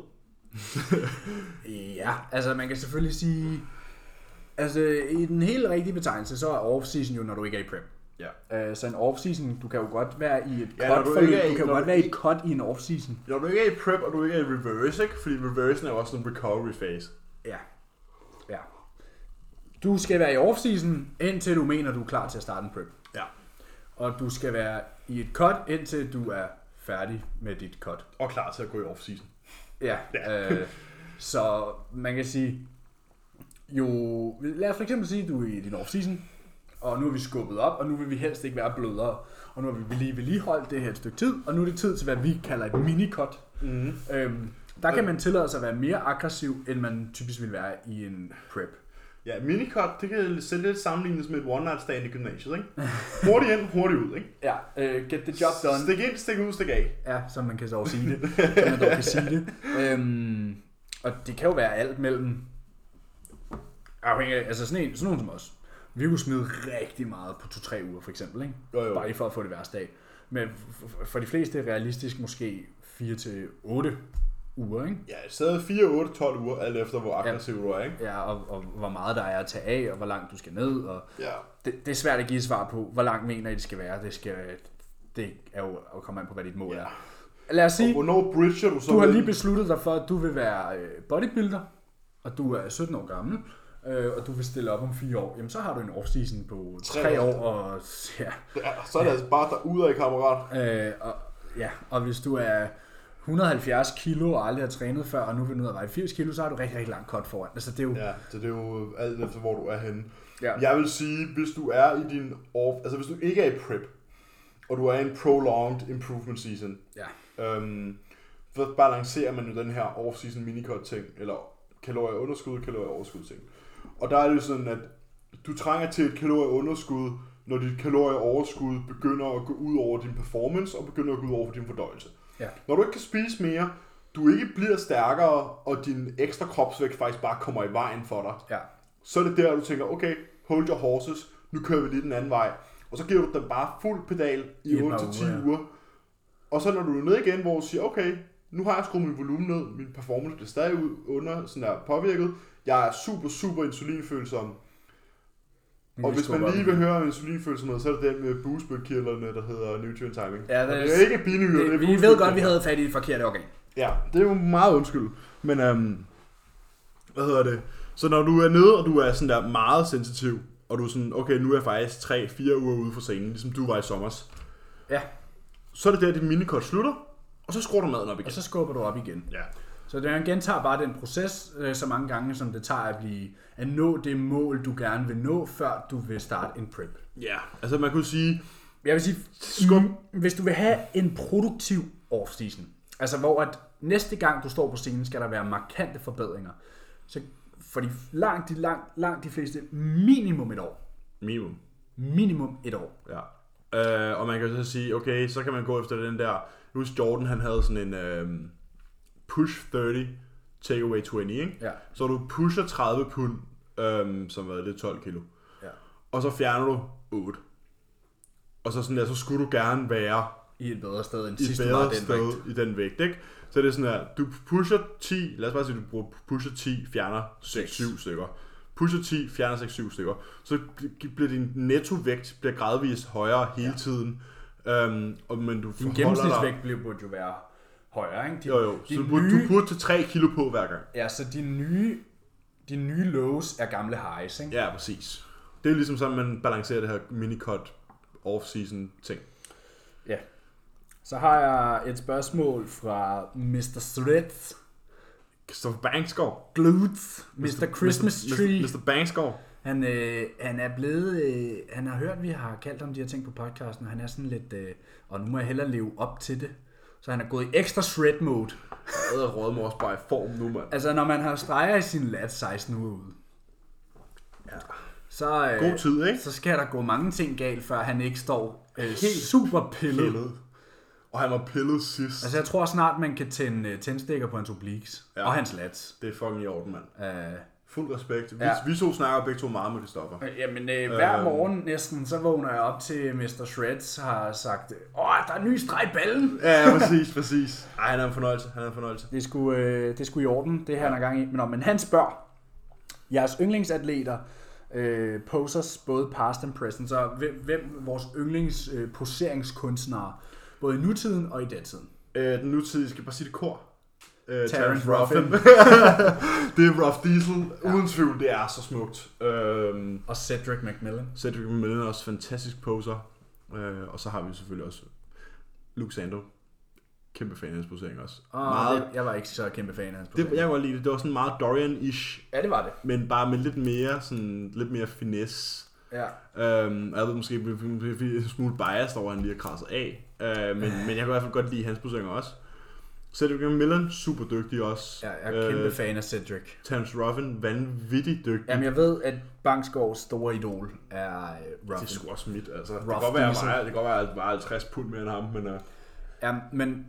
Ja, altså man kan selvfølgelig sige... Altså i den helt rigtige betegnelse, så er off-season jo, når du ikke er i prep.
Ja.
Uh, så en off-season, du kan jo godt være i et
Ja, når
cut
du
forløb,
ikke er i-
du kan jo
når
godt
du
være i et
ikke-
cut i en off-season.
Når du ikke er i prep, og du ikke er i reverse, ikke? Fordi reversen er jo også en recovery phase.
Ja. Ja. Du skal være i off-season, indtil du mener, du er klar til at starte en prep.
Ja.
Og du skal være i et cut, indtil du er færdig med dit cut.
Og klar til at gå i off-season.
Ja.
Ja.
øh, så man kan sige, jo, lad os for eksempel sige, at du er i din off-season, og nu er vi skubbet op, og nu vil vi helst ikke være blødere. Og nu har vi lige vedligeholdt det her et stykke tid, og nu er det tid til, hvad vi kalder et mini-cut.
Mm-hmm.
Øhm, der kan man tillade sig at være mere aggressiv, end man typisk vil være i en prep.
Ja, minicut, det kan selv lidt sammenlignes med et one-night stand i gymnasiet, ikke? Hurtigt ind, hurtigt ud, ikke?
Ja, uh, get the job done.
Stik ind, stik ud, stik af.
Ja, som man kan så sige det. Som man dog kan sige det. Øhm, og det kan jo være alt mellem... Afhængig af, altså sådan, en, sådan nogen som os. Vi kunne smide rigtig meget på to-tre uger, for eksempel, ikke?
Jo, jo.
Bare lige for at få det værste af. Men for de fleste er realistisk måske fire til otte uger, ikke?
Ja, stadig fire, otte, tolv uger, alt efter hvor aggressiv ja. du er, ikke?
Ja, og, og hvor meget der er at tage af, og hvor langt du skal ned. Og
Ja.
det, det er svært at give et svar på, hvor langt mener I, det skal være. Det, skal, det er jo at komme an på, hvad dit mål
Ja.
er. Lad os sige,
Og hvornår bridger du så?
du har
med-
lige besluttet dig for, at du vil være øh, bodybuilder, og du er sytten år gammel, øh, og du vil stille op om fire år. Jamen, så har du en off-season på
Tre
tre
år.
år, og ja,
Ja, så er det altså bare derudad, kammerat.
øh, og, ja, og hvis du er et hundrede og halvfjerds kilo og aldrig har trænet før, og nu vil du ned og veje firs kilo, så har du rigtig, rigtig langt cut foran. Altså, det er jo...
Ja, så det er jo alt efter, hvor du er henne.
Ja.
Jeg vil sige, hvis du er i din off, altså hvis du ikke er i prep, og du er i en prolonged improvement season,
Ja.
øhm, så balancerer man jo den her off-season minicut ting, eller kalorieunderskud, kalorieoverskud ting. Og der er det jo sådan, at du trænger til et kalorieunderskud, når dit kalorieoverskud begynder at gå ud over din performance, og begynder at gå ud over din fordøjelse.
Ja.
Når du ikke kan spise mere, du ikke bliver stærkere, og din ekstra kropsvægt faktisk bare kommer i vejen for dig,
Ja.
så er det der, du tænker, okay, hold your horses, nu kører vi lige den anden vej. Og så giver du dem bare fuld pedal i
I et
otte
par
til ti
uger, ja.
uger. Og så når du er ned igen, hvor du siger, okay, nu har jeg skruet min volumen ned, min performance bliver stadig ud under sådan der påvirket. Jeg er super, super insulinfølsom. Og hvis man lige vil høre om insulinfølsomhed, så er det den med boostbødkirtlerne, der hedder nutrient timing.
Ja,
Og
det
det
er-
er ikke binyre, det er
Vi, vi ved godt, at vi havde fat i et forkert organ.
Ja, det er jo meget undskyld. Men øhm, hvad hedder det? Så når du er nede, og du er sådan der meget sensitiv, og du er sådan, okay, nu er jeg faktisk tre fire uger ude for scenen, ligesom du var i sommers.
Ja.
Så er det der, dit minicut slutter, og så skruer du maden op igen.
Og så skubber du op igen.
Ja.
Så det gentager bare den proces øh, så mange gange, som det tager at, blive, at nå det mål, du gerne vil nå, før du vil starte en prep.
Ja, altså man kunne sige,
Jeg vil sige,
Skub.
mm, hvis du vil have en produktiv off-season, altså hvor at næste gang du står på scenen, skal der være markante forbedringer, så for de langt de, langt, langt de fleste minimum et år.
minimum.
Minimum et år.
Ja. Øh, og man kan så sige, okay, så kan man gå efter den der, nu Jordan, han havde sådan en øh, push tredive, take away tyve, ikke?
Ja.
Så du pusher tredive pund, øh, som var det tolv kilo.
Ja.
Og så fjerner du otte. Og så sådan der, så skulle du gerne være
i et bedre sted end
i
sidst du var den
sted
vægt.
i den vægt, ikke? Så det er sådan her, du pusher ti, lad os bare sige, du pusher ti, fjerner seks syv stykker. Pusher ti, fjerner seks syv stykker. Så bliver din nettovægt bliver gradvist højere hele ja. tiden. Um, og, men du
din gennemsnitsvægt dig... burde jo være højere, ikke? De,
jo, jo. Så du, nye... du burde til tre kilo på hver gang.
Ja, så de nye, de nye lows er gamle highs, ikke?
Ja, præcis. Det er ligesom sådan, man balancerer det her mini-cut off-season ting.
Ja. Så har jeg et spørgsmål fra mister Threads.
Christopher Bangsgaard.
Glutes. mister Christmas
mister
Tree.
mister Bangsgaard.
Han, øh, han er blevet... Øh, han har hørt, vi har kaldt ham de her ting på podcasten, og han er sådan lidt... Øh, og nu må jeg hellere leve op til det. Så han er gået i ekstra shred mode.
Jeg er råd mig også bare i form nu, mand.
Altså, når man har streger i sin lat seksten uger ude.
Ja.
Så, øh,
god tid, ikke?
Så skal der gå mange ting galt, før han ikke står øh, helt super pillet. pillet.
Og han var pillet sidst.
Altså, jeg tror snart, man kan tænde uh, tændstikker på hans obliques. Ja. Og hans lats.
Det er fucking i orden, mand. Uh, Fuld respekt. Vi,
ja.
vi to snakker begge to meget med de stopper.
Uh, jamen, øh, hver uh, morgen næsten, så vågner jeg op til mister Shreds har sagt, åh, der er en ny streg i ballen.
Ja, ja, præcis, præcis. Ej, han er en fornøjelse. Han er en fornøjelse.
Det skulle, øh, det skulle i orden, det her ja. han er gang i. Men, men han spørger, jeres yndlingsatleter, øh, posers både past and present, så hvem, hvem vores yndlings øh, poseringskunstnere, både i nutiden og i datiden?
Øh, den nutidige, skal bare sige det kor.
Øh, Terence Ruffin.
Det er Rough Diesel. Ja. Uden tvivl, det er så smukt.
Øhm, og Cedric McMillan.
Cedric McMillan er også fantastisk poser. Øh, og så har vi selvfølgelig også Luke Sando. Kæmpe fan af hans posering også.
Oh, meget, det, jeg var ikke så kæmpe fan af hans posering.
Det, jeg kunne godt lide det. Det var sådan meget Dorian-ish.
Ja, det var det.
Men bare med lidt mere, sådan, lidt mere finesse.
Ja.
Øhm, jeg ved måske, at vi er en smule biased over, at han lige har krasset af. Øh, men, men jeg kan i hvert fald godt lide hans poseringer også. Cedric McMillan, super dygtig også.
Ja, jeg er kæmpe øh, fan af Cedric.
Terence Ruffin, vanvittigt dygtig.
Jamen, jeg ved, at Bangsgaards store idol er uh, Ruffin.
Det er sgu også mit, altså. Det kan godt være, meget, det kan godt være, at jeg var halvtreds pund mere end ham, men... Uh...
Ja, men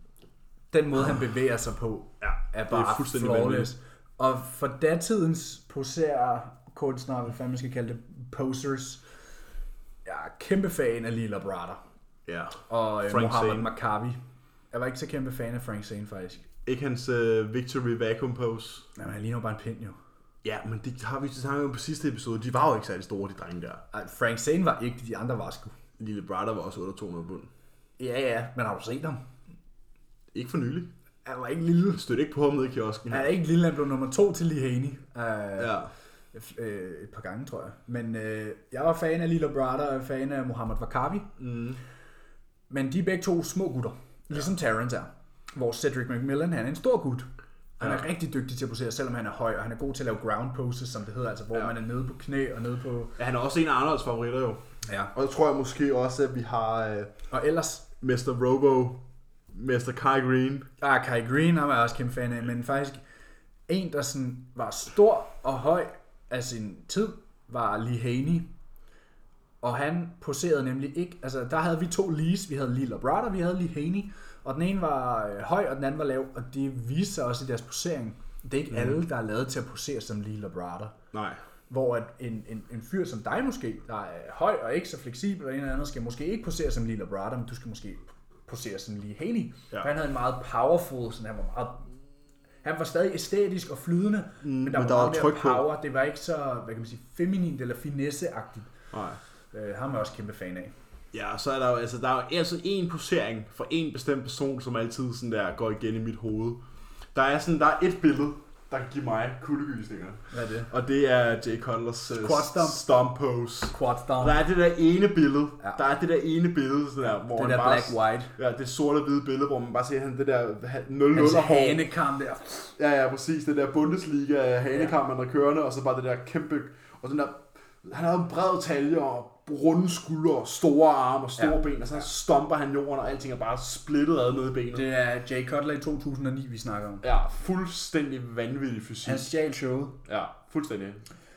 den måde, han bevæger sig på,
ja,
er bare
er
flawless.
vanvittigt.
Og for datidens poserer, kunstnere, hvad fanden man skal kalde det, posers, jeg er kæmpe fan af Lila Brada.
Ja.
Og uh, Mohammed Makavi. Jeg var ikke så kæmpe fan af Frank Zane, faktisk.
Ikke hans uh, Victory Vacuum Pose.
Jamen, han ligner bare en pind, jo.
Ja, men det har vi snakket om på sidste episode. De var jo ikke særlig store, de drenge der.
Ej, Frank Zane var ikke, de andre var sgu.
Lille Brother var også under to hundrede pund.
Ja, ja, men har du set ham?
Ikke for nylig.
Han var ikke lille.
Stødte ikke på ham nede i kiosken.
Han er ikke lille, han blev nummer to til Lee Haney. Uh,
ja.
Øh, et par gange, tror jeg. Men øh, jeg var fan af Lila Brada og fan af Mohammed Wakabi.
Mm.
Men de er begge to små gutter. Ligesom ja. Terrence er. Hvor Cedric McMillan, han er en stor gut. Han er ja. rigtig dygtig til at posere, selvom han er høj, og han er god til at lave ground poses, som det hedder, altså hvor ja. man er nede på knæ og nede på...
Ja, han er også en af Arnolds favoritter jo.
Ja.
Og jeg tror jeg måske også, at vi har... Øh,
og ellers...
mister Robo, mister Kai Green.
Ah, Kai Green er jeg også kæmpe fan af, men faktisk en, der sådan var stor og høj af sin tid, var Lee Haney. Og han poserede nemlig ikke... Altså, der havde vi to Lees. Vi havde Lila Brada, vi havde Lee Haney. Og den ene var øh, høj, og den anden var lav. Og det viste sig også i deres posering. Det er ikke mm. alle, der er lavet til at posere som Lila Brada.
Nej.
Hvor at en, en, en fyr som dig måske, der er høj og ikke så fleksibel, og en eller anden skal måske ikke posere som Lila Brada, men du skal måske posere som Lee Haney. Ja. For han havde en meget powerful, sådan han var meget... Han var stadig æstetisk og flydende, mm, men der men var, der var meget mere power. På. Det var ikke så, hvad kan man sige, feminint eller finesse-agtigt. Nej. Øh, ham er jeg også kæmpe fan af.
Ja, og så er der jo, altså, der er jo altså en posering for en bestemt person, som altid sådan der går igen i mit hoved. Der er sådan, der er et billede, der kan give mig kuldegysninger.
Hvad er det?
Og det er Jay Cutlers uh, stomp. stomp pose.
Quad stomp.
Der er det der ene billede, ja. der er det der ene billede, sådan der, hvor
det
man
der
bare...
black-white.
Ja, det sorte hvide billede, hvor man bare ser han det der nul nul
altså hanekam der.
Ja, ja, præcis. Det der Bundesliga hanekam, man er kørende, og så bare det der kæmpe... Og den der... Han har en bred talje og runde skuldre, store arme og store ja. ben, og så stomper han jorden, og alting er bare splittet ad nede i benet.
Det er Jay Cutler i to tusind og ni, vi snakker om.
Ja, fuldstændig vanvittig fysik.
Han stjal showet.
Ja, fuldstændig.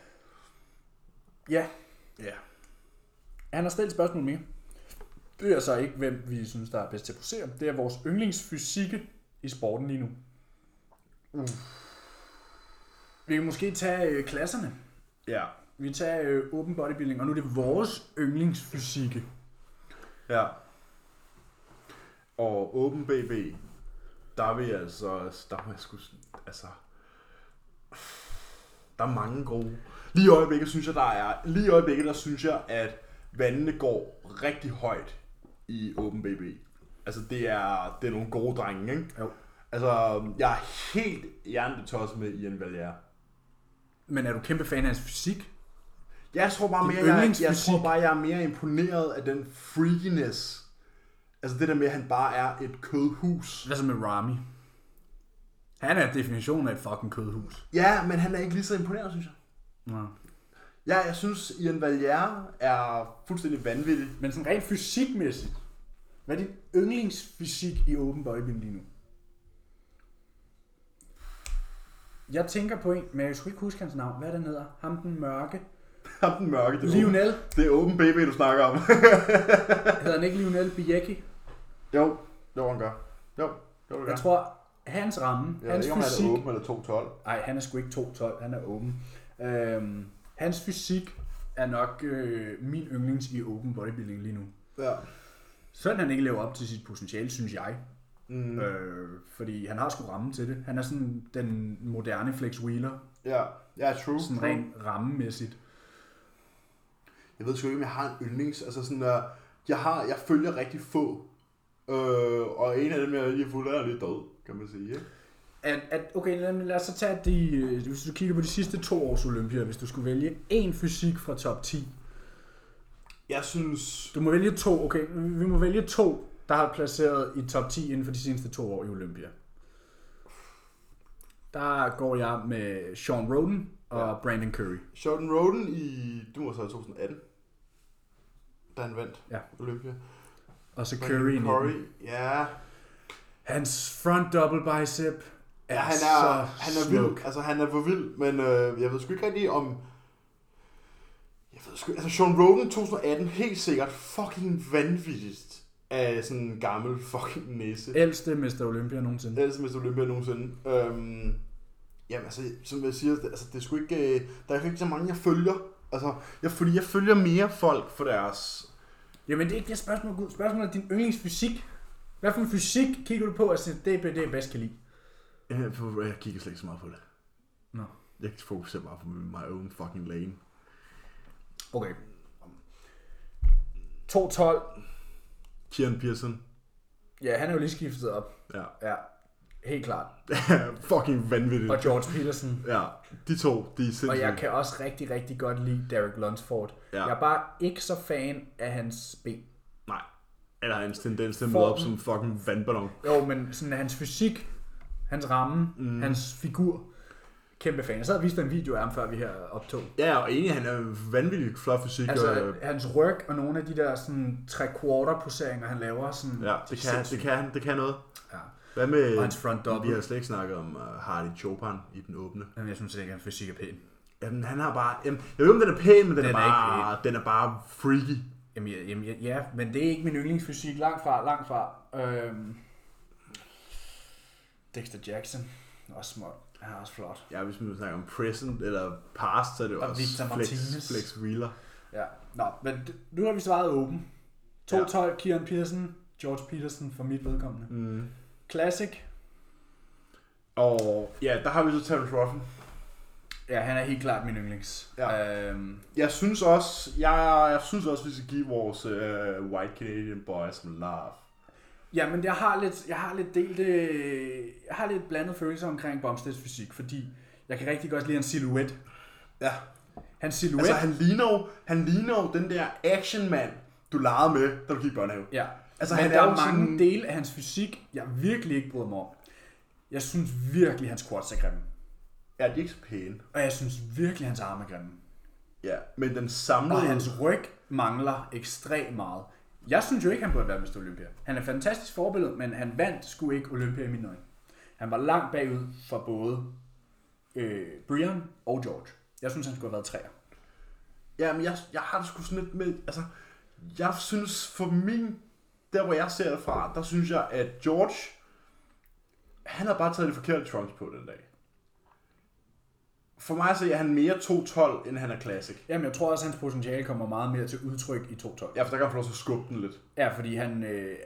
Ja.
Ja.
Han har stillet spørgsmål mere. Det er så ikke, hvem vi synes, der er bedst til at posere. Det er vores yndlingsfysikke i sporten lige nu. Uh. Vi kan måske tage øh, klasserne.
Ja.
Vi tager øh, open bodybuilding, og nu er det vores yndlingsfysikke.
Ja. Og Open B B, der vil jeg altså, der må jeg sgu, altså, der er mange gode. Lige i øjeblikket synes jeg, der er, lige i øjeblikket, der synes jeg, at vandene går rigtig højt i Open B B. Altså, det er, det er nogle gode drenge, ikke?
Jo.
Altså, jeg er helt hjernetosset med Ian Valliere.
Men er du kæmpe fan af hans fysik?
Jeg tror bare mere, jeg, jeg tror bare, jeg er mere imponeret af den freakiness. Altså det der med, at han bare er et kødhus.
Hvad så med Rami? Han er definitionen af et fucking kødhus.
Ja, men han er ikke lige så imponeret, synes jeg.
Ja.
Ja, jeg synes, Ian Valliere er fuldstændig vanvittig.
Men sådan rent fysikmæssigt, hvad er dit yndlingsfysik i Open Bodybuilding lige nu? Jeg tænker på en, men jeg skulle ikke huske hans navn. Hvad er den hedder? Ham den mørke.
Ham den mørke. Det
Lionel.
Open, det er Open B B, du snakker om.
Hedder han ikke Lionel Biecki?
Jo, jo han gør. Jo, jo det gør.
Jeg tror, hans ramme,
jeg
hans
ved ikke,
fysik...
om han er Open eller to tolv.
Nej, han er sgu ikke to tolv, han er Open. Øhm, hans fysik er nok øh, min yndlings i Open Bodybuilding lige nu.
Ja.
Sådan han ikke lever op til sit potentiale, synes jeg.
Mm.
Øh, fordi han har sgu ramme til det. Han er sådan den moderne Flex Wheeler.
Ja, ja, true.
Sådan
true.
rent rammemæssigt.
Jeg ved sgu ikke, om jeg har en yndlings. Altså sådan, uh, jeg, har, jeg følger rigtig få. Øh, og en af dem, jeg lige har fulgt, er lidt død, kan man sige. Ikke?
At, at, okay, lad, lad os så tage de, hvis du kigger på de sidste to års Olympia, hvis du skulle vælge én fysik fra top ti.
Jeg synes...
Du må vælge to, okay, vi må vælge to, der har placeret i top ti inden for de seneste to år i Olympia. Der går jeg med Sean Roden og ja. Brandon Curry.
Sean Roden i, du må så i to tusind atten, da han vandt
ja.
Olympia.
Og så Curry i
Curry, ja.
Hans front double bicep er,
ja, han er
så
han er vild. Altså han er for vild, men øh, jeg ved sgu ikke rigtig om. Jeg ved sgu, altså Sean Roden to tusind atten helt sikkert fucking vanvittigt af sådan en gammel fucking næse.
Ældste mister Olympia nogensinde.
Ældste mister Olympia nogensinde. Øhm, jamen altså, som jeg siger, det, altså det er sgu ikke, der er ikke så mange jeg følger. Altså, jeg, fordi jeg følger mere folk for deres.
Jamen det er ikke det spørgsmål, Gud. Spørgsmålet er din yndlingsfysik. Hvad for en fysik kigger du på, altså det er det, jeg bedst kan lide?
Jeg, jeg kigger slet ikke så meget på det.
Nå.
Jeg fokuserer bare på my own fucking lane.
Okay. to tolv.
Kieran Pearson.
Ja, han er jo lige skiftet op.
Ja.
Ja, helt klart.
Fucking vanvittigt.
Og George Peterson.
Ja, de to, de er sindssygt.
Og jeg kan også rigtig, rigtig godt lide Derek Lunsford. Ja. Jeg er bare ikke så fan af hans ben.
Nej. Eller hans tendens til at møde op som fucking vandballon.
Jo, men sådan hans fysik, hans ramme, mm. hans figur. Kæmpe fan. Jeg sad og viste en video af ham, før vi her optog.
Ja, og egentlig han er vanvittigt flot fysik.
Altså,
og
hans ryg og nogle af de der sådan tre-quarter poseringer, han laver. Sådan,
ja, det kan, det kan han. Det kan noget.
Ja.
Hvad med,
og hans front double.
Vi har slet ikke snakket om uh, Hardy Chopin i den åbne.
Jamen, jeg synes ikke, at hans fysik er pæn.
Jamen, han har bare... Jamen, jeg ved ikke, om den er pæn, men den, den er, bare,
er
den er bare freaky.
Jamen, jamen, ja, men det er ikke min yndlingsfysik. Langt fra, langt fra. Øhm, Dexter Jackson. Også småt. Han er også flot.
Ja, hvis man snakker om present eller past, så er det jo
og
også
Victor
flex,
Martinez.
flex wheeler.
Ja, nå, men nu har vi svaret åben. to tolv, ja. Kieran Pearson, George Peterson for mit vedkommende.
Mm.
Classic.
Og ja, der har vi så Terence Ruffin.
Ja, han er helt klart min yndlings.
Ja.
Øhm.
Jeg synes også, jeg, jeg synes også, vi skal give vores uh, White Canadian boys some love.
Ja, men jeg har lidt, jeg har lidt delt, jeg har lidt blandet følelser omkring Bumsteads fysik, fordi jeg kan rigtig godt lide hans silhouette.
Ja.
Hans silhouette.
Altså, han ligner jo, han ligner jo den der action man, du legede med, da du gik i børnehave.
Ja.
Altså,
men
han
der
er
er
jo
mange
sådan...
dele af hans fysik, jeg virkelig ikke bryder mig om. Jeg synes virkelig, hans quads er grimme.
Ja, de er ikke så pæne.
Og jeg synes virkelig, hans arme er grimme.
Ja, men den samlede...
Og hans ryg mangler ekstremt meget. Jeg synes jo ikke, han burde være mister Olympia. Han er et fantastisk forbillede, men han vandt sgu ikke Olympia i mine øjne. Han var langt bagud for både øh, Brian og George. Jeg synes, han skulle have været træer.
Ja, men jeg, jeg har det sgu sådan lidt med... Altså, jeg synes for min... Der, hvor jeg ser det fra, der synes jeg, at George... Han har bare taget de forkerte trunks på den dag. For mig så er han mere to tolv, end han er classic.
Jamen, jeg tror også, at hans potentiale kommer meget mere til udtryk i to tolv.
Ja, for der kan han få lov til at skubbe den lidt.
Ja, fordi han, øh,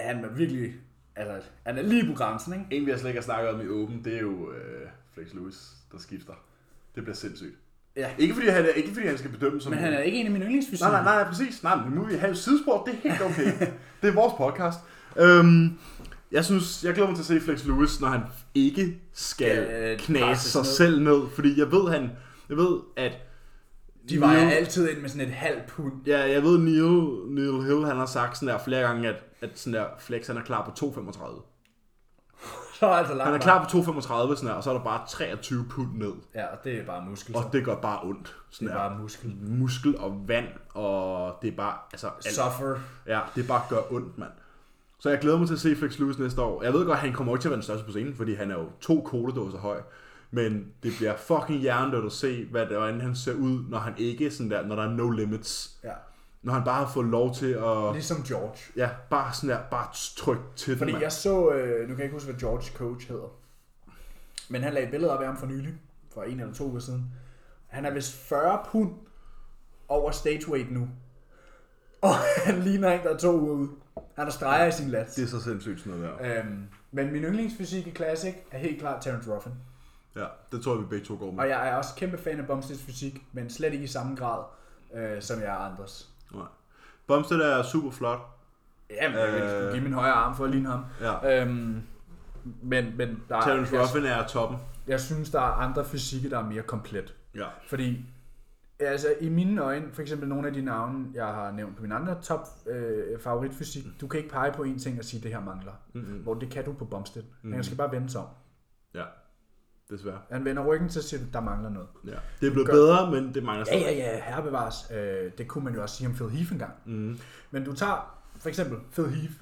han er virkelig, altså, han er lige på grænsen, ikke?
En, vi har slet ikke har snakket om i Open, det er jo øh, Flex Lewis, der skifter. Det bliver sindssygt.
Ja.
Ikke fordi han, ikke fordi han skal bedømmes som...
Men han er ikke en af mine yndlingsfysikker.
Nej, nej, nej, præcis. Nej, men nu må vi have et sidespor, det er helt okay. Det er vores podcast. Øhm, jeg synes, jeg glæder mig til at se Flex Lewis, når han ikke skal ja, knase sig ned. selv ned. Fordi jeg ved, han, jeg ved at...
De vejer Neil, altid ind med sådan et halvt pund.
Ja, jeg ved, Neil, Neil Hill, han har sagt sådan der flere gange, at, at sådan der Flex, han er klar på to femogtredive.
Så er altså langt.
Han er klar på to femogtredive, sådan der, og så er der bare treogtyve pund ned.
Ja, og det er bare muskel.
Og det gør bare ondt.
Sådan det er der. Bare muskel.
Muskel og vand, og det er bare... Altså,
suffer.
Ja, det bare gør ondt, mand. Så jeg glæder mig til at se Flex Lewis næste år. Jeg ved godt, at han kommer ikke til at være den største på scenen, fordi han er jo to cola-dåser høj. Men det bliver fucking hjernedødt at se, hvad det, hvordan han ser ud, når han ikke sådan der, når der er no limits.
Ja.
Når han bare har fået lov til at...
Ligesom George.
Ja, bare sådan der, bare tryk til
Fordi
den,
jeg så, øh, nu kan jeg ikke huske, hvad George coach hedder. Men han lagde et billede op af ham for nylig, for en eller to uger siden. Han er vist fyrre pund over stage weight nu. Og han ligner en, der er to uger ude. Han har streger i sin lats.
Det er så sindssygt sådan noget der.
Øhm, men min yndlingsfysik i Classic er helt klart Terence Ruffin.
Ja, det tror jeg, vi begge to går med.
Og jeg er også kæmpe fan af Bumsteads fysik, men slet ikke i samme grad, øh, som jeg er andres.
Nej. Bumstead er super flot.
Jamen, jeg vil øh... give min højre arm for at ligne ham.
Ja.
Øhm, men, men der
Terence Ruffin er toppen.
Jeg synes, der er andre fysikker, der er mere komplet.
Ja.
Fordi, altså i mine øjne, for eksempel nogle af de navne, jeg har nævnt på min andre top øh, favoritfysik, du kan ikke pege på en ting og sige, at det her mangler. Mm-hmm. Hvor det kan du på Bumstead. Mm-hmm. Men jeg skal bare vende sig om.
Ja. Desværre.
Han vender ryggen til at sige, at der mangler noget.
Ja. Det er blevet Gør... bedre, men det mangler
stadig. Ja, ja, ja, herbevares. Øh, det kunne man jo også sige om Phil Heath engang. Mm. Men du tager for eksempel Phil Heath,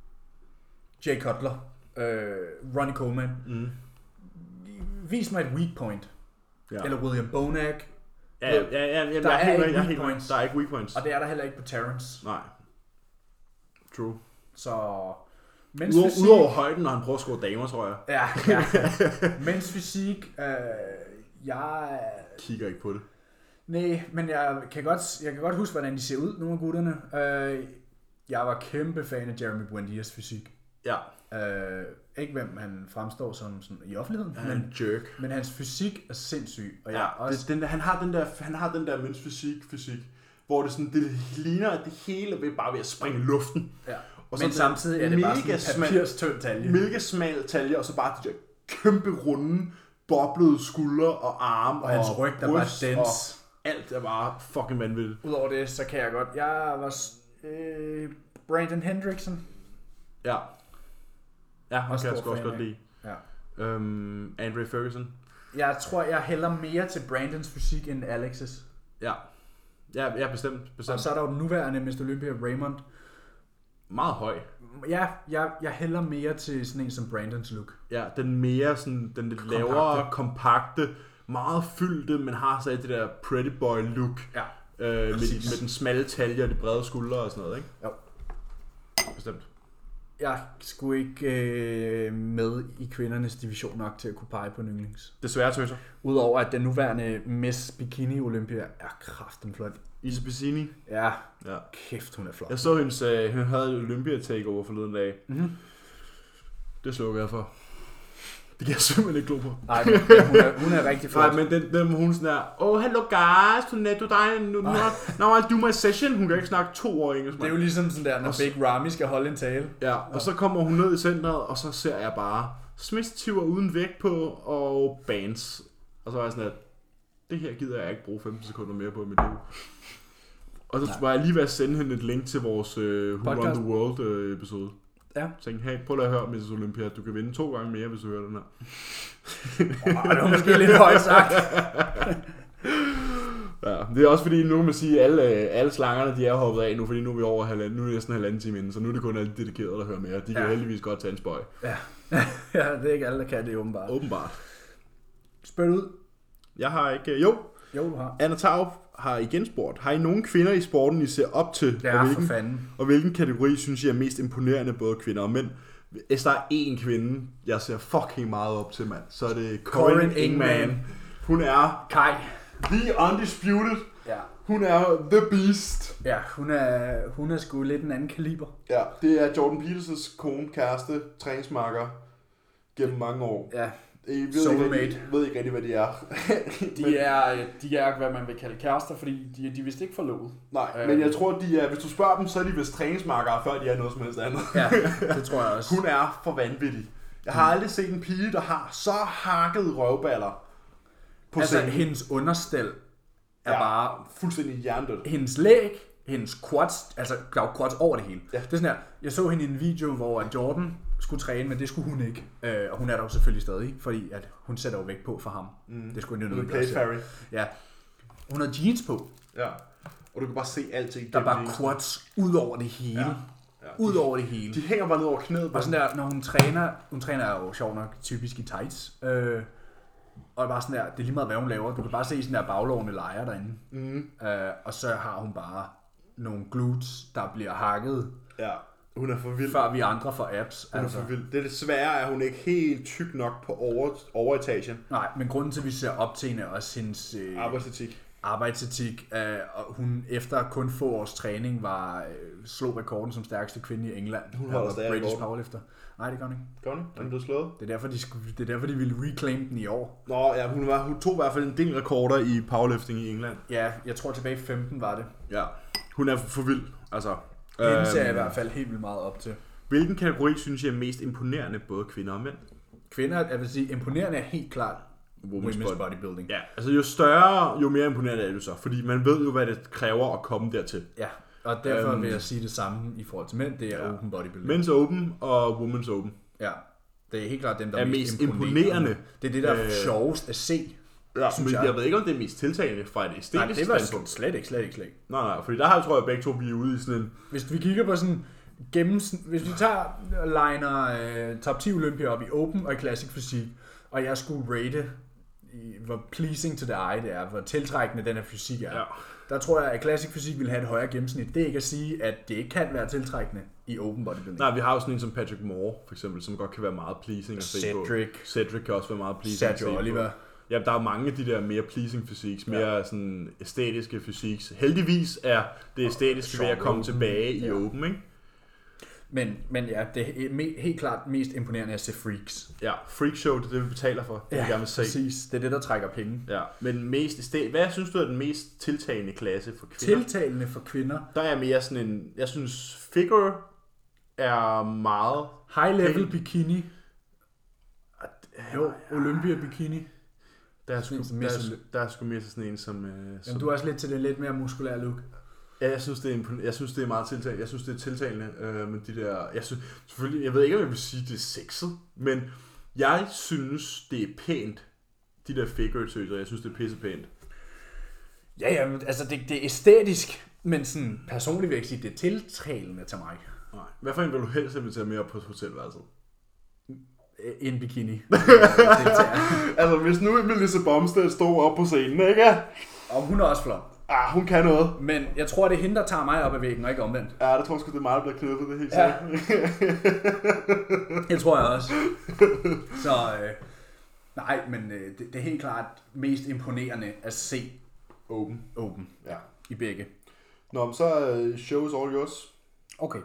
Jay Cutler, øh, Ronnie Coleman. Mm. Vis mig et weak point. Ja. Eller William Bonac.
Ja, ja, ja, ja, ja,
der
er,
er
helt,
ikke
jeg,
weak points.
Der er ikke weak points.
Og det er der heller ikke på Terrence.
Nej. True.
Så...
Udover, fysik, udover højden, når han prøver at score damer, tror jeg.
Ja, ja. Mens fysik, øh, jeg...
Kigger ikke på det.
Nej, men jeg kan, godt, jeg kan godt huske, hvordan de ser ud, nogle af gutterne. Øh, jeg var kæmpe fan af Jeremy Buendias fysik.
Ja.
Øh, ikke hvem han fremstår som sådan, i offentligheden.
Han er en jerk.
Men hans fysik er sindssyg. Og jeg
ja,
også...
det, den, han har den der, han har den der mens fysik, fysik, hvor det, sådan, det ligner, at det hele er bare ved at springe i luften.
Ja.
Og
men samtidig er det bare sådan en papirstynd talje.
Mega smal talje, og så bare de der kæmpe runde, boblede skuldre og arme.
Og hans ryg, der var dens.
Alt er bare fucking vanvittigt.
Udover det, så kan jeg godt. Jeg var øh, Brandon Hendrickson.
Ja. Ja, han kan jeg også godt lide.
Ja.
Um, Andre Ferguson.
Jeg tror, jeg hælder mere til Brandons fysik end Alex's.
Ja. Ja, ja bestemt, bestemt.
Og så er der jo den nuværende mister Olympia, Raymond.
Meget høj.
Ja, jeg, jeg hælder mere til sådan en som Brandons look.
Ja, den mere sådan, den lidt kompakte. lavere, kompakte, meget fyldte, men har så det der pretty boy look.
Ja.
Øh, med, de, med den smalle talje og de brede skuldre og sådan noget, ikke?
Jo.
Bestemt.
Jeg skulle ikke øh, med i kvindernes division nok til at kunne pege på en yndlings.
Desværre, tøser.
Udover at den nuværende Miss Bikini Olympia er kraften flot.
Isa Piscini?
Ja.
Ja.
Kæft, hun er flot.
Jeg så hendes, øh, hun havde et Olympia takeover forleden dag.
Mm-hmm.
Det slukker jeg for. Det kan jeg simpelthen ikke glo på.
Nej, men hun er, hun er rigtig flot.
Nej, men den, den hun sådan der, oh, hello guys, du er dig, nu, nu, now I'll do my session. Hun kan ikke snakke to år engelsk.
Det er jo ligesom sådan der, når så, Big Ramy skal holde en tale.
Ja, og ja. Så kommer hun ned i centret, og så ser jeg bare Smith-tiver uden vægt på, og bands. Og så er jeg sådan, at det her gider jeg ikke bruge femten sekunder mere på i mit liv. Og så Nej. var jeg lige ved at sende hende et link til vores uh, Who Run the World uh, episode.
Ja.
Så tænkte, hey, prøv at høre missus Olympia, du kan vinde to gange mere, hvis du hører den her.
Oh, det var måske lidt højt sagt.
Ja, det er også fordi, nu kan man sige, at alle, alle slangerne, de er hoppet af nu, fordi nu er vi over halvanden, nu er det næsten halvanden time inden, så nu er det kun alle dedikerede, der hører mere. De kan ja. heldigvis godt tage en spøj.
Ja. Ja, det er ikke alle, der kan det åbenbart.
Åbenbart.
Spørg ud.
Jeg har ikke, jo.
Jo, du har.
Anna Taub har igen spurgt, har I nogen kvinder i sporten, I ser op til?
Ja,
og hvilken,
for fanden.
Og hvilken kategori synes I er mest imponerende, både kvinder og mænd? Hvis der er én kvinde, jeg ser fucking meget op til, mand, så er det Corinne Ingman. Hun er
Kai.
The Undisputed.
Ja.
Hun er the beast.
Ja, hun er, hun er sgu lidt en anden kaliber.
Ja, det er Jordan Peters' kone, kæreste, træningsmarker gennem mange år.
Ja.
Jeg ved, ikke rigtig, ved ikke rigtig, hvad de er.
de, er de er, hvad man vil kalde kærester, fordi de, de er vist ikke forlovet.
Nej, øh. men jeg tror, de er, hvis du spørger dem, så er de vist træningsmarkere, før de er noget som helst andet.
Ja, det tror jeg også.
Hun er for vanvittig. Jeg har aldrig set en pige, der har så hakket røvballer på
altså,
scenen.
hendes understel er ja, bare
fuldstændig hjernedødt.
Hendes læg, hendes quads, altså der er jo quads over det hele.
Ja.
Det er sådan her, jeg så hende i en video, hvor Jordan skulle træne, men det skulle hun ikke. Øh, og hun er der jo selvfølgelig stadig, fordi at hun sætter jo vægt på for ham.
Mm.
Det skulle hun
jo ikke.
Ja. Hun har jeans på.
Ja. Og du kan bare se alting.
Der er bare quads ud over det hele. Ja. Ja. Ud over det hele.
De hænger bare ned over knæet.
Og sådan der, når hun træner, hun træner jo sjovt nok typisk i tights. Øh, og bare sådan der, det er lige meget, hvad hun laver. Du kan bare se sådan der baglovende lejer derinde.
Mm.
Øh, og så har hun bare nogle glutes, der bliver hakket.
Ja, hun er for vild.
Før vi andre får abs.
Hun altså. er for vild. Det er desværre, at hun ikke helt tyk nok på over, overetagen.
Nej, men grunden til, at vi ser op til hende er også hendes øh,
arbejdsetik.
Arbejdsetik. Øh, og hun efter kun få års træning var øh, slog rekorden som stærkeste kvinde i England.
Hun holder stadig
British powerlifter. Nej, det gør hun ikke.
Gør hun? Er den blevet slået?
Det er derfor, de, det er derfor, de ville reclaim den i år.
Nå, ja, hun, var, hun tog i hvert fald en del rekorder i powerlifting i England.
Ja, jeg tror tilbage i femten var det.
Ja, hun er for vild. Altså,
hende ser jeg i hvert fald helt vildt meget op til.
Hvilken kategori synes jeg er mest imponerende, både kvinder og mænd?
Kvinder, jeg vil sige, imponerende er helt klart
women's,
women's bodybuilding.
Ja, altså jo større, jo mere imponerende er det så, fordi man ved jo, hvad det kræver at komme dertil.
Ja, og derfor um, vil jeg sige det samme i forhold til mænd, det er ja. open bodybuilding.
Men's open og women's open.
Ja, det er helt klart dem, der er,
er mest imponerende. imponerende.
Det er det, der er øh, sjovest at se.
Ja, men jeg. jeg ved ikke, om det er mest tiltalende fra et æstetisk standpunkt.
Nej, det var slet ikke, slet ikke, slet ikke.
Nej, nej, fordi der har jeg, tror jeg, begge to, vi er ude i sådan en...
Hvis vi kigger på sådan gennems... Hvis vi tager liner uh, top ti Olympia op i open og i classic fysik, og jeg skulle rate, hvor pleasing to the eye det er, hvor tiltrækkende den her fysik er, ja. Der tror jeg, at classic fysik vil have et højere gennemsnit. Det er ikke at sige, at det ikke kan være tiltrækkende i open bodybuilding.
Nej, vi har jo sådan en som Patrick Moore, for eksempel, som godt kan være meget pleasing at se på.
Cedric.
Cedric kan også være meget pleasing at se
Sergio Oliver.
På. Ja, der er mange af de der mere pleasing fysiks, mere ja. sådan æstetiske fysiks. Heldigvis er det æstetiske ved at komme open. tilbage i ja. open, ikke?
Men, men ja, det er helt klart mest imponerende at se freaks.
Ja, freak show, det er det, vi betaler for. Det
ja, vil se. Præcis. Det er det, der trækker penge.
Ja, men mest æstet... Hvad synes du er den mest tiltalende klasse for kvinder?
Tiltalende for kvinder?
Der er mere sådan en... Jeg synes, figure er meget...
High level bikini. Jo, Olympia bikini.
Der er, sgu, der, er, der er sgu mere sådan en som... Øh, som
Jamen, du er også lidt til det lidt mere muskulære look.
Ja, jeg synes, det er, jeg synes, det er meget tiltalende. Jeg synes, det er tiltalende øh, med de der... Jeg synes, selvfølgelig, jeg ved ikke, om jeg vil sige, det er sexet, men jeg synes, det er pænt, de der figure-tøser. Jeg synes, det er pisse pænt.
Ja, ja, altså det, det er æstetisk, men sådan personligt vil jeg ikke sige, det er tiltalende til mig.
Nej. Hvad for en vil du helst invitere med op på hotelværelset?
En bikini.
Altså, hvis nu Melissa Bomstedt stod op på scenen, ikke?
Og hun er også flot.
Ah, hun kan noget.
Men jeg tror, det er hende, der tager mig op ad væggen, og ikke omvendt.
Ja, det tror jeg sgu, det er mig, der bliver knippet, det er helt
ja.
sikkert.
Det tror jeg også. Så, øh, nej, men øh, det, det er helt klart mest imponerende at se
Open.
Open,
ja.
I begge.
Nå, så uh, show is all yours.
Okay.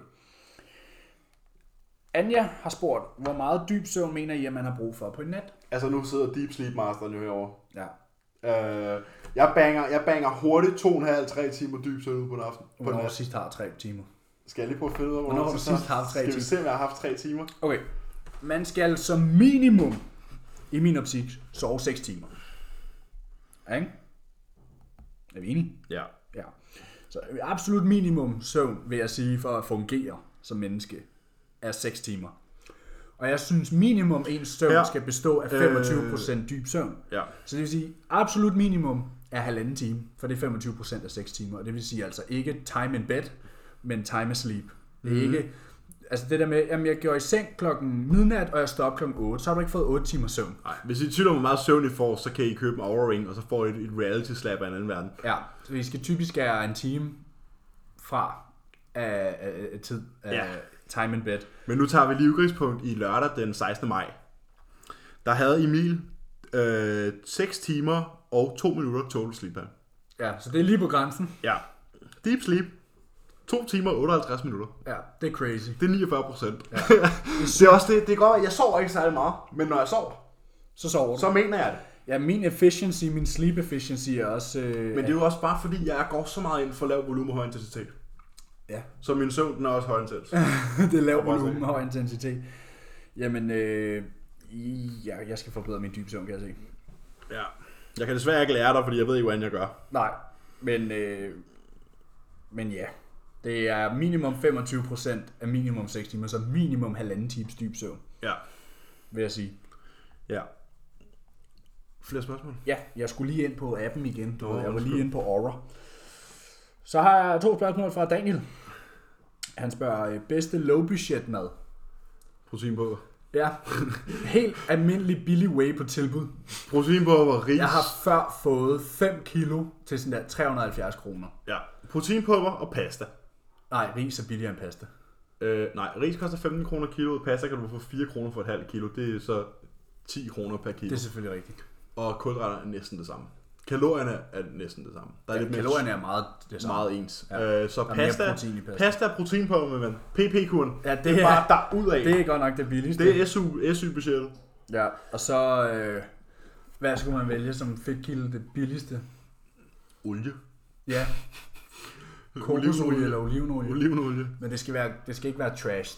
Anja har spurgt, hvor meget dyb søvn mener I, at man har brug for på en nat?
Altså, nu sidder Deep Sleep Masteren jo herovre.
Ja.
Uh, jeg, banger, jeg banger hurtigt to og en halv til tre timer dyb søvn ud på en aften. På
Hvornår har du sidst har tre timer?
Skal jeg lige prøve at finde ud af,
hvornår har du sidst haft tre timer?
Skal vi se, om jeg har haft tre timer?
Okay. Man skal som minimum, i min optik, sove seks timer. Ja, ikke? Er vi enige?
Ja.
Ja. Så absolut minimum søvn, vil jeg sige, for at fungere som menneske, er seks timer. Og jeg synes minimum ens søvn ja. skal bestå af femogtyve procent dyb søvn.
Ja.
Så det vil sige, absolut minimum er halvanden time, for det er femogtyve procent af seks timer. Og det vil sige altså ikke time in bed, men time asleep. Det er mm. ikke, altså det der med, jamen jeg går i seng klokken midnat, og jeg står op klokken otte, så har du ikke fået otte timer søvn.
Nej, hvis I tvivler, hvor meget søvn I får, så kan I købe en Oura Ring, og så får I et, et reality slap af en anden verden.
Ja, så vi skal typisk have en time fra af, af, af tid af ja. time in bed.
Men nu tager vi lige udgangspunkt i lørdag den sekstende maj. Der havde Emil øh, seks timer og to minutter total sleep her.
Ja, så det er lige på grænsen.
Ja. Deep sleep. to timer og otteoghalvtreds minutter.
Ja, det er crazy.
Det er niogfyrre procent.
Ja.
Det er også det, det går, jeg sover ikke særlig meget, men når jeg sover,
så sover du.
Så mener jeg det.
Ja, min efficiency, min sleep efficiency er også... Øh,
men det er jo også bare fordi, jeg går så meget ind for lav volumen og høj intensitet.
Ja.
Så min søvn den er også høj intens.
Det er lav volumen og høj intensitet. Jamen, øh, ja, jeg skal forbedre min dybe søvn, kan jeg se.
Ja. Jeg kan desværre ikke lære dig, fordi jeg ved ikke, hvordan jeg gør.
Nej, men, øh, men ja. Det er minimum femogtyve procent af minimum seks timer, så minimum halvanden times dyb søvn.
Ja.
Vil jeg sige.
Ja. Flere spørgsmål?
Ja, jeg skulle lige ind på appen igen. Du
Nå,
ved, jeg var lige inde på Aura. Så har jeg to spørgsmål fra Daniel. Han spørger, bedste low budget mad?
Protein på.
Ja, helt almindelig billig whey på tilbud.
Protein på var ris.
Jeg har før fået fem kilo til sådan der tre hundrede og halvfjerds kroner.
Ja, proteinpulver og pasta.
Nej, ris er billigere end pasta.
Øh, nej, ris koster femten kroner kilo, pasta kan du få fire kroner for et halvt kilo. Det er så ti kroner per kilo.
Det er selvfølgelig rigtigt.
Og kulhydrater er næsten det samme. Kalorierne er næsten det samme. Der er
ja,
lidt
kalorierne er meget det samme.
Meget ens.
Ja.
Øh, så
der
pasta,
protein i pasta.
pasta er proteinpulver med vand. P P-kuren.
Ja, det,
det er bare derudad.
Det er godt nok det billigste.
Det er S U, S U-budgettet.
Ja, og så øh, hvad skulle man vælge som fedtkilde det billigste?
Olie.
Ja. Kokosolie eller olivenolie.
Olivenolie.
Men det skal, være, det skal ikke være trash.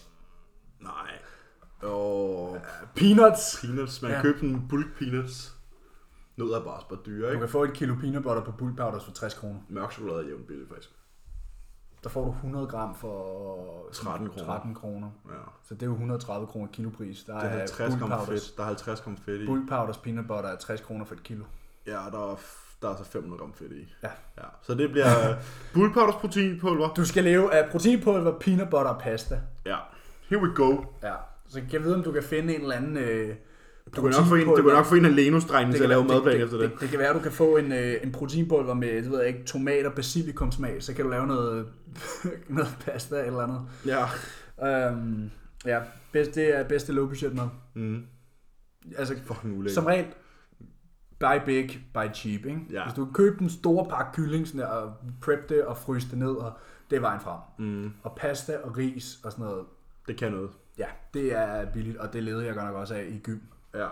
Nej. Og
peanuts.
Peanuts. Man kan
ja.
købe en bulk peanuts. Noget er bare bare dyre, ikke?
Du kan få et kilo peanut butter på bulk powders for tres kroner.
Mørk chokolade er jævnt billigt, faktisk.
Der får du hundrede gram for
tretten kroner.
tretten kroner.
Ja.
Så det er jo et hundrede og tredive kroner kilopris. Der
det er halvtreds gram fedt. Der er halvtreds gram fedt i.
Bulk powders peanut butter er tres kroner for et kilo.
Ja, der er, der er så fem hundrede gram fedt i.
Ja.
Ja. Så det bliver bulk powders proteinpulver.
Du skal leve af proteinpulver, peanut butter og pasta.
Ja. Here we go.
Ja. Så kan jeg vide, om du kan finde en eller anden... Øh,
Du kan nok få en, du kan nok få en af Lenus-drengene til at lave madplan efter det.
Det, det kan være, at du kan få en, øh, en proteinpulver med, det ved jeg ikke, tomat og basilikumsmag, så kan du lave noget, noget pasta eller andet.
Ja.
Um, ja, bedst, det er bedste low budget mad.
Mm.
Altså,
fucking ulækkert.
Som regel, buy big, buy cheap, ikke?
Ja.
Hvis du kan købe den store pakke kylling sådan der, og prep det og fryse det ned, og det er vejen frem.
Mm.
Og pasta og ris og sådan noget.
Det kan noget.
Ja, det er billigt, og det leder jeg godt nok også af i gym.
Ja.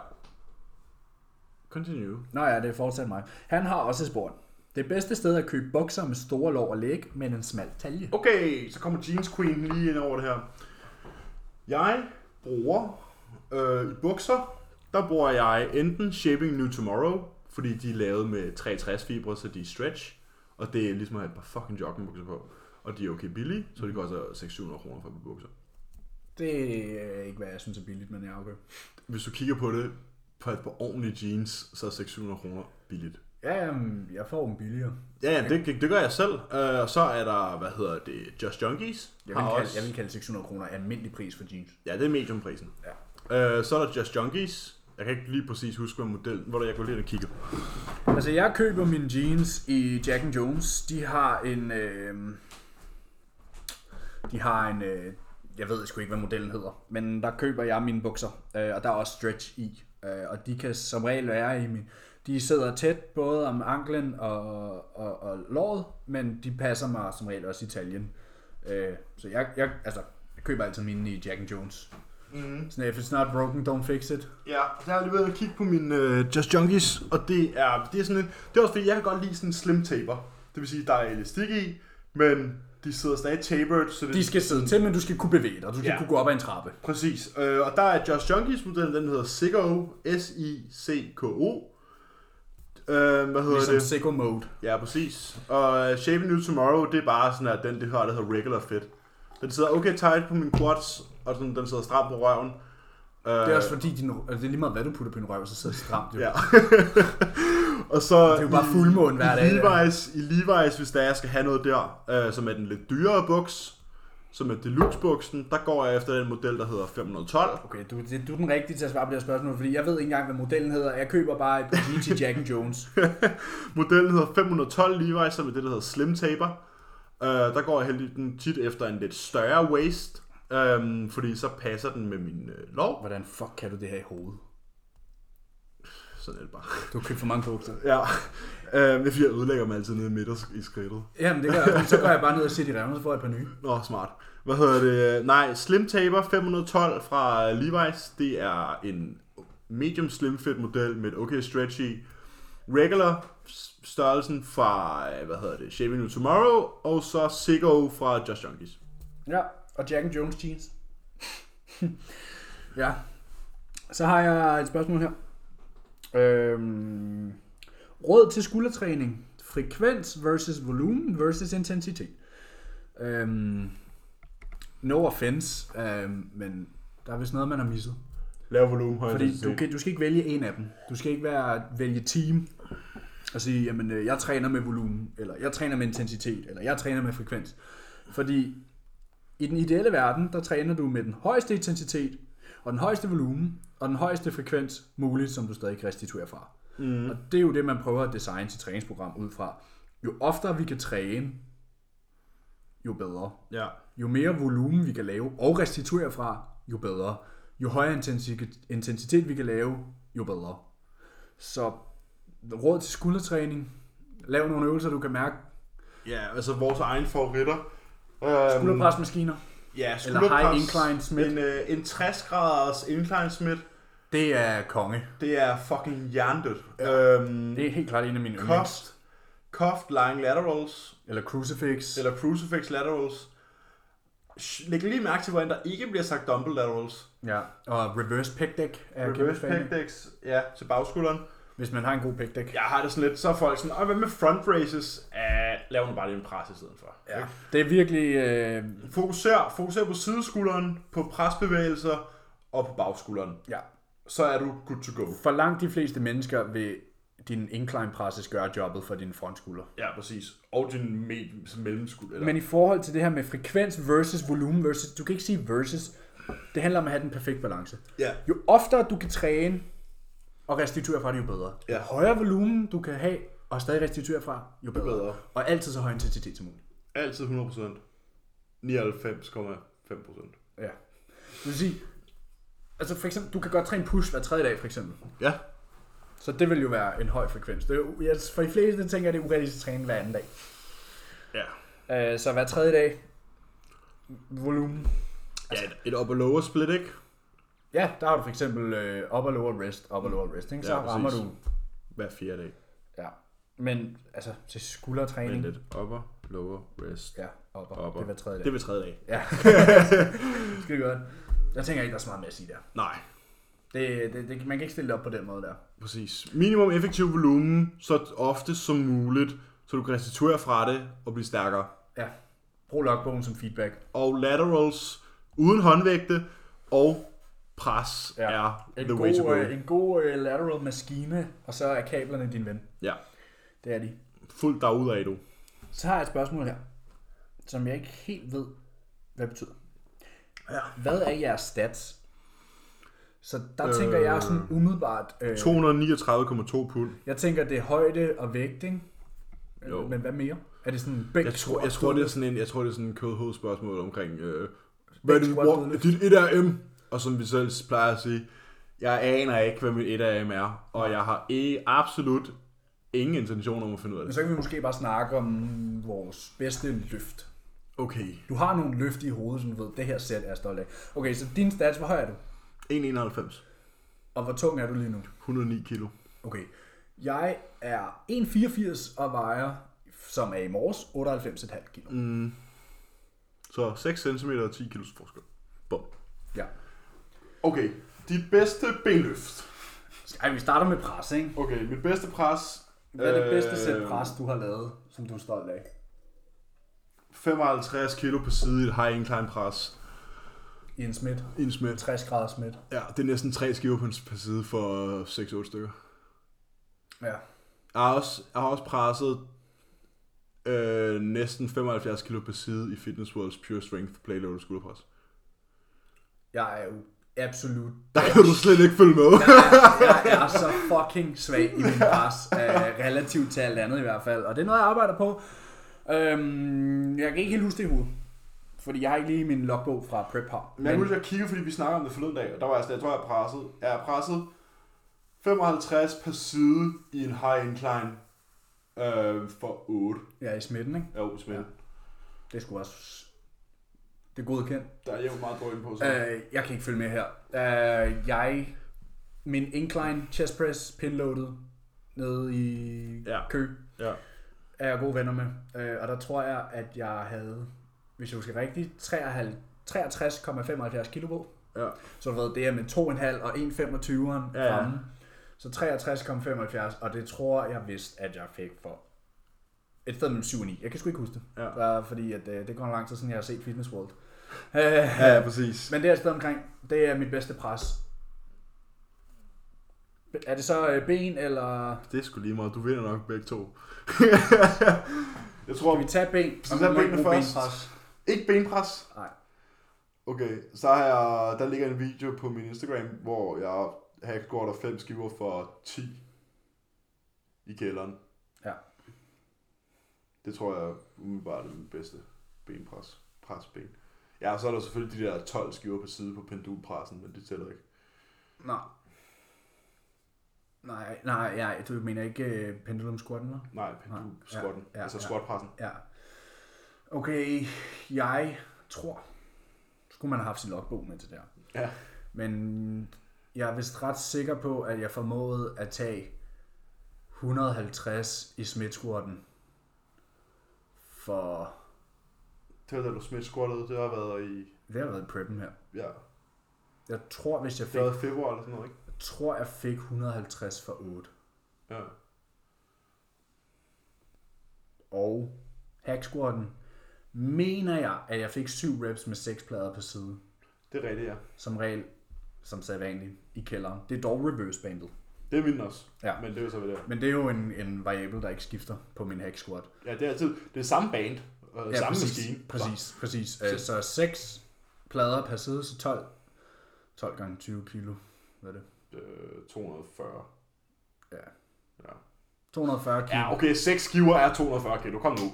Continue.
Nå ja, det er fortsat mig. Han har også spurgt. Det bedste sted at købe bukser med store lår og læg, men en smal talje.
Okay, så kommer Jeans Queen lige ind over det her. Jeg bruger øh, i bukser, der bruger jeg enten Shaping New Tomorrow, fordi de er lavet med tre tres fibre, så de er stretch, og det er ligesom at have et par fucking joggingbukser på. Og de er okay billige, så de koster seks til syv hundrede kroner for et par bukser.
Det er ikke, hvad jeg synes er billigt, men jeg er okay.
Hvis du kigger på det på et par ordentlige jeans, så er seks til syv hundrede kroner billigt.
Ja, jamen, jeg får dem billigere.
Ja, ja det, det gør jeg selv. Uh, og så er der, hvad hedder det, Just Junkies.
Jeg vil, kalde, jeg vil kalde seks hundrede kroner almindelig pris for jeans.
Ja, det er mediumprisen.
Ja.
Uh, så er der Just Junkies. Jeg kan ikke lige præcis huske, hvad modellen, hvor jeg går lige ind og kigger.
Altså, jeg køber mine jeans i Jack and Jones. De har en... Øh, de har en... Øh, jeg ved sgu ikke, hvad modellen hedder. Men der køber jeg mine bukser. Øh, og der er også stretch i. Øh, og de kan som regel være i min... De sidder tæt både om anklen og, og, og låret, men de passer mig som regel også i taljen. Øh, så jeg, jeg, altså, jeg køber altid mine i Jack and Jones.
Mm.
Sådan, if it's not broken, don't fix it.
Ja, jeg har lige været at kigge på mine uh, Just Junkies, og det er, det er sådan en, det er også fordi, jeg kan godt lide sådan en slim taper. Det vil sige, der er elastik i, men de sidder stadig tapered. Så det,
de skal sidde til, men du skal kunne bevæge dig, du skal
ja.
kunne gå op ad en trappe.
Præcis, uh, og der er Just Junkies modellen, den hedder Sicko, S I C K O. Uh, hvad hedder
ligesom
det?
Sicko Mode.
Ja, præcis. Og uh, Shaping New Tomorrow, det er bare sådan, at den, det her, der hedder Regular Fit. Den sidder okay tight på mine quads, og sådan, den sidder stramt på røven.
Det er også fordi, din, altså det er lige meget, hvad du putter på din røv, så sidder det stramt. Jo.
Ja. Og så
det er jo bare fuldmåne hver dag.
I Levi's, i Levi's, hvis der jeg skal have noget der, øh, som er den lidt dyrere buks, som er deluxe-buksen, der går jeg efter den model, der hedder fem hundrede og tolv.
Okay, du, det, du er den rigtige til at svare på det her spørgsmål, fordi jeg ved ikke engang, hvad modellen hedder. Jeg køber bare et jeans til Jack and Jones.
Modellen hedder fem hundrede og tolv Levi's, som er det, der hedder Slim Taper. Uh, der går jeg heldigvis tit efter en lidt større waist, um, fordi så passer den med min uh, lov.
Hvordan fuck kan du det her i hovedet?
sådan er det bare.
Du har købt for mange bukser.
Ja, øh, det er fordi, jeg ødelægger mig altid nede midt i skridtet.
Jamen, det gør jeg. Så går jeg bare ned og sætter i revner, så får jeg et par nye.
Nå, smart. Hvad hedder det? Nej, Slim Taper fem hundrede og tolv fra Levi's. Det er en medium slim fit model med et okay stretch i. Regular størrelsen fra, hvad hedder det, Shaving New Tomorrow, og så Siggo fra Just Junkies.
Ja, og Jack and Jones jeans. Ja. Så har jeg et spørgsmål her. Øhm, råd til skuldertræning. Frekvens versus volumen versus intensitet. Øhm, no offense, øhm, men der er vist noget, man har misset.
Lav volumen, høj
Fordi
intensitet.
du, kan, du skal ikke vælge en af dem. Du skal ikke være, vælge team og sige, jamen jeg træner med volumen, eller jeg træner med intensitet, eller jeg træner med frekvens. Fordi i den ideelle verden, der træner du med den højeste intensitet, og den højeste volumen, og den højeste frekvens muligt, som du stadig kan restituere fra. Mm. Og det er jo det, man prøver at designe sit træningsprogram ud fra. Jo oftere vi kan træne, jo bedre.
Ja.
Jo mere volumen vi kan lave og restituere fra, jo bedre. Jo højere intensitet vi kan lave, jo bedre. Så råd til skuldertræning. Lav nogle øvelser, du kan mærke.
Ja, altså vores egen favoritter.
Skulderpresmaskiner.
Ja,
eller high incline Smith.
En, øh, en tres graders incline Smith.
Det er konge.
Det er fucking hjernedødt.
Ja.
Øhm,
det er helt klart en af mine
yndlings. Cuffed lying laterals.
Eller crucifix.
Eller crucifix laterals. Læg lige mærke til, hvordan der ikke bliver sagt dumbbell laterals.
Ja, og reverse pec deck. Er
reverse pec decks, ja, til bagskulderen.
Hvis man har en god pec deck.
Jeg har det sådan lidt, så er folk sådan, og hvad med front raises? Uh, lav nu bare lige en pres i stedet for.
Ja, det er virkelig... Øh...
Fokuser, fokuser på sideskulderen, på presbevægelser og på bagskulderen.
Ja.
Så er du good to go.
For langt de fleste mennesker vil din incline presses gøre jobbet for din frontskulder.
Ja, præcis. Og din me- mellemskulder. Eller?
Men i forhold til det her med frekvens versus volumen versus... Du kan ikke sige versus. Det handler om at have den perfekte balance.
Ja.
Jo oftere du kan træne og restituere fra det, jo bedre. Jo
ja.
højere volumen du kan have og stadig restituere fra, jo bedre.
bedre.
Og altid så høj intensitet som muligt.
Altid hundrede procent. nioghalvfems komma fem procent.
Ja. Det vil sige... Altså for eksempel, du kan godt træne push hver tredje dag for eksempel.
Ja.
Så det vil jo være en høj frekvens. Det er jo, ja, for de fleste tænker jeg, det er urealistisk at træne hver anden dag.
Ja.
Øh, så hver tredje dag, volumen.
Altså, ja, et, et upper lower split, ikke?
Ja, der har du for eksempel øh, upper lower rest, upper lower rest, ikke? Så
ja,
rammer du...
hver fjerde dag.
Ja, men altså til skuldertræning...
Vent lidt. Upper, lower, rest.
Ja, upper.
upper.
Det er hver tredje dag.
Det er hver tredje dag.
Ja. Skal vi godt. Jeg tænker ikke, der er så meget med at sige der.
Nej.
Det, det, det, man kan ikke stille det op på den måde der.
Præcis. Minimum effektiv volumen, så ofte som muligt, så du kan restituere fra det og blive stærkere.
Ja. Brug logbogen som feedback.
Og laterals uden håndvægte og pres ja. er
en
the
god,
way to go.
En god uh, lateral maskine, og så er kablerne din ven.
Ja.
Det er de.
Fuldt derudad, du.
Så har jeg et spørgsmål her, som jeg ikke helt ved, hvad det betyder.
Ja.
Hvad er jeres stats? Så der øh, tænker jeg sådan umiddelbart... Øh,
to hundrede niogtredive komma to pund.
Jeg tænker, det er højde og vægt, ikke?
Jo.
Men hvad mere? Er det sådan bæk,
jeg tror, jeg tror det er sådan en, jeg tror det er sådan en kødhovedspørgsmål omkring øh,
hvad
er det, hvor, dit et R M, og som vi selv plejer at sige, jeg aner ikke, hvad mit et R M er, og jeg har e- absolut ingen intention om at finde ud af det.
Men så kan vi måske bare snakke om vores bedste løft.
Okay.
Du har nogle løft i hovedet, som du ved, det her sæt er jeg stolt af. Okay, så din stats, hvor høj er du?
en komma enoghalvfems.
Og hvor tung er du lige nu?
et hundrede og ni kilo.
Okay. Jeg er en komma fireogfirs og vejer, som er i morges, otteoghalvfems komma fem kilo.
Mm. Så seks centimeter og ti kilos forskel. Bum.
Ja.
Okay, dit bedste benløft.
Ej, vi starter med pres, ikke?
Okay, mit bedste pres.
Hvad er det bedste sæt pres, du har lavet, som du er stolt af?
femoghalvtreds kilo på side i et high incline pres.
I en Smith?
I en Smith.
tres grader Smith.
Ja, det er næsten tre skiver på en side for seks otte stykker.
Ja.
Jeg har også, jeg har også presset øh, næsten femoghalvfjerds kilo på side i Fitness World's Pure Strength Playloaded skulderpres.
Jeg er jo absolut...
Der kan du slet ikke følge med.
jeg, jeg er så fucking svag i min pres, øh, relativt til alt andet i hvert fald. Og det er noget, jeg arbejder på. Øhm, jeg kan ikke helt huske det i hovedet. Fordi jeg har ikke lige min logbog fra prep her.
Men jeg husker, jeg kiggede, fordi vi snakkede om det forleden dag, og der var jeg sådan, jeg tror, jeg er presset. Jeg er presset femoghalvtreds per side i en high incline øh, for otte.
Ja, i smitten, ikke?
Jo, smitten. Ja.
Det er sgu også... Det er godkendt.
Der er jo meget drøn på, så.
Øh, jeg kan ikke følge med her. Øh, jeg... Min incline chest press pinloaded nede i
ja.
Kø.
Ja.
Er jeg gode venner med. Øh, og der tror jeg, at jeg havde, hvis jeg husker rigtigt, treogtres komma femoghalvfjerds kilo på.
Ja.
Så ved, det er med to komma fem og en komma femogtyve
ja,
fremme. Så treogtres komma femoghalvfjerds, og det tror jeg vist, at jeg fik for et sted mellem syv og ni. Jeg kan sgu ikke huske det.
Ja.
Bare fordi at, øh, det går lang tid siden, jeg har set Fitness World.
Øh, ja, ja, præcis.
Men det er et sted omkring. Det er mit bedste pres. Er det så øh, ben, eller...
Det er sgu lige meget. Du vinder nok begge to. jeg tror,
Skal vi tage ben?
Så tager benene først.
Benpres?
Ikke benpres?
Nej.
Okay, så har jeg... Der ligger en video på min Instagram, hvor jeg hack squatter fem skiver for ti i kælderen.
Ja.
Det tror jeg umiddelbart er min bedste benpres. Presben. Ja, og så er der selvfølgelig de der tolv skiver på side på pendulpressen, men det tæller ikke.
Nej. Nej, nej, ja, du mener ikke uh, pendulum squatten, eller?
Nej, pendulum squatten.
Ja, ja,
altså
ja,
squatpressen.
Ja. Okay, jeg tror, skulle man have haft sin logbog med til der.
Ja.
Men jeg er vist ret sikker på, at jeg formåede at tage et hundrede og halvtreds i Smith squatten for...
Det var da du Smith squattede, det har været i...
Det har været i preppen her.
Ja.
Jeg tror, hvis jeg fik...
Det har været i februar eller sådan noget, ikke?
Jeg tror, jeg fik et hundrede og halvtreds for otte.
Ja.
Og hack squatten mener jeg, at jeg fik syv reps med seks plader på side.
Det er rigtigt, ja.
Som regel, som sædvanligt, i kælderen. Det er dog reverse bandet.
Det er min også.
Ja.
Men det er jo så, hvad det er.
Men det er jo en, en variabel, der ikke skifter på min hack squat.
Ja, det er altid... Det er samme band. Og
ja,
samme
præcis,
maskine.
Præcis,
Så.
præcis. Så, så seks plader per side, så tolv. tolv gange tyve kilo. Hvad er det?
Øh, to hundrede og fyrre.
Ja.
Ja.
to hundrede og fyrre kilo.
Ja, okay. seks skiver er to hundrede og fyrre kilo. Kom nu.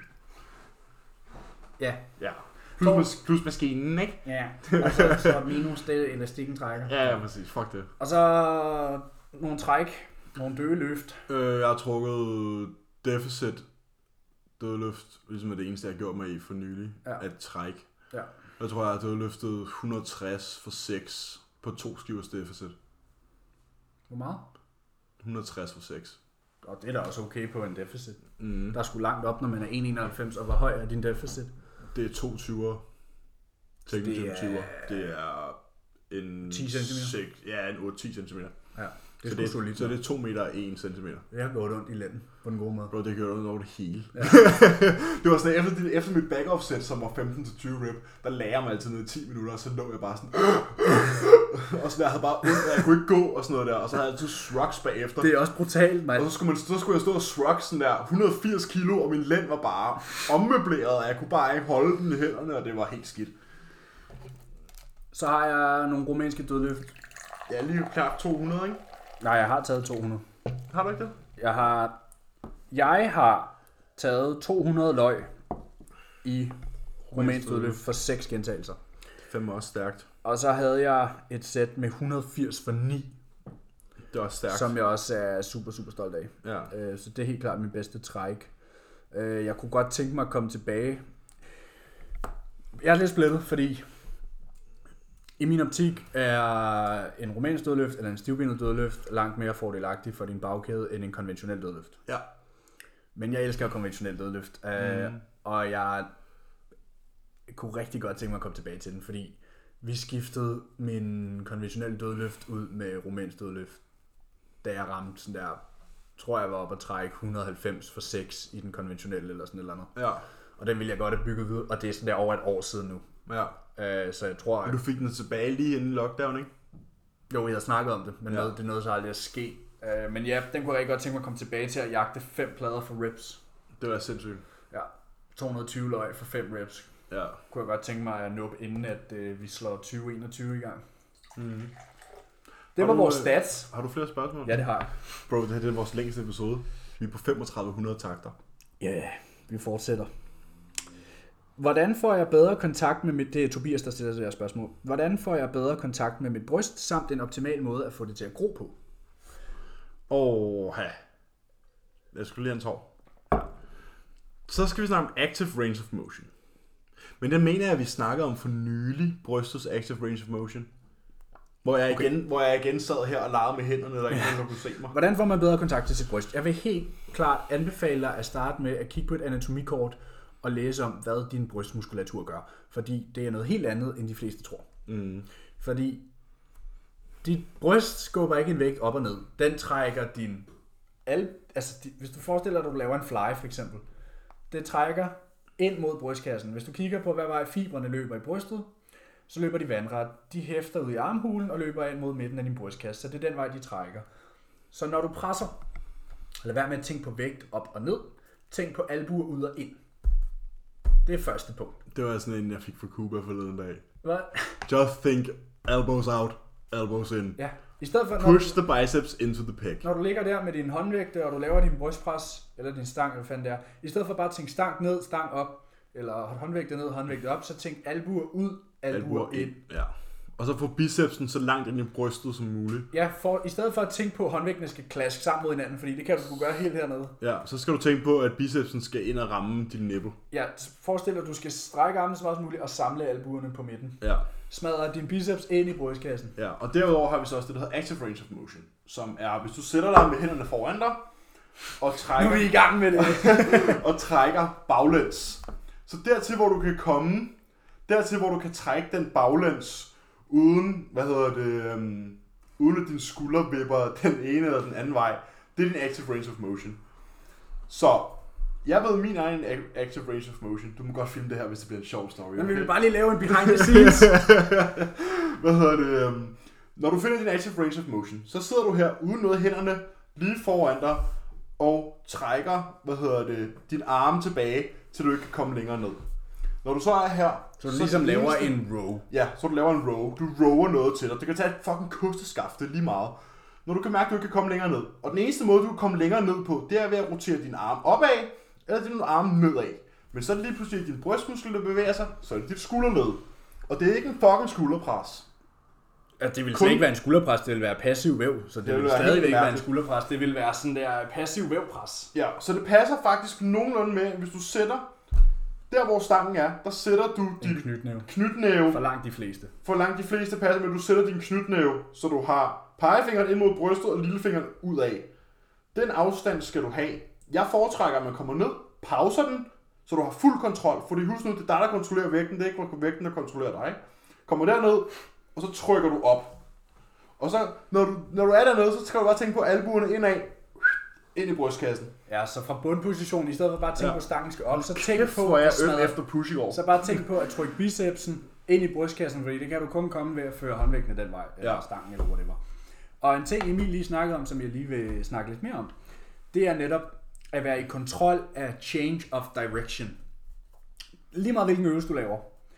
Ja.
Ja. Plus, så, plus maskinen, ikke?
Ja. Og så, så minus det, elastikken trækker.
Ja, ja, præcis. Fuck det.
Og så nogle træk. Nogle døde løft.
Øh, jeg har trukket deficit dødløft, ligesom er det eneste, jeg har gjort mig i for nylig.
Ja.
At træk.
Ja.
Jeg tror, jeg har dødløftet et hundrede og tres for seks på to skivers deficit.
Hvor meget?
et hundrede og tres for seks.
Og det er da også okay på en deficit.
Mm.
Der er sgu langt op, når man er en komma enoghalvfems, og hvor høj er din deficit?
Det er to tyver. Teknisk
Det er-
tyver. Det er en...
ti centimeter?
seks, ja, en otte til ti centimeter.
Ja, det er
Så
sgu
det,
solidt.
så det er to meter og en centimeter.
Det har gået ondt i lænden, på den gode måde.
Bro, det gjorde ondt over det hele.
Ja.
Det var sådan, efter, efter mit back-off set, som var femten til tyve rep, der lagde jeg mig altid ned i ti minutter, og så lå jeg bare sådan... og sådan der, jeg havde bare ondt, og jeg kunne ikke gå, og sådan noget der. Og så havde jeg altid shrugs bagefter.
Det er også brutalt, mand.
Og så skulle, man, så skulle jeg stå og shrug sådan der, et hundrede og firs kilo, og min lænd var bare ommøbleret, og jeg kunne bare ikke holde den i hænderne, og det var helt skidt.
Så har jeg nogle rumænske dødløft.
Jeg er lige knap to hundrede, ikke?
Nej, jeg har taget to hundrede.
Har du ikke det?
Jeg har, jeg har taget to hundrede løg i rumænsk dødløft for seks gentagelser.
Fem er også stærkt.
Og så havde jeg et sæt med et hundrede og firs for ni,
Det er også stærkt.
som jeg også er super, super stolt af.
Ja.
Øh, Så det er helt klart min bedste træk. Øh, Jeg kunne godt tænke mig at komme tilbage. Jeg er lidt splittet, fordi i min optik er en rumænsk dødløft eller en stivbenet dødløft langt mere fordelagtig for din bagkæde end en konventionel dødløft.
Ja.
Men jeg elsker konventionel dødløft, øh,
Mm.
og jeg kunne rigtig godt tænke mig at komme tilbage til den, fordi vi skiftede min konventionelle dødløft ud med rumænsk dødløft, da jeg ramte sådan der, tror jeg var oppe at trække et hundrede og halvfems for seks i den konventionelle eller sådan et eller andet.
Ja.
Og den ville jeg godt have bygget videre, og det er sådan der over et år siden nu.
Ja.
Øh, så jeg tror,
Og du fik den tilbage lige inden lockdown, ikke?
jo, jeg har snakket om det, men
Ja.
noget, det nåede så aldrig at ske. Øh, men ja, den kunne jeg rigtig godt tænke mig at komme tilbage til at jagte fem plader for reps.
Det var sindssygt.
Ja, to hundrede og tyve løg for fem reps.
Ja.
Kunne jeg godt tænke mig at nå inden at øh, vi slår tyve enogtyve i gang.
Mm-hmm.
Det
Har
var
du,
vores
øh,
stats.
Har du flere spørgsmål?
Ja, det har jeg.
Bro, det her det er vores længste episode. Vi er på femogtredive hundrede takter.
Ja, yeah, vi fortsætter. Hvordan får jeg bedre kontakt med mit... Det er Tobias, der stiller det her spørgsmål. Hvordan får jeg bedre kontakt med mit bryst, samt en optimal måde at få det til at gro på?
Åh, ha. Jeg skulle lige have en tår. Så skal vi snakke om active range of motion. Men det mener jeg, at vi snakkede om for nylig, brystets active range of motion. Hvor jeg, okay. igen, hvor jeg igen sad her og legede med hænderne, der ikke nogen kunne se mig.
Hvordan får man bedre kontakt til sit bryst? Jeg vil helt klart anbefale dig at starte med at kigge på et anatomikort og læse om, hvad din brystmuskulatur gør. Fordi det er noget helt andet, end de fleste tror.
Mm.
Fordi dit bryst skubber ikke en vægt op og ned. Den trækker din... Al, altså, hvis du forestiller dig, at du laver en fly for eksempel. Det trækker ind mod brystkassen. Hvis du kigger på, hvad vej fibrene løber i brystet, så løber de vandret. De hæfter ud i armhulen og løber ind mod midten af din brystkasse. Så det er den vej, de trækker. Så når du presser, lad være med at tænke på vægt op og ned. Tænk på albuer ud og ind. Det er første punkt.
Det var sådan en, jeg fik fra Cuba forleden dag.
Hvad?
Just think elbows out, elbows in.
Ja. I stedet for,
Push
du,
the biceps into the pec.
Når du ligger der med din håndvægte, og du laver din brystpres, eller din stang, eller hvad fanden det er, i stedet for bare at tænke stang ned, stang op, eller håndvægte ned, håndvægte op, så tænk albuer ud, albuer, albuer ind.
Ja. Og så få bicepsen så langt ind i brystet som muligt.
Ja, for, i stedet for at tænke på, at håndvægtene skal klaske sammen mod hinanden, fordi det kan du kunne gøre helt hernede.
Ja, så skal du tænke på, at bicepsen skal ind og ramme din nipple.
Ja, forestil dig, at du skal strække armen så meget som muligt og samle albuerne på midten.
Ja.
Smadre din biceps ind i brystkassen.
Ja, og derudover har vi så også det, der hedder active range of motion, som er, hvis du sætter dig med hænderne foran dig, og trækker...
Nu er vi i gang med det.
og trækker baglæns. Så dertil, hvor du kan komme, dertil, hvor du kan trække den baglæns, uden, hvad hedder det, um, uden at din skulder vipper den ene eller den anden vej, det er din active range of motion. Så, jeg ved min egen active range of motion. Du må godt filme det her, hvis det bliver en sjov story.
Men vi vil bare lige lave en behind the scenes.
Hvad hedder det? Um, når du finder din active range of motion, så sidder du her uden noget hænderne lige foran dig, og trækker, hvad hedder det, din arme tilbage, til du ikke kan komme længere ned. Når du så er her...
Så du så ligesom laver eneste, en row.
Ja, så du laver en row. Du rower noget til dig. Det kan tage et fucking kosteskaft, det er lige meget. Når du kan mærke, at du ikke kan komme længere ned. Og den eneste måde, du kan komme længere ned på, det er ved at rotere din arm opad, eller din arm nedad. Men så er det lige pludselig din brystmuskel, der bevæger sig, så er det dit skulderled. Og det er ikke en fucking skulderpres.
Ja, det vil slet ikke være en skulderpres, det vil være passiv væv. Så det, det vil, vil stadigvæk ikke være en skulderpres, det vil være sådan der passiv vævpres.
Ja, så det passer faktisk nogenlunde med, hvis du sætter... Der hvor stangen er, der sætter du din
knytnæve.
knytnæve.
For langt de fleste.
For langt de fleste passer, men du sætter din knytnæve, så du har pegefingeren ind mod brystet og lillefingeren ud af. Den afstand skal du have. Jeg foretrækker, at man kommer ned, pauser den, så du har fuld kontrol. Fordi husk nu, det er dig, der kontrollerer vægten, det er ikke vægten, der kontrollerer dig. Kommer derned, og så trykker du op. Og så, når du, når du er dernede, så skal du bare tænke på albuerne indad, ind i brystkassen.
Ja, så fra bundposition, i stedet for bare at tænke ja. på, at stangen skal op, så tænk
Kæft,
på,
at smadre, efter push i år.
Så bare tænk på at trykke bicepsen ind i brystkassen, fordi det kan du kun komme ved at føre håndvægtene den vej, eller ja. stangen, eller whatever. Og en ting, Emil lige snakkede om, som jeg lige vil snakke lidt mere om, det er netop at være i kontrol af change of direction. Lige meget hvilken øvelse du laver.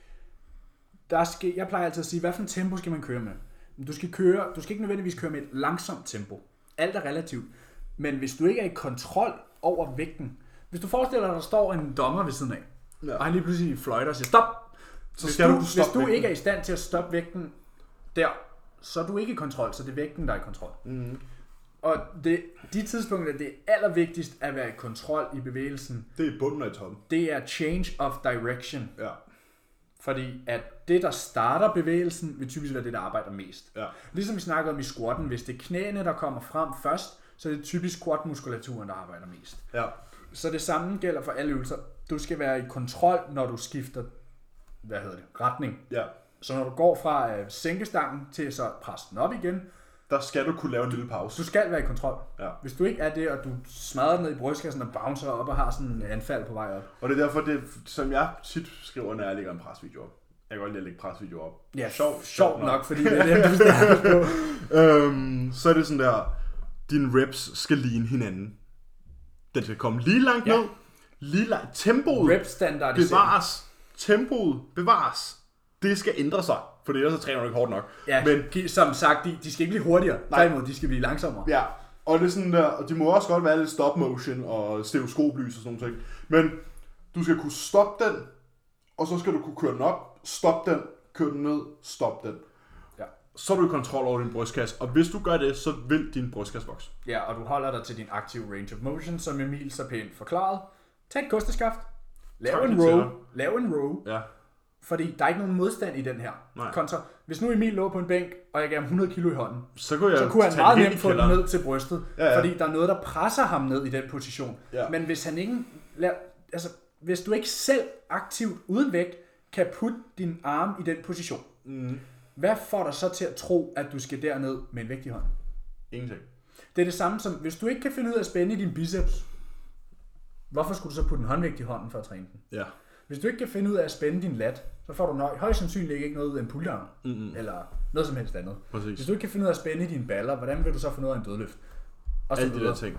Der skal, jeg plejer altid at sige, hvad for en tempo skal man køre med? Du skal, køre, du skal ikke nødvendigvis køre med et langsomt tempo. Alt er relativt. Men hvis du ikke er i kontrol over vægten, hvis du forestiller dig, at der står en dommer ved siden af, ja. og han lige pludselig fløjter og siger stop, så hvis, skal du, du hvis du ikke er i stand til at stoppe vægten der, så er du ikke i kontrol, så det er vægten, der er i kontrol. Mm. Og det, de tidspunkter, det er allervigtigst at være i kontrol i bevægelsen.
Det er bunden af toppen.
Det er change of direction.
Ja.
Fordi at det, der starter bevægelsen, vil typisk være det, der arbejder mest.
Ja.
Ligesom vi snakkede om i squatten, hvis det er knæene, der kommer frem først, så er det typisk squat-muskulaturen, der arbejder mest.
Ja.
Så det samme gælder for alle øvelser. Du skal være i kontrol, når du skifter hvad hedder det, retning.
Ja.
Så når du går fra uh, sænkestangen til så presse den op igen,
der skal du kunne lave en lille pause.
Du skal være i kontrol.
Ja.
Hvis du ikke er det, og du smadrer ned i brystkassen og bouncer op og har sådan en anfald på vej op.
Og det er derfor, det, som jeg tit skriver, når jeg lægger en presvideo op. Jeg kan godt lide at lægge presvideo op.
Ja, sjovt sjov nok, nok, fordi det er det, du snakker på.
øhm, så er det sådan der, dine reps skal ligne hinanden. Den skal komme lige langt ja. ned, lige langt. Tempoet bevares. Tempoet bevares. Det skal ændre sig, for ellers så træner du ikke hårdt nok.
Ja, men som sagt, de, de skal ikke blive hurtigere. Tværtimod, de skal blive langsommere.
Ja, og det er sådan der, og de må også godt være lidt stop motion og stereoskoplys og sådan noget. Men du skal kunne stoppe den, og så skal du kunne køre den op, stop den, køre den ned, stop den.
Ja.
så er du i kontrol over din brystkasse. Og hvis du gør det, så vil din brystkasse vokse.
Ja, og du holder dig til din aktive range of motion, som Emil så pænt forklaret. Tag et kosteskaft. Lav
Tak,
en
det
row.
til
Lav en row.
Ja.
Fordi der er ikke nogen modstand i den her.
Nej.
Kontra, hvis nu Emil lå på en bænk, og jeg gav ham hundrede kilo i hånden,
Så kunne, jeg
så kunne han
tage
meget
den helt
nemt
i
få den
kælderen.
ned til brystet.
Ja, ja.
Fordi der er noget, der presser ham ned i den position.
Ja.
Men hvis han ikke... Lav, altså, hvis du ikke selv aktivt, uden vægt, kan putte din arm i den position,
Mm.
hvad får dig så til at tro, at du skal derned med en vægt i hånden?
Ingenting.
Det er det samme som, hvis du ikke kan finde ud af at spænde i din biceps, hvorfor skulle du så putte en håndvægt i hånden for at træne den?
Ja.
Hvis du ikke kan finde ud af at spænde din lat, så får du nøj, højst sandsynligt ikke noget ud af en pulldown,
Mm-mm.
eller noget som helst andet.
Præcis.
Hvis du ikke kan finde ud af at spænde i dine baller, hvordan vil du så finde ud af en dødløft? Og så
Alle de
videre.
der ting.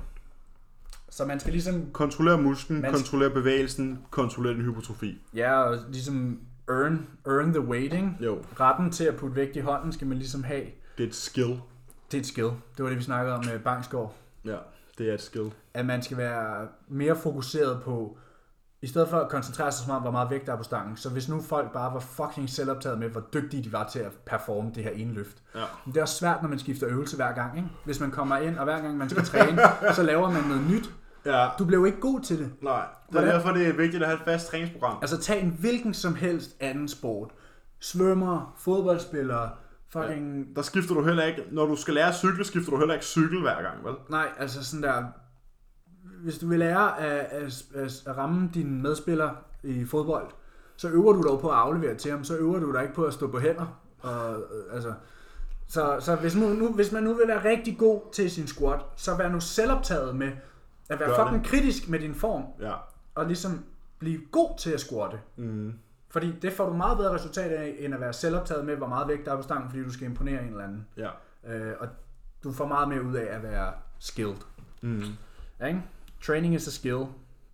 Så man skal ligesom,
Kontrollere musklen,
Man-
kontrollere bevægelsen, kontrollere den hypotrofi.
ja, og ligesom earn, earn the weighting.
Jo,
Retten til at putte vægt i hånden skal man ligesom have.
det er et skill.
Det er et skill. Det var det, vi snakkede om med Bangsgaard.
Ja, det er et skill.
At man skal være mere fokuseret på, i stedet for at koncentrere sig så meget om, hvor meget vægt der er på stangen. Så hvis nu folk bare var fucking selvoptaget med, hvor dygtige de var til at performe det her ene løft.
Ja.
Men det er også svært, når man skifter øvelse hver gang. Ikke? Hvis man kommer ind, og hver gang man skal træne, så laver man noget nyt.
Ja,
Du blev ikke god til det.
nej. Det er
Hvordan?
derfor, det er vigtigt at have et fast træningsprogram.
Altså tag en hvilken som helst anden sport. Svømmer, fodboldspillere, fucking...
Der skifter du heller ikke, når du skal lære at cykle, skifter du heller ikke cykel hver gang, vel?
Nej, altså sådan der... Hvis du vil lære at, at, at, at ramme dine medspillere i fodbold, så øver du dig på at aflevere til ham, så øver du dig ikke på at stå på hænder. Og, øh, altså, så så hvis, nu, nu, hvis man nu vil være rigtig god til sin squat, så vær nu selvoptaget med at være
Gør
fucking
det.
kritisk med din form,
Ja.
og ligesom blive god til at squatte.
Mm.
Fordi det får du meget bedre resultat af, end at være selvoptaget med, hvor meget vægt der er på stangen, fordi du skal imponere en eller anden.
Ja.
Øh, og du får meget mere ud af at være skilled.
Mm.
Ja, ikke? Training is a skill.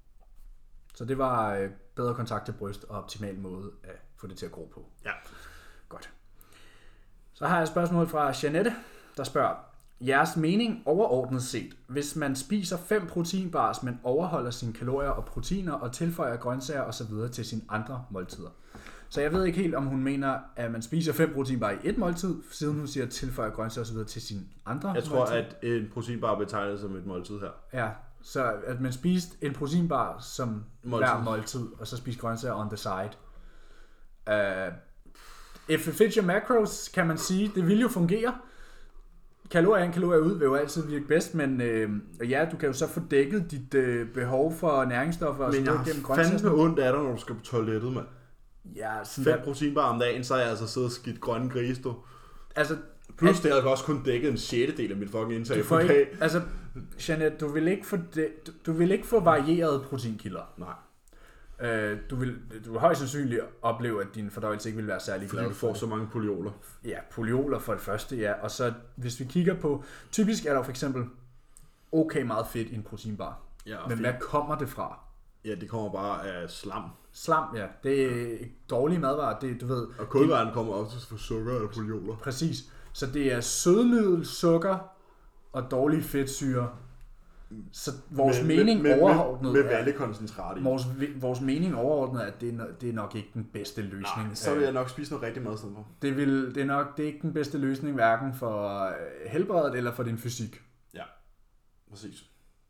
Så det var øh, bedre kontakt til bryst og optimal måde at få det til at gro på.
Ja.
Godt. Så har jeg et spørgsmål fra Jeanette, der spørger, jeres mening overordnet set, hvis man spiser fem proteinbars, men overholder sine kalorier og proteiner og tilføjer grøntsager osv. til sine andre måltider. Så jeg ved ikke helt, om hun mener, at man spiser fem proteinbar i et måltid, siden hun siger tilføjer grøntsager osv. til sine andre
Jeg tror,
måltider.
at en proteinbar betegnes som et måltid her.
Ja, så at man spiste en proteinbar som
Måltid.
hver måltid, og så spiste grøntsager on the side. Uh, if it fits your macros, kan man sige, det vil jo fungere. Kalorier ind, kalorier ud vil jo altid virke bedst, men øh, ja, du kan jo så få dækket dit øh, behov for næringsstoffer og
Men
sådan
jeg
noget gennem
har
grøntsager.
fandme ondt af dig, når du skal på toilettet, mand.
Ja, sådan
Fem
der,
proteinbar om dagen, så er jeg altså siddet og skidt grønne grise, du.
altså,
Plus det har også kun dækket en sjettedel af mit fucking indtag
du
på
får
dag.
ikke, altså, Jeanette, du vil ikke få, det, du, du vil ikke få varierede proteinkilder.
Nej,
Øh, du, vil, du vil højst sandsynligt opleve, at din fordøjelse ikke vil være særlig
fordi
glad
du
for
får
det.
så mange polioler.
Ja, polioler for det første, ja. Og så hvis vi kigger på, typisk er der for eksempel okay meget fedt i en proteinbar.
Ja,
Men hvad kommer det fra?
Ja, det kommer bare af slam.
Slam, ja. Det er dårlige madvarer, det du ved.
Og kulhydraten kommer også fra sukker eller polioler.
Præcis. Så det er sødmiddel, sukker og dårlige fedtsyre. Så vores
med,
mening
med, med,
overordnet
med, med
er,
vandekoncentrat i.
vores, vores mening overordnet er, at det er, no- det er nok ikke den bedste løsning.
Nej, så vil jeg nok spise noget rigtig mad i stedet for.
Det, vil, det er nok det er ikke den bedste løsning, hverken for øh, helbredet eller for din fysik.
Ja, præcis.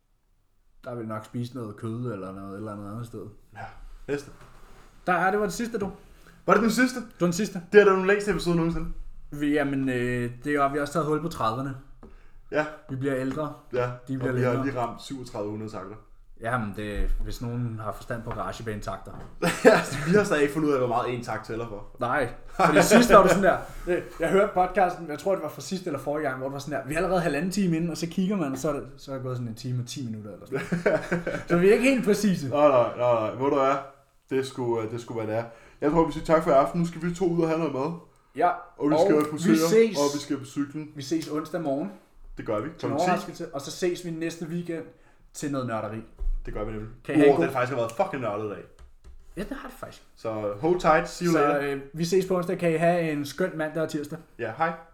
Der vil nok spise noget kød eller noget eller andet andet sted.
Ja, næste.
Der er det var det sidste, du.
Var det den sidste?
Det var den sidste.
Det er da den længste episode nogensinde.
Vi, jamen, øh, det er, vi har også taget hul på trediverne.
Ja,
Vi bliver ældre.
ja.
De bliver
og vi har
længere.
lige ramt syvogtredive hundrede takter.
Jamen, det, hvis nogen har forstand på garagebanetakter.
Vi har stadig ikke fundet ud af, hvor meget en takt tæller for.
Nej, fordi sidst var du sådan der, det, jeg hørte podcasten, jeg tror det var fra sidste eller forrige gang, hvor det var sådan der, vi er allerede halvanden time inden, og så kigger man, og så er det, så er det gået sådan en time og ti minutter eller sådan. Så vi er ikke helt præcise.
Nej, nej, nej, nej. Hvor du er, det skulle, det skulle være det er. Jeg tror, vi siger tak for i aften. Nu skal vi to ud og have noget mad.
Ja,
Og vi
og
skal på
vi
søer,
ses.
og vi skal på cyklen.
Vi ses onsdag morgen
Det gør vi.
til en
klokken ti.
overraskelse, og så ses vi næste weekend til noget nørderi.
Det gør vi nemlig.
Kan I have en
Wow,
god-
det faktisk har været fucking nørdet i dag.
Ja, det har det faktisk.
Så hold tight. See you
Så
later.
øh, vi ses på onsdag. Kan I have en skøn mandag og tirsdag.
Ja, hej.